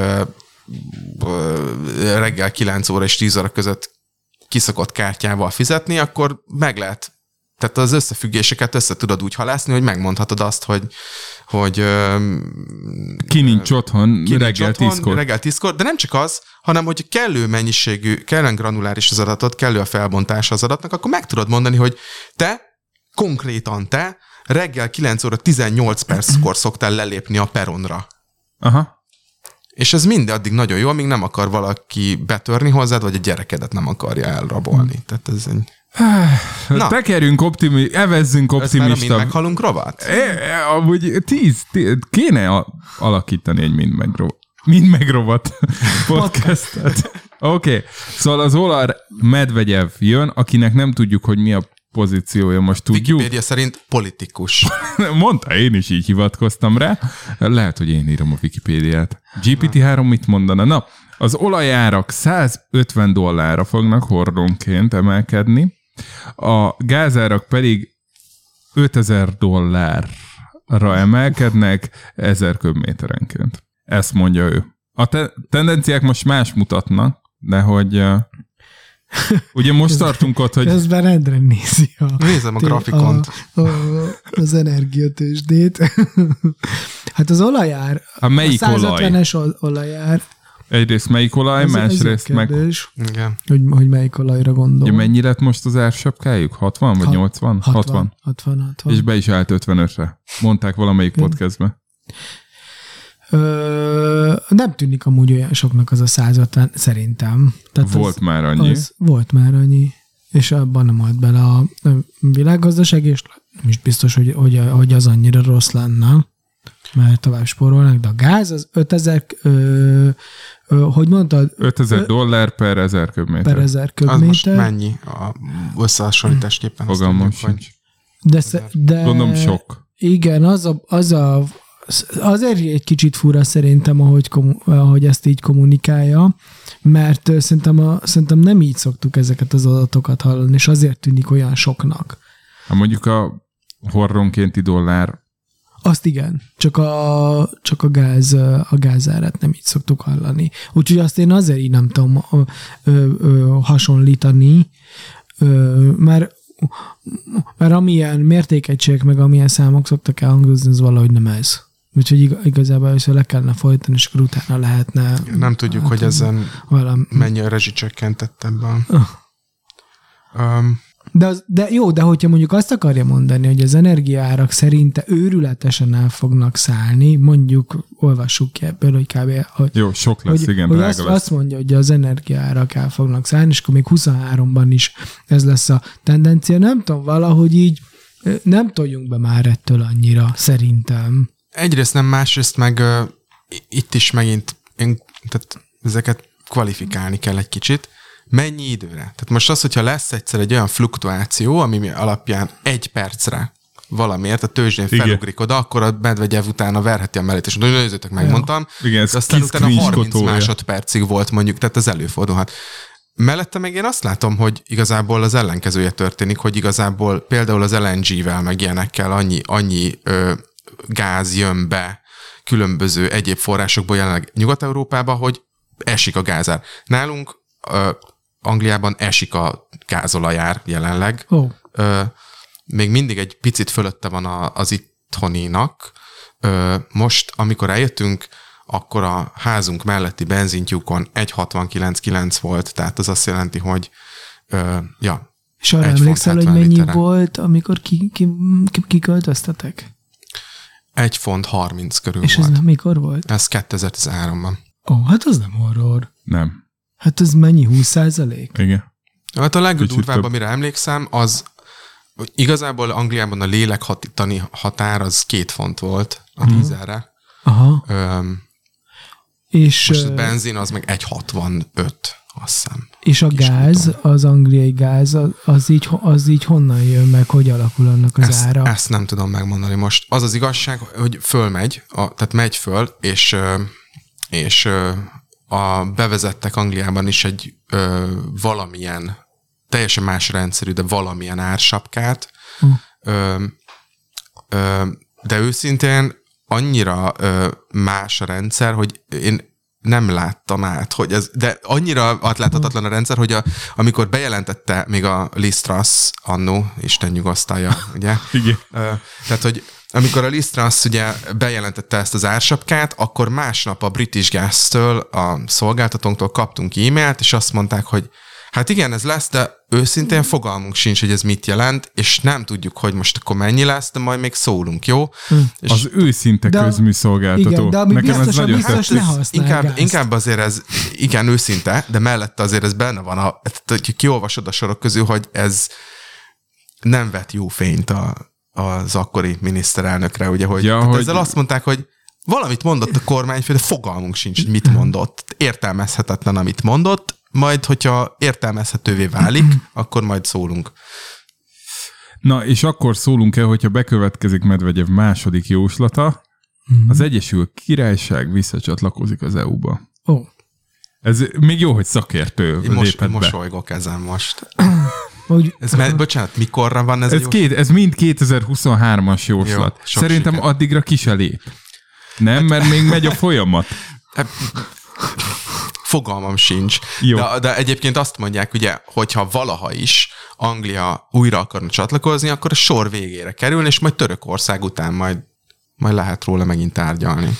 reggel 9 óra és 10 óra között kiszokott kártyával fizetni, akkor meg lehet. Tehát az összefüggéseket össze tudod úgy halászni, hogy megmondhatod azt, hogy ki nincs otthon reggel 10-kor. De nem csak az, hanem hogy kellő mennyiségű, kellően granuláris az adatot, kellő a felbontása az adatnak, akkor meg tudod mondani, hogy konkrétan te reggel 9 óra 18 perckor szoktál lelépni a peronra. Aha. És ez mindaddig nagyon jó, amíg nem akar valaki betörni hozzád, vagy a gyerekedet nem akarja elrabolni. Tehát ez egy... Tekerjünk evezzünk optimista. Ez már a meghalunk rovat? Amúgy 10 kéne alakítani egy mind megrovat podcastet. Oké. Szóval az Olar Medvegyev jön, akinek nem tudjuk, hogy mi a pozíciója, most tudjuk. Wikipédia szerint politikus. Mondta, én is így hivatkoztam rá. Lehet, hogy én írom a Wikipédiát. GPT-3 mit mondana? Na, az olajárak $150 fognak hordonként emelkedni, a gázárak pedig $5000 emelkednek 1000 köbméterenként. Ezt mondja ő. A tendenciák most más mutatnak, de hogy ugye most tartunk ott, hogy... Közben rendre nézi Nézem a grafikont. Az energiatőzsdét. Hát az olajár, melyik a 150-es olajár. Egyrészt melyik olaj, másrészt meg... Igen. Hogy melyik olajra gondol. Ja, mennyi lett most az ársapkájuk? 60 vagy 80? 60. És be is állt 55-re. Mondták valamelyik podcastben. Nem tűnik amúgy olyan soknak az a 150, szerintem. Tehát volt már annyi. Volt már annyi. És abban nem volt bele a világgazdaság, és nem is biztos, hogy az annyira rossz lenne, mert tovább spórolnak, de a gáz az 5000, hogy mondtad? $5000 per 1000 köbméter. Per 1000 köbméter. Az most mennyi a összehasonlításképpen? Fogalmam sincs. De gondolom sok. Igen, azért egy kicsit fura szerintem, ahogy ezt így kommunikálja, mert szerintem nem így szoktuk ezeket az adatokat hallani, és azért tűnik olyan soknak. Hát mondjuk a hordonkénti dollár. Azt igen, csak a gázárát nem így szoktuk hallani. Úgyhogy azt én azért így nem tudom hasonlítani, mert amilyen mértékegységek meg amilyen számok szoktak elhangozni, az valahogy nem ez. Úgyhogy igazából először le kellene folytani, és akkor utána lehetne... Nem tudjuk, hogy ezen mennyi a rezsicsökkentettebben. De hogyha mondjuk azt akarja mondani, hogy az energiaárak szerinte őrületesen el fognak szállni, mondjuk olvassuk ki ebből, hogy kb. Jó, sok lesz, igen, drága lesz. Azt mondja, hogy az energiaárak el fognak szállni, és akkor még 23-ban is ez lesz a tendencia. Nem tudom, valahogy így nem toljunk be már ettől annyira, szerintem. Egyrészt nem, másrészt meg itt is megint tehát ezeket kvalifikálni kell egy kicsit. Mennyi időre? Tehát most az, hogyha lesz egyszer egy olyan fluktuáció, ami alapján 1 percre valamiért a tőzsdén felugrik oda, akkor a Medvegyev utána verheti a mellét, és nézzétek, megmondtam. Igen, de aztán utána 30 másodpercig volt mondjuk, tehát az előfordulhat. Mellette meg én azt látom, hogy igazából az ellenkezője történik, hogy igazából például az LNG-vel meg ilyenekkel annyi gáz jön be különböző egyéb forrásokból jelenleg Nyugat-Európába, hogy esik a gázár. Nálunk Angliában esik a gázolajár jelenleg. Még mindig egy picit fölötte van az itthoninak. Most, amikor eljöttünk, akkor a házunk melletti benzintyúkon 1,69 volt, tehát az azt jelenti, hogy és arra emlékszel, hogy mennyi volt, amikor kiköltöztetek? 1 font 30 körül és volt. És ez mikor volt? Ez 2013-ban. Hát az nem horror. Nem. Hát ez mennyi? 20%? Igen. Hát a legdurvább, amire emlékszem, az, hogy igazából Angliában a lélektani határ az 2 font volt a dízelre. Aha. És most a benzin az meg 1,65, azt hiszem. És a gáz, az angliai gáz, az így honnan jön meg, hogy alakul annak az ára? Ezt nem tudom megmondani most. Az az igazság, hogy fölmegy, tehát megy föl, és bevezettek Angliában is egy valamilyen, teljesen más rendszerű, de valamilyen ársapkát. De őszintén annyira más a rendszer, hogy én nem láttam át, hogy ez, de annyira átláthatatlan a rendszer, hogy amikor bejelentette még a Liz Truss annó, Isten nyugosztalja, ugye? Igen. Tehát, hogy amikor a Liz Truss ugye bejelentette ezt az ársapkát, akkor másnap a British Gas-től, a szolgáltatónktól kaptunk e-mailt, és azt mondták, hogy hát igen, ez lesz, de őszintén fogalmunk sincs, hogy ez mit jelent, és nem tudjuk, hogy most akkor mennyi lesz, de majd még szólunk, jó? És az őszinte közműszolgáltató. Igen, de ami nekem biztos, ez biztos ne használj inkább azért ez, igen, őszinte, de mellette azért ez benne van, hogy kiolvasod a sorok közül, hogy ez nem vet jó fényt az akkori miniszterelnökre, ugye, hogy, hogy ezzel azt mondták, hogy valamit mondott a kormányfő, de fogalmunk sincs, hogy mit mondott. Értelmezhetetlen, amit mondott, majd, hogyha értelmezhetővé válik, akkor majd szólunk. Na, és akkor szólunk el, hogyha bekövetkezik Medvegyev második jóslata, az Egyesült Királyság visszacsatlakozik az EU-ba. Ez még jó, hogy szakértő lépett be. Mosolygok ezen most. Bocsánat, mikorra van ez ez mind 2023-as jóslat. Jó, szerintem siker. Addigra ki se lép. Nem, mert még megy a folyamat. Fogalmam sincs. De egyébként azt mondják, ugye, hogyha valaha is Anglia újra akarna csatlakozni, akkor a sor végére kerül, és majd Törökország után majd lehet róla megint tárgyalni.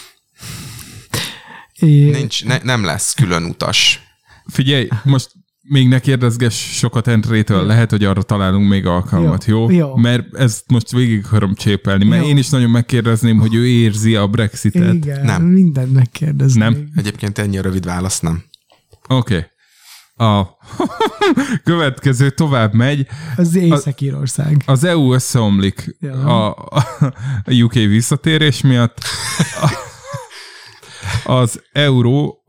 Nem lesz külön utas. Figyelj, most még ne kérdezgess sokat Andrétől, lehet, hogy arra találunk még alkalmat, jó? Mert ezt most végig akarom csépelni, mert én is nagyon megkérdezném, hogy ő érzi a Brexitet. Igen, nem. Mindent megkérdezném. Nem? Egyébként ennyi rövid válasz nem. Oké. A következő tovább megy. Az Észak-Írország. Az EU összeomlik a UK visszatérés miatt. Az euró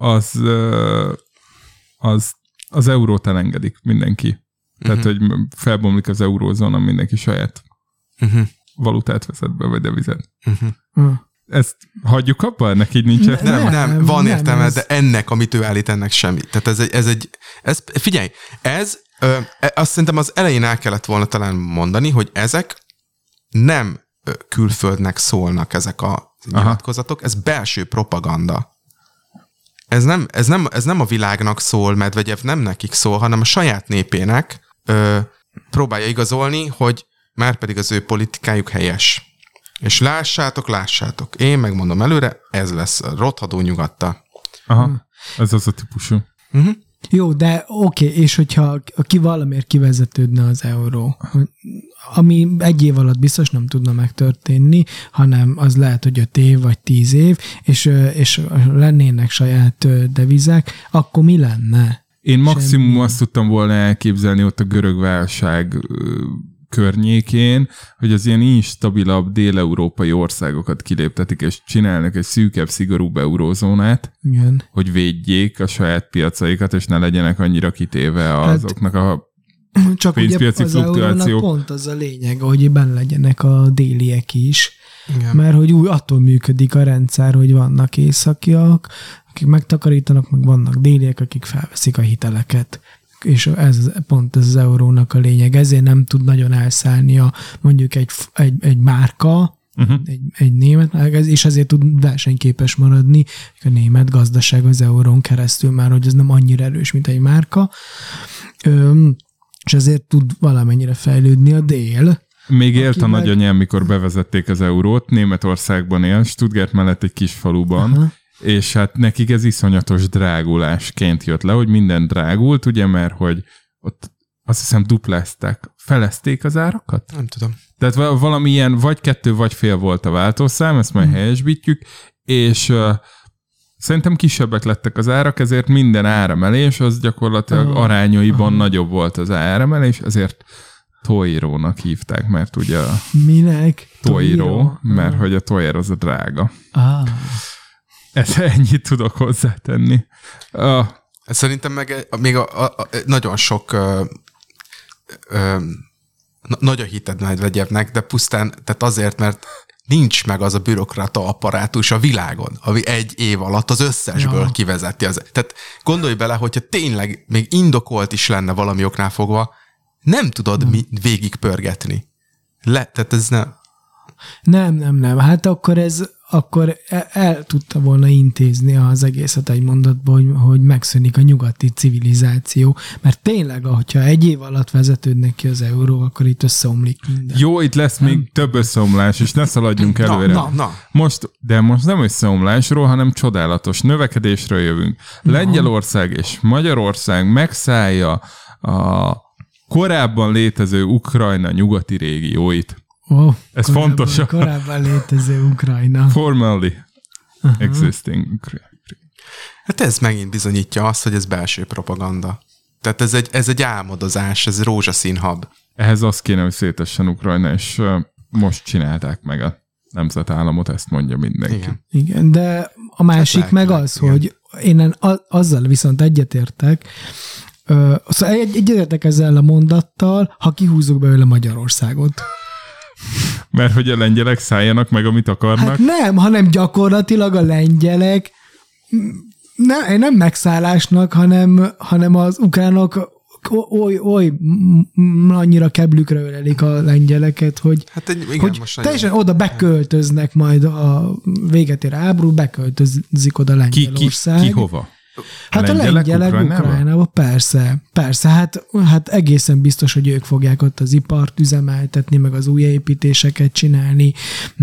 az eurót elengedik mindenki. Tehát, hogy felbomlik az eurózóna, mindenki saját valutát vezet be, vagy devizet. Ezt hagyjuk abba? Ennek így nincs értelme? Nem, van értelme, de ennek, amit ő állít, ennek semmi. Tehát figyelj, azt szerintem az elején el kellett volna talán mondani, hogy ezek nem külföldnek szólnak, ezek a nyilatkozatok, ez belső propaganda. Ez nem a világnak szól, Medvegyev nem nekik szól, hanem a saját népének próbálja igazolni, hogy már pedig az ő politikájuk helyes. És lássátok, én megmondom előre, ez lesz a rothadó nyugatta. Aha, ez az a típusú. Jó, de oké, és hogyha valamiért kivezetődne az euró, ami egy év alatt biztos nem tudna megtörténni, hanem az lehet, hogy 5 év vagy 10 év, és lennének saját devizák, akkor mi lenne? Én maximum azt tudtam volna elképzelni ott a görög válság környékén, hogy az ilyen instabilabb dél-európai országokat kiléptetik, és csinálnak egy szűkebb, szigorúbb eurózónát, igen, hogy védjék a saját piacaikat, és ne legyenek annyira kitéve azoknak a csak pénzpiaci fluktuációk. Pont az a lényeg, hogy benne legyenek a déliek is, igen, mert hogy attól működik a rendszer, hogy vannak északiak, akik megtakarítanak, meg vannak déliek, akik felveszik a hiteleket. És pont ez az eurónak a lényeg. Ezért nem tud nagyon elszállni mondjuk egy márka, egy német, és ezért tud versenyképes maradni a német gazdaság az eurón keresztül, már hogy ez nem annyira erős, mint egy márka, és ezért tud valamennyire fejlődni a dél. Még élt a nagyanyám, mikor bevezették az eurót, Németországban él, Stuttgart mellett egy kis faluban, és hát nekik ez iszonyatos drágulásként jött le, hogy minden drágult, ugye, mert hogy ott azt hiszem duplázták, felezték az árakat? Nem tudom. Tehát valamilyen vagy 2 vagy fél volt a váltószám, ezt majd helyesbítjük, és szerintem kisebbek lettek az árak, ezért minden áremelés az gyakorlatilag arányaiban nagyobb volt az áremelés, ezért Toirónak hívták, mert ugye minek? Toiró, mert hogy a tojer az a drága. Ez ennyit tudok hozzátenni. Szerintem meg még nagyon sok nagy a hited Medvegyevnek, de pusztán tehát azért, mert nincs meg az a bürokrata apparátus a világon, ami 1 év alatt az összesből kivezeti. Tehát gondolj bele, hogyha tényleg még indokolt is lenne valami oknál fogva, nem tudod végigpörgetni. Tehát ez nem... Nem. Hát akkor el tudta volna intézni az egészet egy mondatban, hogy megszűnik a nyugati civilizáció, mert tényleg, hogyha 1 év alatt vezetődnek ki az euró, akkor itt összeomlik minden. Jó, itt lesz még több összeomlás, és ne szaladjunk előre. Most nem összeomlásról, hanem csodálatos növekedésről jövünk. Lengyelország és Magyarország megszállja a korábban létező Ukrajna nyugati régióit. Ez fontos. Korábban létező Ukrajna. Formerly existing. Hát ez megint bizonyítja azt, hogy ez belső propaganda. Tehát ez egy álmodozás, ez rózsaszín hab. Ehhez az kéne, hogy szétessen Ukrajna, és most csinálták meg a nemzetállamot, ezt mondja mindenki. Igen, de a másik meg az, igen. Hogy én azzal viszont egyetértek, szóval egyetértek ezzel a mondattal, ha kihúzzuk belőle Magyarországot. Mert hogy a lengyelek szálljanak meg, amit akarnak? Hát nem, hanem gyakorlatilag a lengyelek nem megszállásnak, hanem az ukránok oly annyira keblükre ölelik a lengyeleket, hogy, teljesen oda beköltöznek majd a véget ér háború, beköltözik oda Lengyelország. Ki hova? Hát a lengyelek Ukrajnába, persze. Hát egészen biztos, hogy ők fogják ott az ipart üzemeltetni, meg az új építéseket csinálni,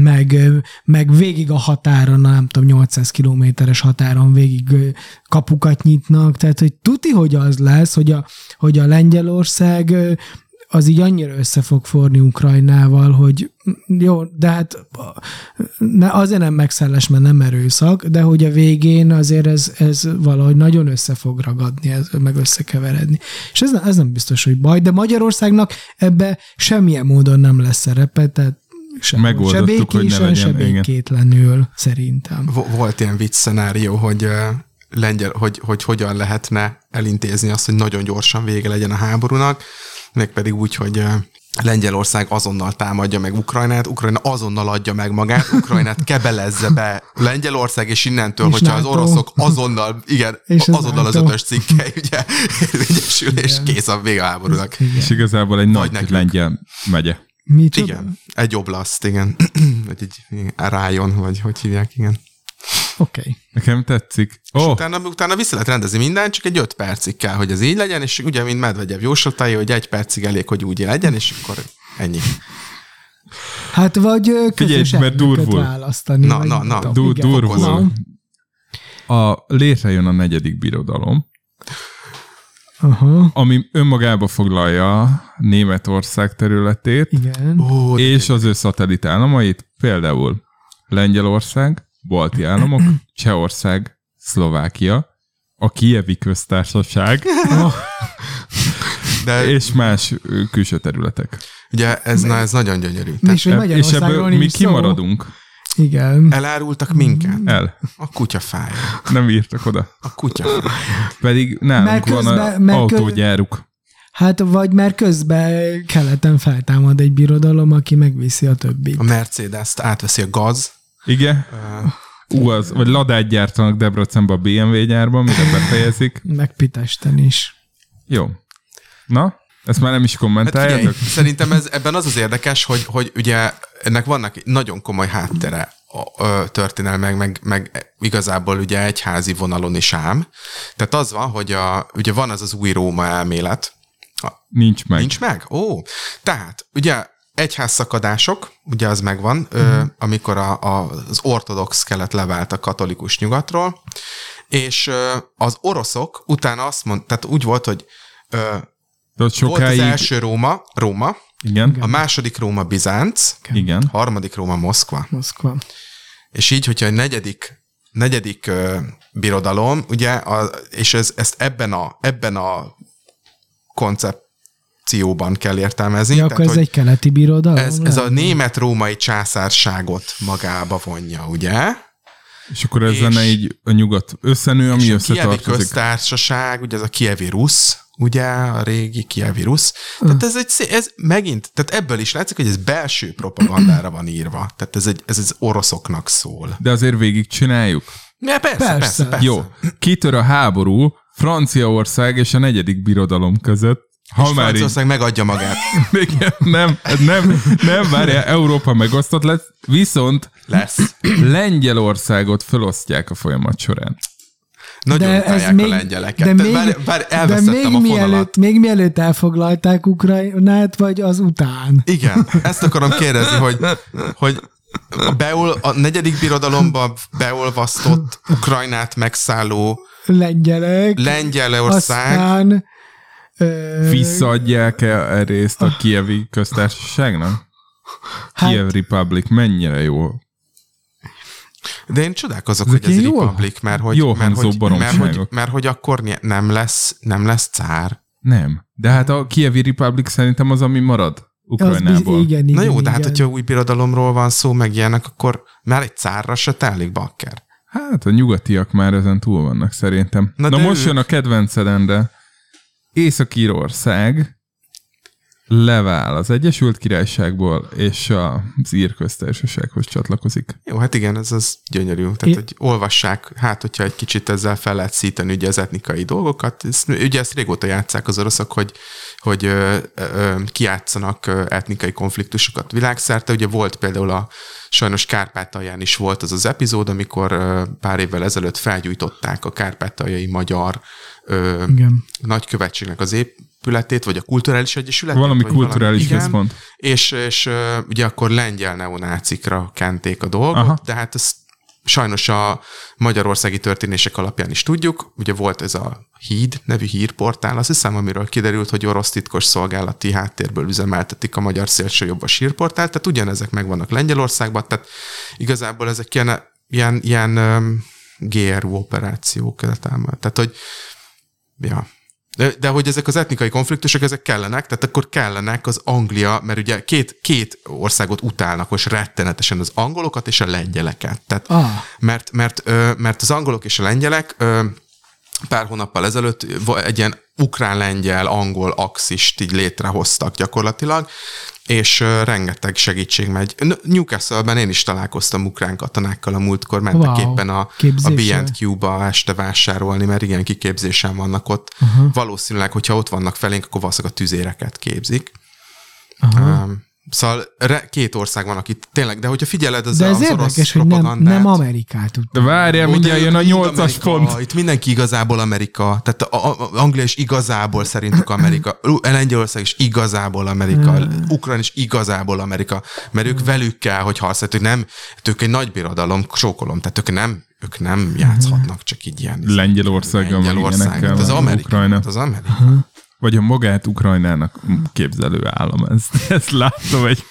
meg végig a határon, nem tudom, 800 kilométeres határon végig kapukat nyitnak, tehát hogy tuti, hogy az lesz, hogy a Lengyelország az így annyira össze fog forni Ukrajnával, hogy jó, de hát azért nem megszállás, mert nem erőszak, de hogy a végén azért ez valahogy nagyon össze fog ragadni, meg összekeveredni. És ez nem biztos, hogy baj, de Magyarországnak ebbe semmilyen módon nem lesz szerepe, tehát se békésen, se békétlenül szerintem. Volt ilyen vicc szenárió, hogy hogy hogyan lehetne elintézni azt, hogy nagyon gyorsan vége legyen a háborúnak, mégpedig úgy, hogy Lengyelország azonnal támadja meg Ukrajnát, Ukrajna azonnal adja meg magát, Ukrajnát kebelezze be Lengyelország, és innentől, és hogyha NATO. Az oroszok azonnal, azonnal az 5-ös cikkely, ugye, érvényesül, és kész a vége a háborúnak. És igazából egy nagy lengyel megye. Igen, egy oblast, igen. Egy rájon, vagy hogy hívják, igen. Oké. Nekem tetszik. És utána vissza lehet rendezni mindent, csak egy 5 percig kell, hogy ez így legyen, és ugye, mint Medvegyev jósoltai, hogy 1 percig elég, hogy úgy legyen, és akkor ennyi. Hát vagy közös elnököt választani. Durvul. Létrejön a 4. birodalom, ami önmagába foglalja Németország területét, igen. És az ő szatellit államait, például Lengyelország, balti államok, Csehország, Szlovákia, a Kijevi köztársaság, és más külső területek. Ugye ez nagyon gyönyörű. És ebből mi kimaradunk. Igen. Elárultak minket. A kutyafája. Nem írtak oda. A kutyafája. Pedig nálunk van az autógyáruk. Hát vagy mert közben keleten feltámad egy birodalom, aki megviszi a többit. A Mercedes-t átveszi a gaz. Igen. Vagy Ladát gyártanak Debrecenben a BMW gyárban, mire befejezik. Meg Pitesten is. Jó. Na, ezt már nem is kommentáljátok? Hát szerintem ebben az érdekes, hogy ugye ennek vannak nagyon komoly háttere történelme, meg igazából ugye egyházi vonalon is ám. Tehát az van, hogy ugye van az új Róma elmélet. Nincs meg. Nincs meg? Ó, tehát ugye egyházszakadások, ugye az megvan, amikor az ortodox kelet levált a katolikus nyugatról, és az oroszok utána azt mondta, tehát úgy volt, hogy volt az első Róma, igen. A második Róma Bizánc, igen. A harmadik Róma Moszkva. És így, hogyha a negyedik birodalom, ugye, és ezt ebben a koncepcióban kell értelmezni. Ja, akkor ez egy keleti birodalom? Ez a német-római császárságot magába vonja, ugye? És akkor ez lenne így a nyugat összenő, ami összetartozik. A Kijevi köztársaság, ugye ez a Kijevi Rusz, ugye a régi Kijevi Rusz. Tehát ez megint, tehát ebből is látszik, hogy ez belső propagandára van írva. Tehát ez az oroszoknak szól. De azért végig csináljuk. Ja, persze. Jó, kitör a háború Franciaország és a 4. birodalom között. És Franciaország megadja magát. Nem, várjál, Európa megosztott lesz, viszont lesz. Lengyelországot felosztják a folyamat során. Nagyon utálják a lengyeleket. Bár elvesztettem a fonalat. Még mielőtt elfoglalták Ukrajnát, vagy az után? Igen, ezt akarom kérdezni, hogy a 4. birodalomba beolvasztott Ukrajnát megszálló Lengyelország, aztán Visszaadják-e részt a Kijevi köztársaságnak? Kiev Republic mennyire jó. De én csodálkozok, hogy ez Republic, mert hogy akkor nem lesz cár. Nem. De hát a Kievi Republic szerintem az, ami marad Ukrajnából. Igen, na jó, de igen. hát hogyha új birodalomról van szó, meg ilyenek, akkor már egy cárra se telik, bakker. Hát a nyugatiak már ezen túl vannak szerintem. Na most jön a kedvencedendre. Észak-Írország levál az Egyesült Királyságból, és az Ír köztársasághoz csatlakozik. Jó, hát igen, ez az gyönyörű. Tehát, hogy olvassák, hát, hogyha egy kicsit ezzel fel lehet szíteni ugye az etnikai dolgokat. Ugye ezt régóta játsszák az oroszok, hogy kijátszanak etnikai konfliktusokat világszerte. Ugye volt például sajnos Kárpátalján is volt az epizód, amikor pár évvel ezelőtt felgyújtották a kárpátaljai magyar nagykövetségnek az épületét, vagy a kulturális egyesületet. Valami kulturális központ. És ugye akkor lengyel neonácikra kenték a dolgot, de hát ezt sajnos a magyarországi történések alapján is tudjuk. Ugye volt ez a Híd nevű hírportál, azt hiszem, amiről kiderült, hogy orosz titkos szolgálati háttérből üzemeltetik a magyar szélsőjobbos hírportált, tehát ugyanezek megvannak Lengyelországban, tehát igazából ezek ilyen GRU operációk. Tehát, hogy De hogy ezek az etnikai konfliktusok, ezek kellenek, tehát akkor kellenek az Anglia, mert ugye két országot utálnak most rettenetesen, az angolokat és a lengyeleket. Tehát, mert az angolok és a lengyelek pár hónappal ezelőtt egy ilyen ukrán-lengyel-angol axist így létrehoztak gyakorlatilag, és rengeteg segítség megy. Newcastle-ben én is találkoztam ukrán katonákkal a múltkor, mentek éppen a B&Q-ba este vásárolni, mert igen, kiképzésen vannak ott. Valószínűleg, hogyha ott vannak felénk, akkor valószínűleg a tüzéreket képzik. Szóval két ország van, akit tényleg, de hogyha figyeled, az érdekes, hogy nem Amerikát tudta. De várjál, mindjárt jön a 8-as pont. Itt mindenki igazából Amerika. Tehát Anglia is igazából szerintük Amerika. Lengyelország is igazából Amerika. Ukrajna is igazából Amerika. Mert ők velük kell, hogy harcolják. Ők egy nagy birodalom, sókolom. Tehát ők nem játszhatnak csak így ilyen. Lengyelországgal az Amerika. Vagy a magát Ukrajnának képzelő állam. Ezt láttam egy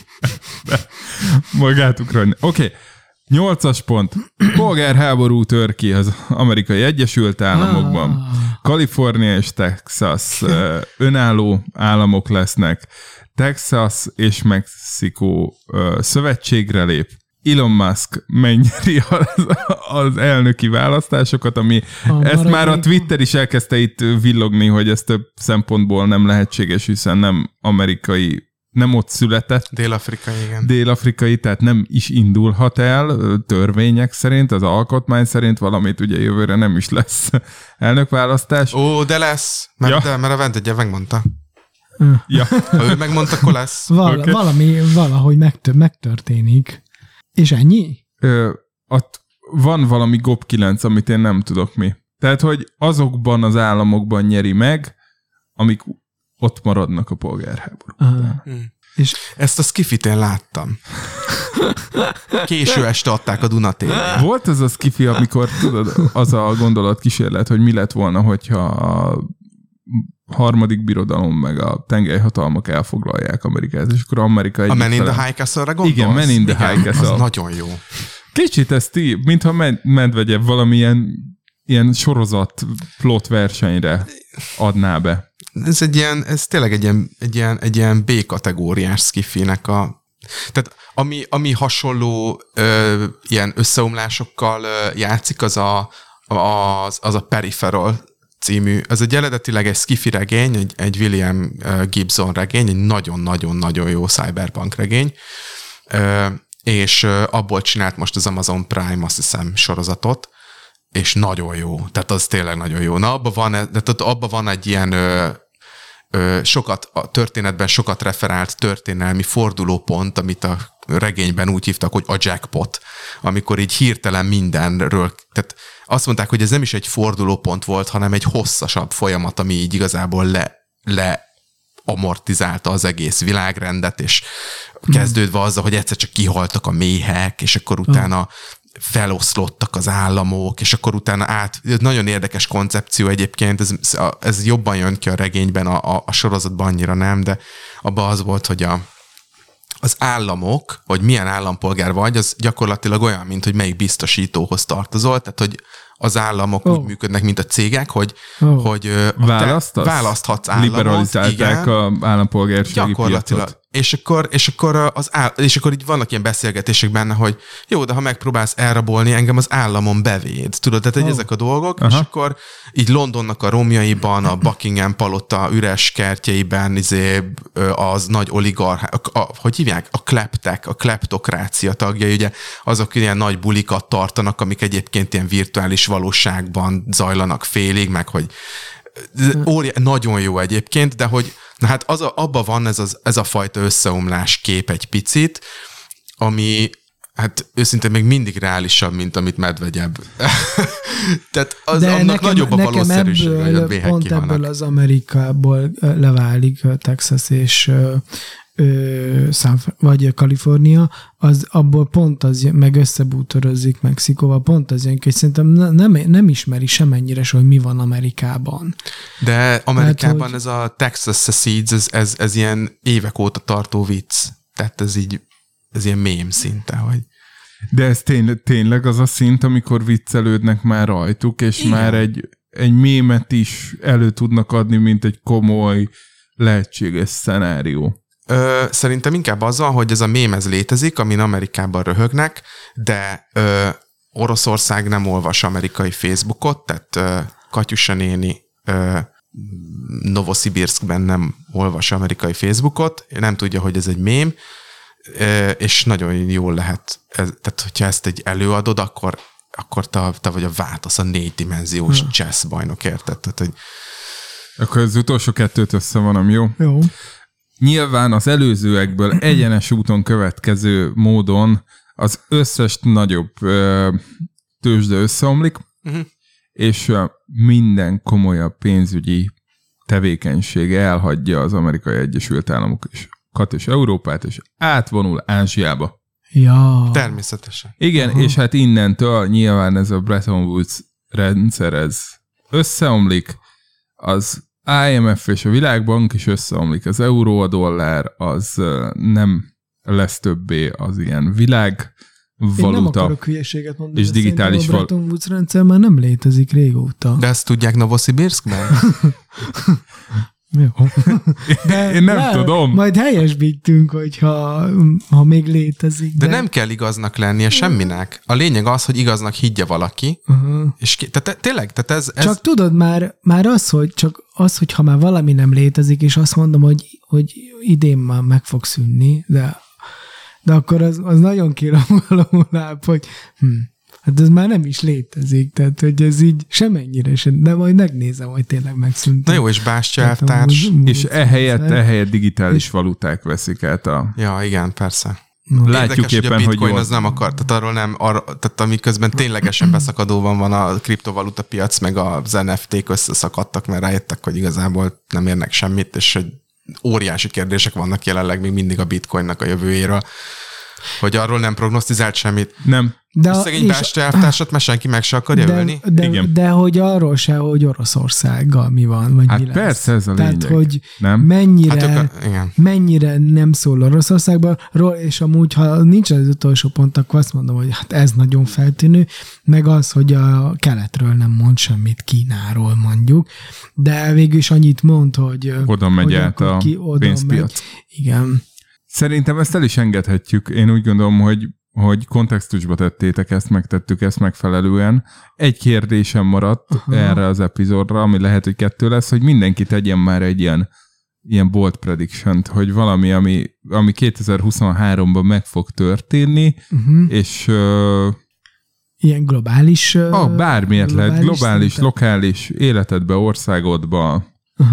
magát Ukrajna. Oké. 8-as pont. Polgárháború tör ki az Amerikai Egyesült Államokban. Kalifornia és Texas önálló államok lesznek. Texas és Mexikó szövetségre lép. Elon Musk megnyeri az elnöki választásosokat, ami ezt már a Twitter is elkezdte itt villogni, hogy ez több szempontból nem lehetséges, hiszen nem amerikai, nem ott született. Dél-afrikai, igen. Dél-afrikai, tehát nem is indulhat el törvények szerint, az alkotmány szerint valamit ugye jövőre nem is lesz elnökválasztás. Ó, de lesz, mert a Vendegye megmondta. Ja. Ha ő megmondta, akkor lesz. Valahogy megtörténik. És ennyi? Van valami GOP9, amit én nem tudok mi. Tehát, hogy azokban az államokban nyeri meg, amik ott maradnak a polgárháborúban. És ezt a Skifit én láttam. Késő este adták a Duna TV-n. Volt ez a Skifi, amikor tudod, az a gondolatkísérlet, hogy mi lett volna, hogyha a harmadik birodalom meg a tengelyhatalmak elfoglalják Amerikát, és akkor Amerika egyik a Men in the High Castle-re gondolsz? Igen, Men in the High Castle. Az nagyon jó. Kicsit ezt mintha Medvegyev valamilyen ilyen sorozat plot versenyre adná be. Ez tényleg egy ilyen B-kategóriás skifinek tehát ami hasonló ilyen összeomlásokkal játszik, az a Peripheral című. Ez egy eredetileg egy skifi regény, egy William Gibson regény, egy nagyon-nagyon-nagyon jó cyberpunk regény, és abból csinált most az Amazon Prime, azt hiszem, sorozatot, és nagyon jó. Tehát az tényleg nagyon jó. Na, abban van egy ilyen a történetben sokat referált történelmi fordulópont, amit a regényben úgy hívtak, hogy a jackpot, amikor így hirtelen mindenről, tehát azt mondták, hogy ez nem is egy fordulópont volt, hanem egy hosszasabb folyamat, ami így igazából amortizálta az egész világrendet, és kezdődve azzal, hogy egyszer csak kihaltak a méhek, és akkor utána feloszlottak az államok, és akkor utána nagyon érdekes koncepció egyébként, ez jobban jön ki a regényben, a sorozatban annyira nem, de abban az volt, hogy az államok, hogy milyen állampolgár vagy, az gyakorlatilag olyan, mint hogy melyik biztosítóhoz tartozol, tehát hogy az államok úgy működnek, mint a cégek, hogy választhatsz államot. Liberalizálták az állampolgársági piacot. És akkor így vannak ilyen beszélgetések benne, hogy jó, de ha megpróbálsz elrabolni, engem az államon bevéd. Tudod, tehát ezek a dolgok, és akkor így Londonnak a romjaiban, a Buckingham palota üres kertjeiben az nagy hogy hívják? A kleptokrácia tagjai, ugye azok ilyen nagy bulikat tartanak, amik egyébként ilyen virtuális valóságban zajlanak félig, meg hogy nagyon jó egyébként, de hogy abban van ez a fajta összeomlás kép egy picit, ami hát őszintén még mindig reálisabb, mint amit Medvegyev. Tehát annak nagyobb a valószínűség, hogy a béhek pont ebből az Amerikából leválik Texas és vagy Kalifornia, az abból pont az, meg összebútorozik Mexikóval, pont az jön, hogy szerintem nem ismeri semennyire, hogy mi van Amerikában. De Amerikában hát, ez a Texas Secedes, ez ilyen évek óta tartó vicc. Tehát ez ilyen mém szinte, hogy... De ez tényleg az a szint, amikor viccelődnek már rajtuk, és igen, már egy mémet is elő tudnak adni, mint egy komoly lehetséges szenárió. Szerintem inkább azzal, hogy ez a mém ez létezik, amin Amerikában röhögnek, de Oroszország nem olvas amerikai Facebookot, tehát Katyusa néni Novosibirskben nem olvas amerikai Facebookot, nem tudja, hogy ez egy mém, és nagyon jól lehet, tehát hogyha ezt egy előadod, akkor te vagy a változ a 4-dimenziós chess bajnok, érted? Tehát, hogy... Akkor az utolsó kettőt összevonom, jó? Jó. Nyilván az előzőekből egyenes úton következő módon az összes nagyobb tőzsde összeomlik, és minden komolyabb pénzügyi tevékenység elhagyja az Amerikai Egyesült Államokat és Európát, és átvonul Ázsiába. Ja. Természetesen. Igen, és hát innentől nyilván ez a Bretton Woods rendszer, ez összeomlik, az IMF és a Világbank is összeomlik, az euró, a dollár, az nem lesz többé az ilyen világvaluta. Én nem akarok hülyeséget mondani, és digitális a Bretton Woods rendszer már nem létezik régóta. De ezt tudják Novosibirskben? Jó. Én nem tudom. Majd helyesbítünk, hogyha még létezik. De nem kell igaznak lennie semminek. A lényeg az, hogy igaznak higgye valaki. És tényleg, tehát ez... Csak tudod, már hogy ha már valami nem létezik, és azt mondom, hogy idén már meg fog szűnni, de akkor az nagyon kiramolólább, hogy hát ez már nem is létezik, tehát hogy ez így semennyire sem, de majd megnézem, hogy tényleg megszűnt. Na jó, és Bástya elvtárs. És ehelyett digitális valuták veszik át a... Ja, igen, persze. Látjuk éppen, hogy a bitcoin az nem akar, tehát amiközben ténylegesen beszakadóban van a kriptovaluta piac, meg az NFT-k összeszakadtak, mert rájöttek, hogy igazából nem érnek semmit, és hogy óriási kérdések vannak jelenleg még mindig a bitcoinnak a jövőjéről. Hogy arról nem prognosztizált semmit. Nem. De szegény Bástya elvtársat, mert senki meg se akarja ölni. De hogy arról se, hogy Oroszországgal mi van, vagy hát mi lesz. Persze ez a lényeg. Tehát, hogy nem? mennyire nem szól Oroszországban, és amúgy, ha nincs az utolsó pont, akkor azt mondom, hogy hát ez nagyon feltűnő, meg az, hogy a keletről nem mond semmit, Kínáról mondjuk, de végül is annyit mond, hogy oda megy át a pénzpiac. Igen. Szerintem ezt el is engedhetjük. Én úgy gondolom, hogy kontextusba tettétek ezt, megtettük ezt megfelelően. Egy kérdésem maradt erre az epizódra, ami lehet, hogy 2 lesz, hogy mindenki tegyen már egy ilyen bold prediction-t, hogy valami, ami 2023-ban meg fog történni, és... ilyen globális... bármilyet lehet, globális, lokális, életedbe, országodba.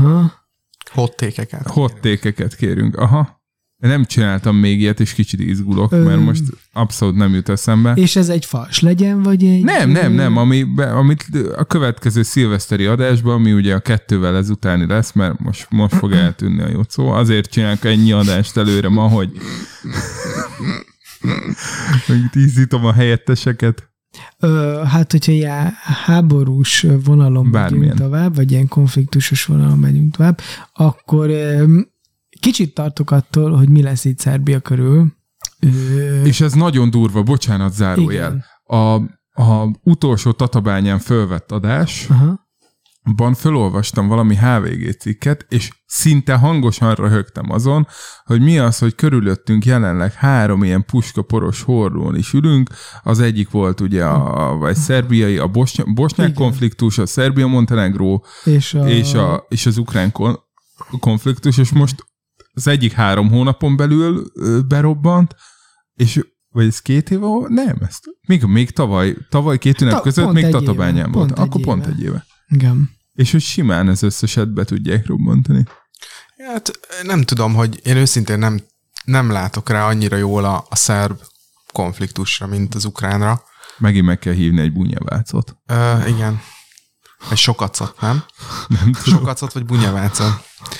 Hot-tékeket kérünk. Aha. Nem csináltam még ilyet, és kicsit izgulok, mert most abszolút nem jut eszembe. És ez egy fals legyen, vagy egy... Nem, amit a következő szilveszteri adásban, ami ugye a 2-vel ezutáni lesz, mert most fog eltűnni a Jocó. Azért csinálok ennyi adást előre ma, hogy ízítom a helyetteseket. Hát, hogyha ilyen háborús vonalon megyünk tovább, vagy ilyen konfliktusos vonalon megyünk tovább, akkor kicsit tartok attól, hogy mi lesz itt Szerbia körül. És ez nagyon durva, bocsánat, zárójel. A utolsó Tatabányán fölvett adásban fölolvastam valami HVG cikket, és szinte hangosan röhögtem azon, hogy mi az, hogy körülöttünk jelenleg 3 ilyen puskaporos horrón is ülünk. Az egyik volt ugye vagy szerbiai, a bosnyák konfliktus, a Szerbia-Montenegró és az ukrán konfliktus, és most az egyik 3 hónapon belül berobbant, és vagy ez 2 éve? Nem, ezt még tavaly 2 ünnep között még Tatabányán volt. Akkor pont egy éve. Igen. És hogy simán ez összeset be tudják robbantani. Hát nem tudom, hogy én őszintén nem látok rá annyira jól a szerb konfliktusra, mint az ukránra. Megint meg kell hívni egy bunyavácot. Igen. Egy sokacot, nem? Sokacot vagy bunyavácot.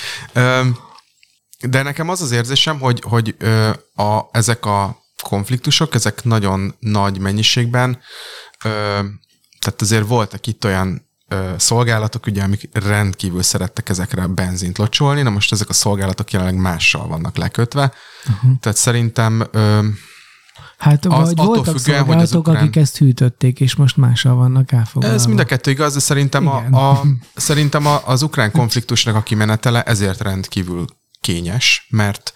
De nekem az érzésem, hogy ezek a konfliktusok, ezek nagyon nagy mennyiségben, tehát azért voltak itt olyan szolgálatok, ugye, amik rendkívül szerettek ezekre benzint locsolni, na most ezek a szolgálatok jelenleg mással vannak lekötve, tehát szerintem hát vagy voltak szolgálatok, akik ezt hűtötték, és most mással vannak elfoglalva. Ez mind a kettő igaz, de szerintem az ukrán konfliktusnak a kimenetele ezért rendkívül kényes, mert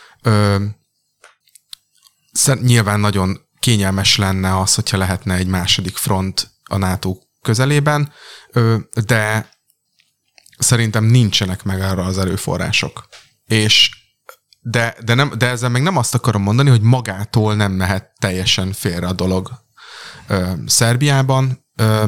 nyilván nagyon kényelmes lenne az, hogyha lehetne egy második front a NATO közelében, de szerintem nincsenek meg arra az erőforrások. De ezzel meg nem azt akarom mondani, hogy magától nem mehet teljesen félre a dolog Szerbiában.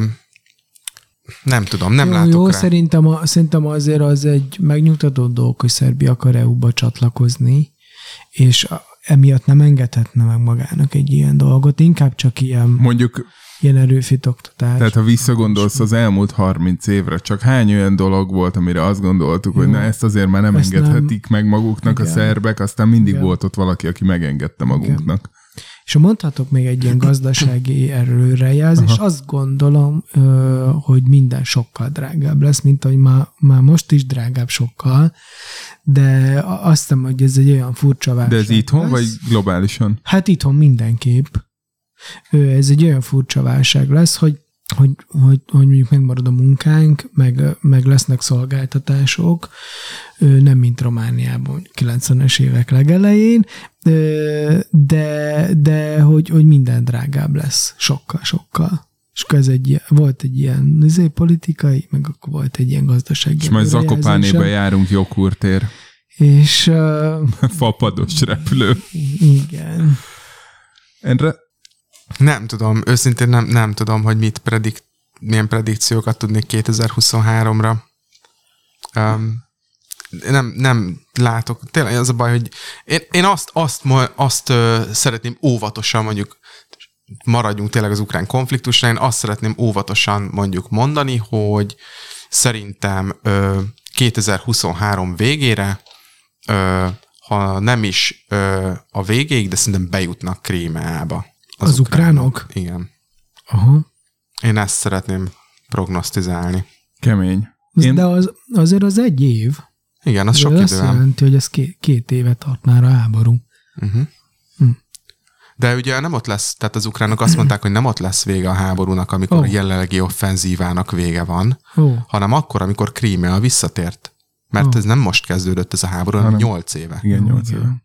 Nem tudom, nem látok rá. Szerintem azért az egy megnyugtató dolog, hogy Szerbia akar EU-ba csatlakozni, és emiatt nem engedhetne meg magának egy ilyen dolgot, inkább csak ilyen erőfitoktatás. Tehát ha visszagondolsz az elmúlt 30 évre, csak hány olyan dolog volt, amire azt gondoltuk, hogy na ezt azért már nem engedhetik meg maguknak a szerbek, aztán mindig volt ott valaki, aki megengedte magunknak. Igen. És mondhatok még egy ilyen gazdasági előrejelzés, azt gondolom, hogy minden sokkal drágább lesz, mint ahogy már most is drágább sokkal, de azt hiszem, hogy ez egy olyan furcsa válság. De ez itthon, lesz. Vagy globálisan? Hát itthon mindenképp. Ez egy olyan furcsa válság lesz, hogy mondjuk megmarad a munkánk, meg lesznek szolgáltatások, nem mint Romániában 90-es évek legelején, de hogy minden drágább lesz, sokkal. És akkor volt egy ilyen politikai, meg akkor volt egy ilyen gazdasági. És majd Zakopánéba járunk jogurtér. És fapados repülő. Igen. Nem tudom, őszintén nem tudom, hogy milyen predikciókat tudnék 2023-ra. Nem látok. Tényleg az a baj, hogy én azt szeretném óvatosan mondjuk, maradjunk tényleg az ukrán konfliktusra, én azt szeretném óvatosan mondjuk mondani, hogy szerintem 2023 végére, ha nem is a végéig, de szerintem bejutnak Krímeába. Az ukránok? Igen. Aha. Én ezt szeretném prognosztizálni. Kemény. De azért az egy év. Igen, az sok idő. Azt jelenti, hogy ez 2 éve tart már a háború. De ugye nem ott lesz, tehát az ukránok azt mondták, hogy nem ott lesz vége a háborúnak, amikor a jelenlegi offenzívának vége van, hanem akkor, amikor Krímea visszatért. Mert ez nem most kezdődött ez a háború, hanem 8 éve. Igen, 8 éve.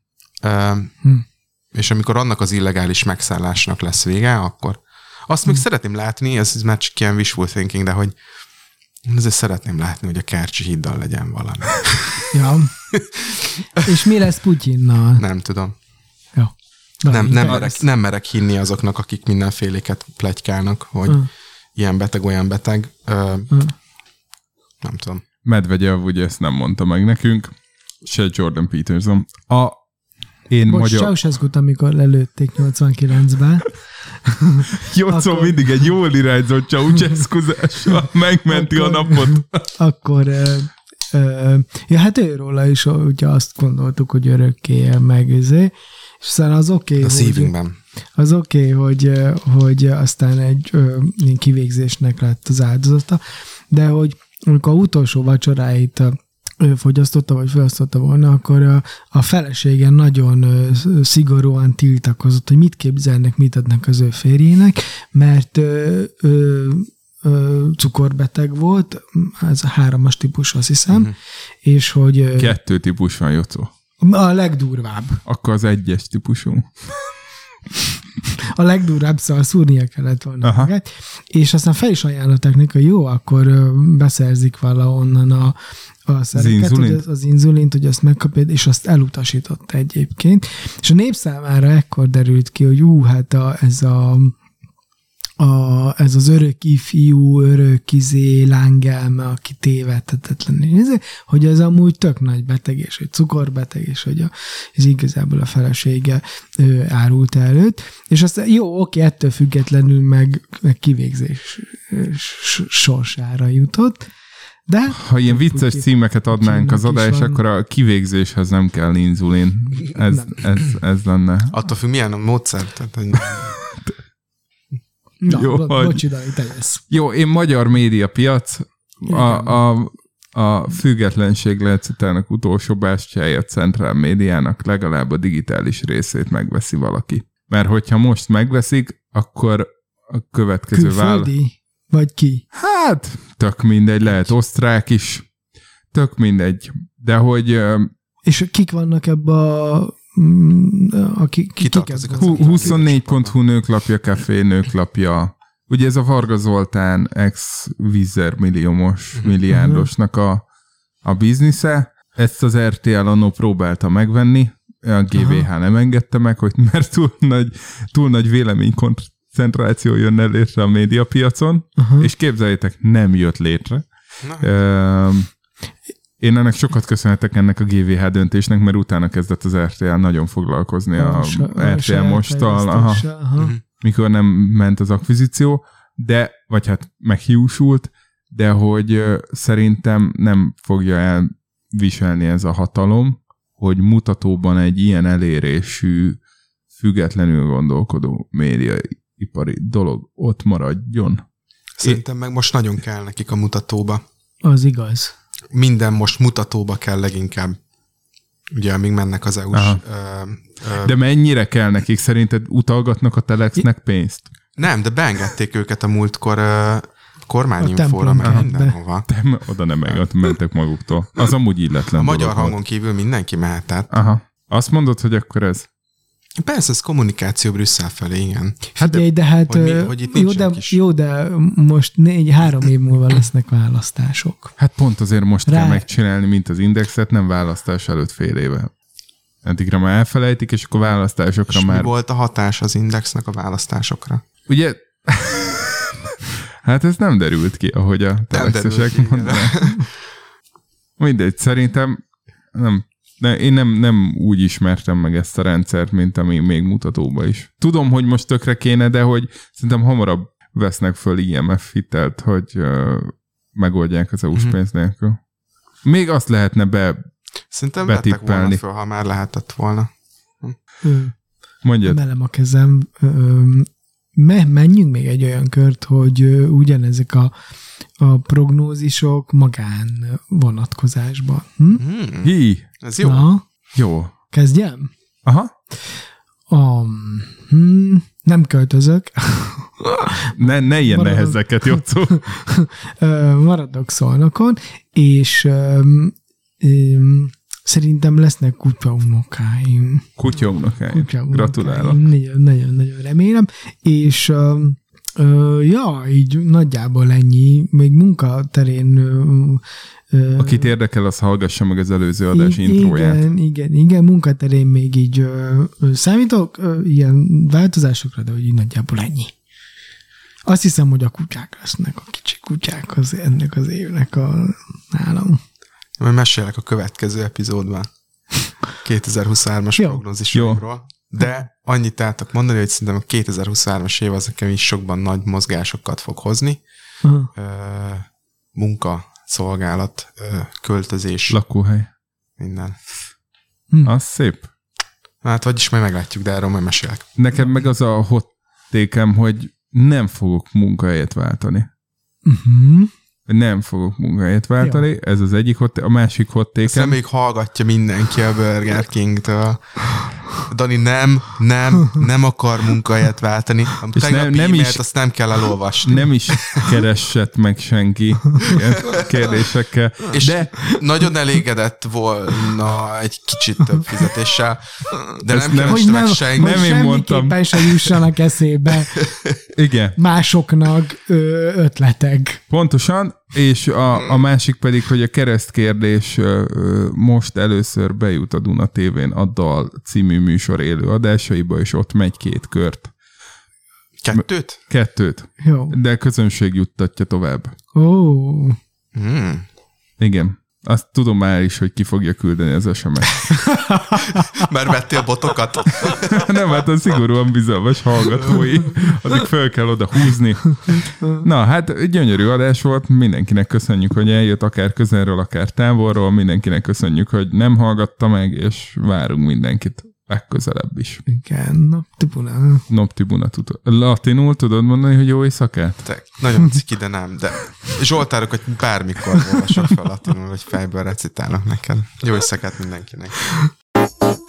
És amikor annak az illegális megszállásnak lesz vége, akkor azt még szeretném látni, ez már csak ilyen wishful thinking, de hogy azért szeretném látni, hogy a Kercsi híddal legyen valami. Ja. És mi lesz Putyinnal? Nem tudom. Ja. Nem merek hinni azoknak, akik mindenféléket pletykálnak, hogy ilyen beteg, olyan beteg. Nem tudom. Medvegyev ugye ezt nem mondta meg nekünk, se Jordan Peterson. Ceausescut, amikor lelőtték 89-ben. Szóval mindig egy jól irányzott Ceausescuzással megmenti a napot. Akkor hát őróla is, ugye azt gondoltuk, hogy örökké él meg, és aztán az oké. A szívünkben. Az oké, hogy aztán egy kivégzésnek lett az áldozata, de hogy amikor a utolsó vacsoráit fogyasztotta, vagy felosztotta volna, akkor a felesége nagyon szigorúan tiltakozott, hogy mit képzelnek, mit adnak az ő férjének, mert cukorbeteg volt, ez a 3-as típus, azt hiszem, és hogy... 2 típus van, Jocó. A legdurvább. Akkor az 1-es típusú. A legdurvább, szóval szúrnia kellett volna magát, és aztán fel is ajánlották neki, hogy jó, akkor beszerzik valahonnan a szereket, az inzulint, hogy azt megkapja, és azt elutasította egyébként. És a nép számára ekkor derült ki, hogy hát ez az örök ifjú, örök lángelme, aki tévedhetetlen, hogy ez amúgy tök nagy beteg, és hogy cukorbeteg, és hogy ez igazából a felesége árult előtt. És aztán jó, oké, ettől függetlenül meg kivégzés sorsára jutott. De ha ilyen vicces címeket adnánk az adás, akkor a kivégzéshez nem kell inzulin. Ez lenne. Attól függ, milyen a módszer. Na, jó, bocsi, Dani, te jössz. Jó, én magyar médiapiac, a függetlenség lecitának utolsó bástyája Centrál Médiának legalább a digitális részét megveszi valaki. Mert hogyha most megveszik, akkor a következő külföldi? Vagy ki? Hát, tök mindegy, lehet osztrák is, tök mindegy. De hogy... És kik vannak ebbe a... Ki tartozik? 24.hu nőklapja, Café nőklapja. Ugye ez a Varga Zoltán ex-Vizer milliárdosnak a biznisze. Ezt az RTL annó próbálta megvenni, a GVH nem engedte meg, mert túl nagy véleménykoncentráció jönne létre a médiapiacon, és képzeljétek, nem jött létre. Én ennek sokat köszönhetek ennek a GVH döntésnek, mert utána kezdett az RTL nagyon foglalkozni a RTL Mosttal, mikor nem ment az akvizíció, de, vagy hát meghiúsult, de hogy szerintem nem fogja elviselni ez a hatalom, hogy mutatóban egy ilyen elérésű, függetlenül gondolkodó médiaipari dolog ott maradjon. Szerintem meg most nagyon kell nekik a mutatóba. Az igaz. Minden most mutatóba kell leginkább. Ugye, amíg mennek az EU-s... De mennyire kell nekik? Szerinted utalgatnak a Telexnek pénzt? Nem, de beengedték őket a múltkor kormányinfóra, meg mindenhova. Oda nem mentek maguktól. Az amúgy illetlen. A magyar hangon kívül mindenki mehetett. Aha. Azt mondod, hogy akkor ez... Persze, ez kommunikáció Brüsszel felé, igen. Figyelj, de hát hogy jó, de most 4-3 év múlva lesznek választások. Hát pont azért most kell megcsinálni, mint az Indexet, nem választás előtt fél éve. Eddigre már elfelejtik, és akkor választásokra és már... mi volt a hatás az Indexnek a választásokra? Ugye... Hát ez nem derült ki, ahogy a telexesek mondanak. Mindegy, szerintem nem... Én nem úgy ismertem meg ezt a rendszert, mint ami még mutatóba is. Tudom, hogy most tökre kéne, de hogy szerintem hamarabb vesznek föl IMF hitelt, hogy megoldják az EU-s pénz nélkül. Még azt lehetne szerintem vettek volna föl, ha már lehetett volna. Mondjad. Emelem a kezem. Menjünk még egy olyan kört, hogy ugyanezek a prognózisok magán vonatkozásban. Ez jó. Na, jó. Kezdjem? Aha. Nem költözök. Ne ilyen nehezeket, Jocó. Maradok Szolnokon, és szerintem lesznek kutyaunokáim. Kutyaunokáim. Gratulálok. Nagyon remélem. És így nagyjából ennyi. Még munkaterén... Akit érdekel, az hallgassa meg az előző adás intróját. Igen, munkaterén még így számítok ilyen változásokra, de hogy így nagyjából ennyi. Azt hiszem, hogy a kutyák lesznek, a kicsi kutyák ennek az évnek nálam. Majd mesélek a következő epizódban. 2023-as prognózisokról. De annyit tudtok mondani, hogy szerintem a 2023-as év az nekem is sokban nagy mozgásokat fog hozni. Munka, szolgálat, költözés. Lakóhely. Minden. Az szép. Hát, vagyis majd meglátjuk, de erről majd mesélek. Nekem meg az a hot take-em, hogy nem fogok munkahelyet váltani. Nem fogok munkahelyet váltani, ja. Ez az egyik a másik hot take-em. Ezt még hallgatja mindenki a Burger King-től. Dani nem akar munkahelyet váltani. A tegnapi e-mailt azt nem kell elolvasni. Nem is keressett meg senki ilyen kérdésekkel. És de nagyon elégedett volna egy kicsit több fizetéssel, de nem kereste meg senki. Nem én mondtam. Semmiképpen se jussanak eszébe igen. Másoknak ötletek. Pontosan, és a másik pedig, hogy a keresztkérdés most először bejut a Duna TV-n a Dal című műsor élő adásaiba, és ott megy 2 kört. 2? Jó. De közönség juttatja tovább. Igen. Azt tudom már is, hogy ki fogja küldeni az SMS-t. Már vettél botokat? Nem, hát az szigorúan bizalmas hallgatói. Addig fel kell oda húzni. Na, hát gyönyörű adás volt. Mindenkinek köszönjük, hogy eljött, akár közelről, akár távolról. Mindenkinek köszönjük, hogy nem hallgatta meg, és várunk mindenkit legközelebb is. Igen, Noptibuna. Latinul tudod mondani, hogy jó éjszakát? Te, nagyon ciki, de nem, de Zsoltárokat bármikor olvasok fel latinul, hogy fejből recitálok neked. Jó éjszakát mindenkinek.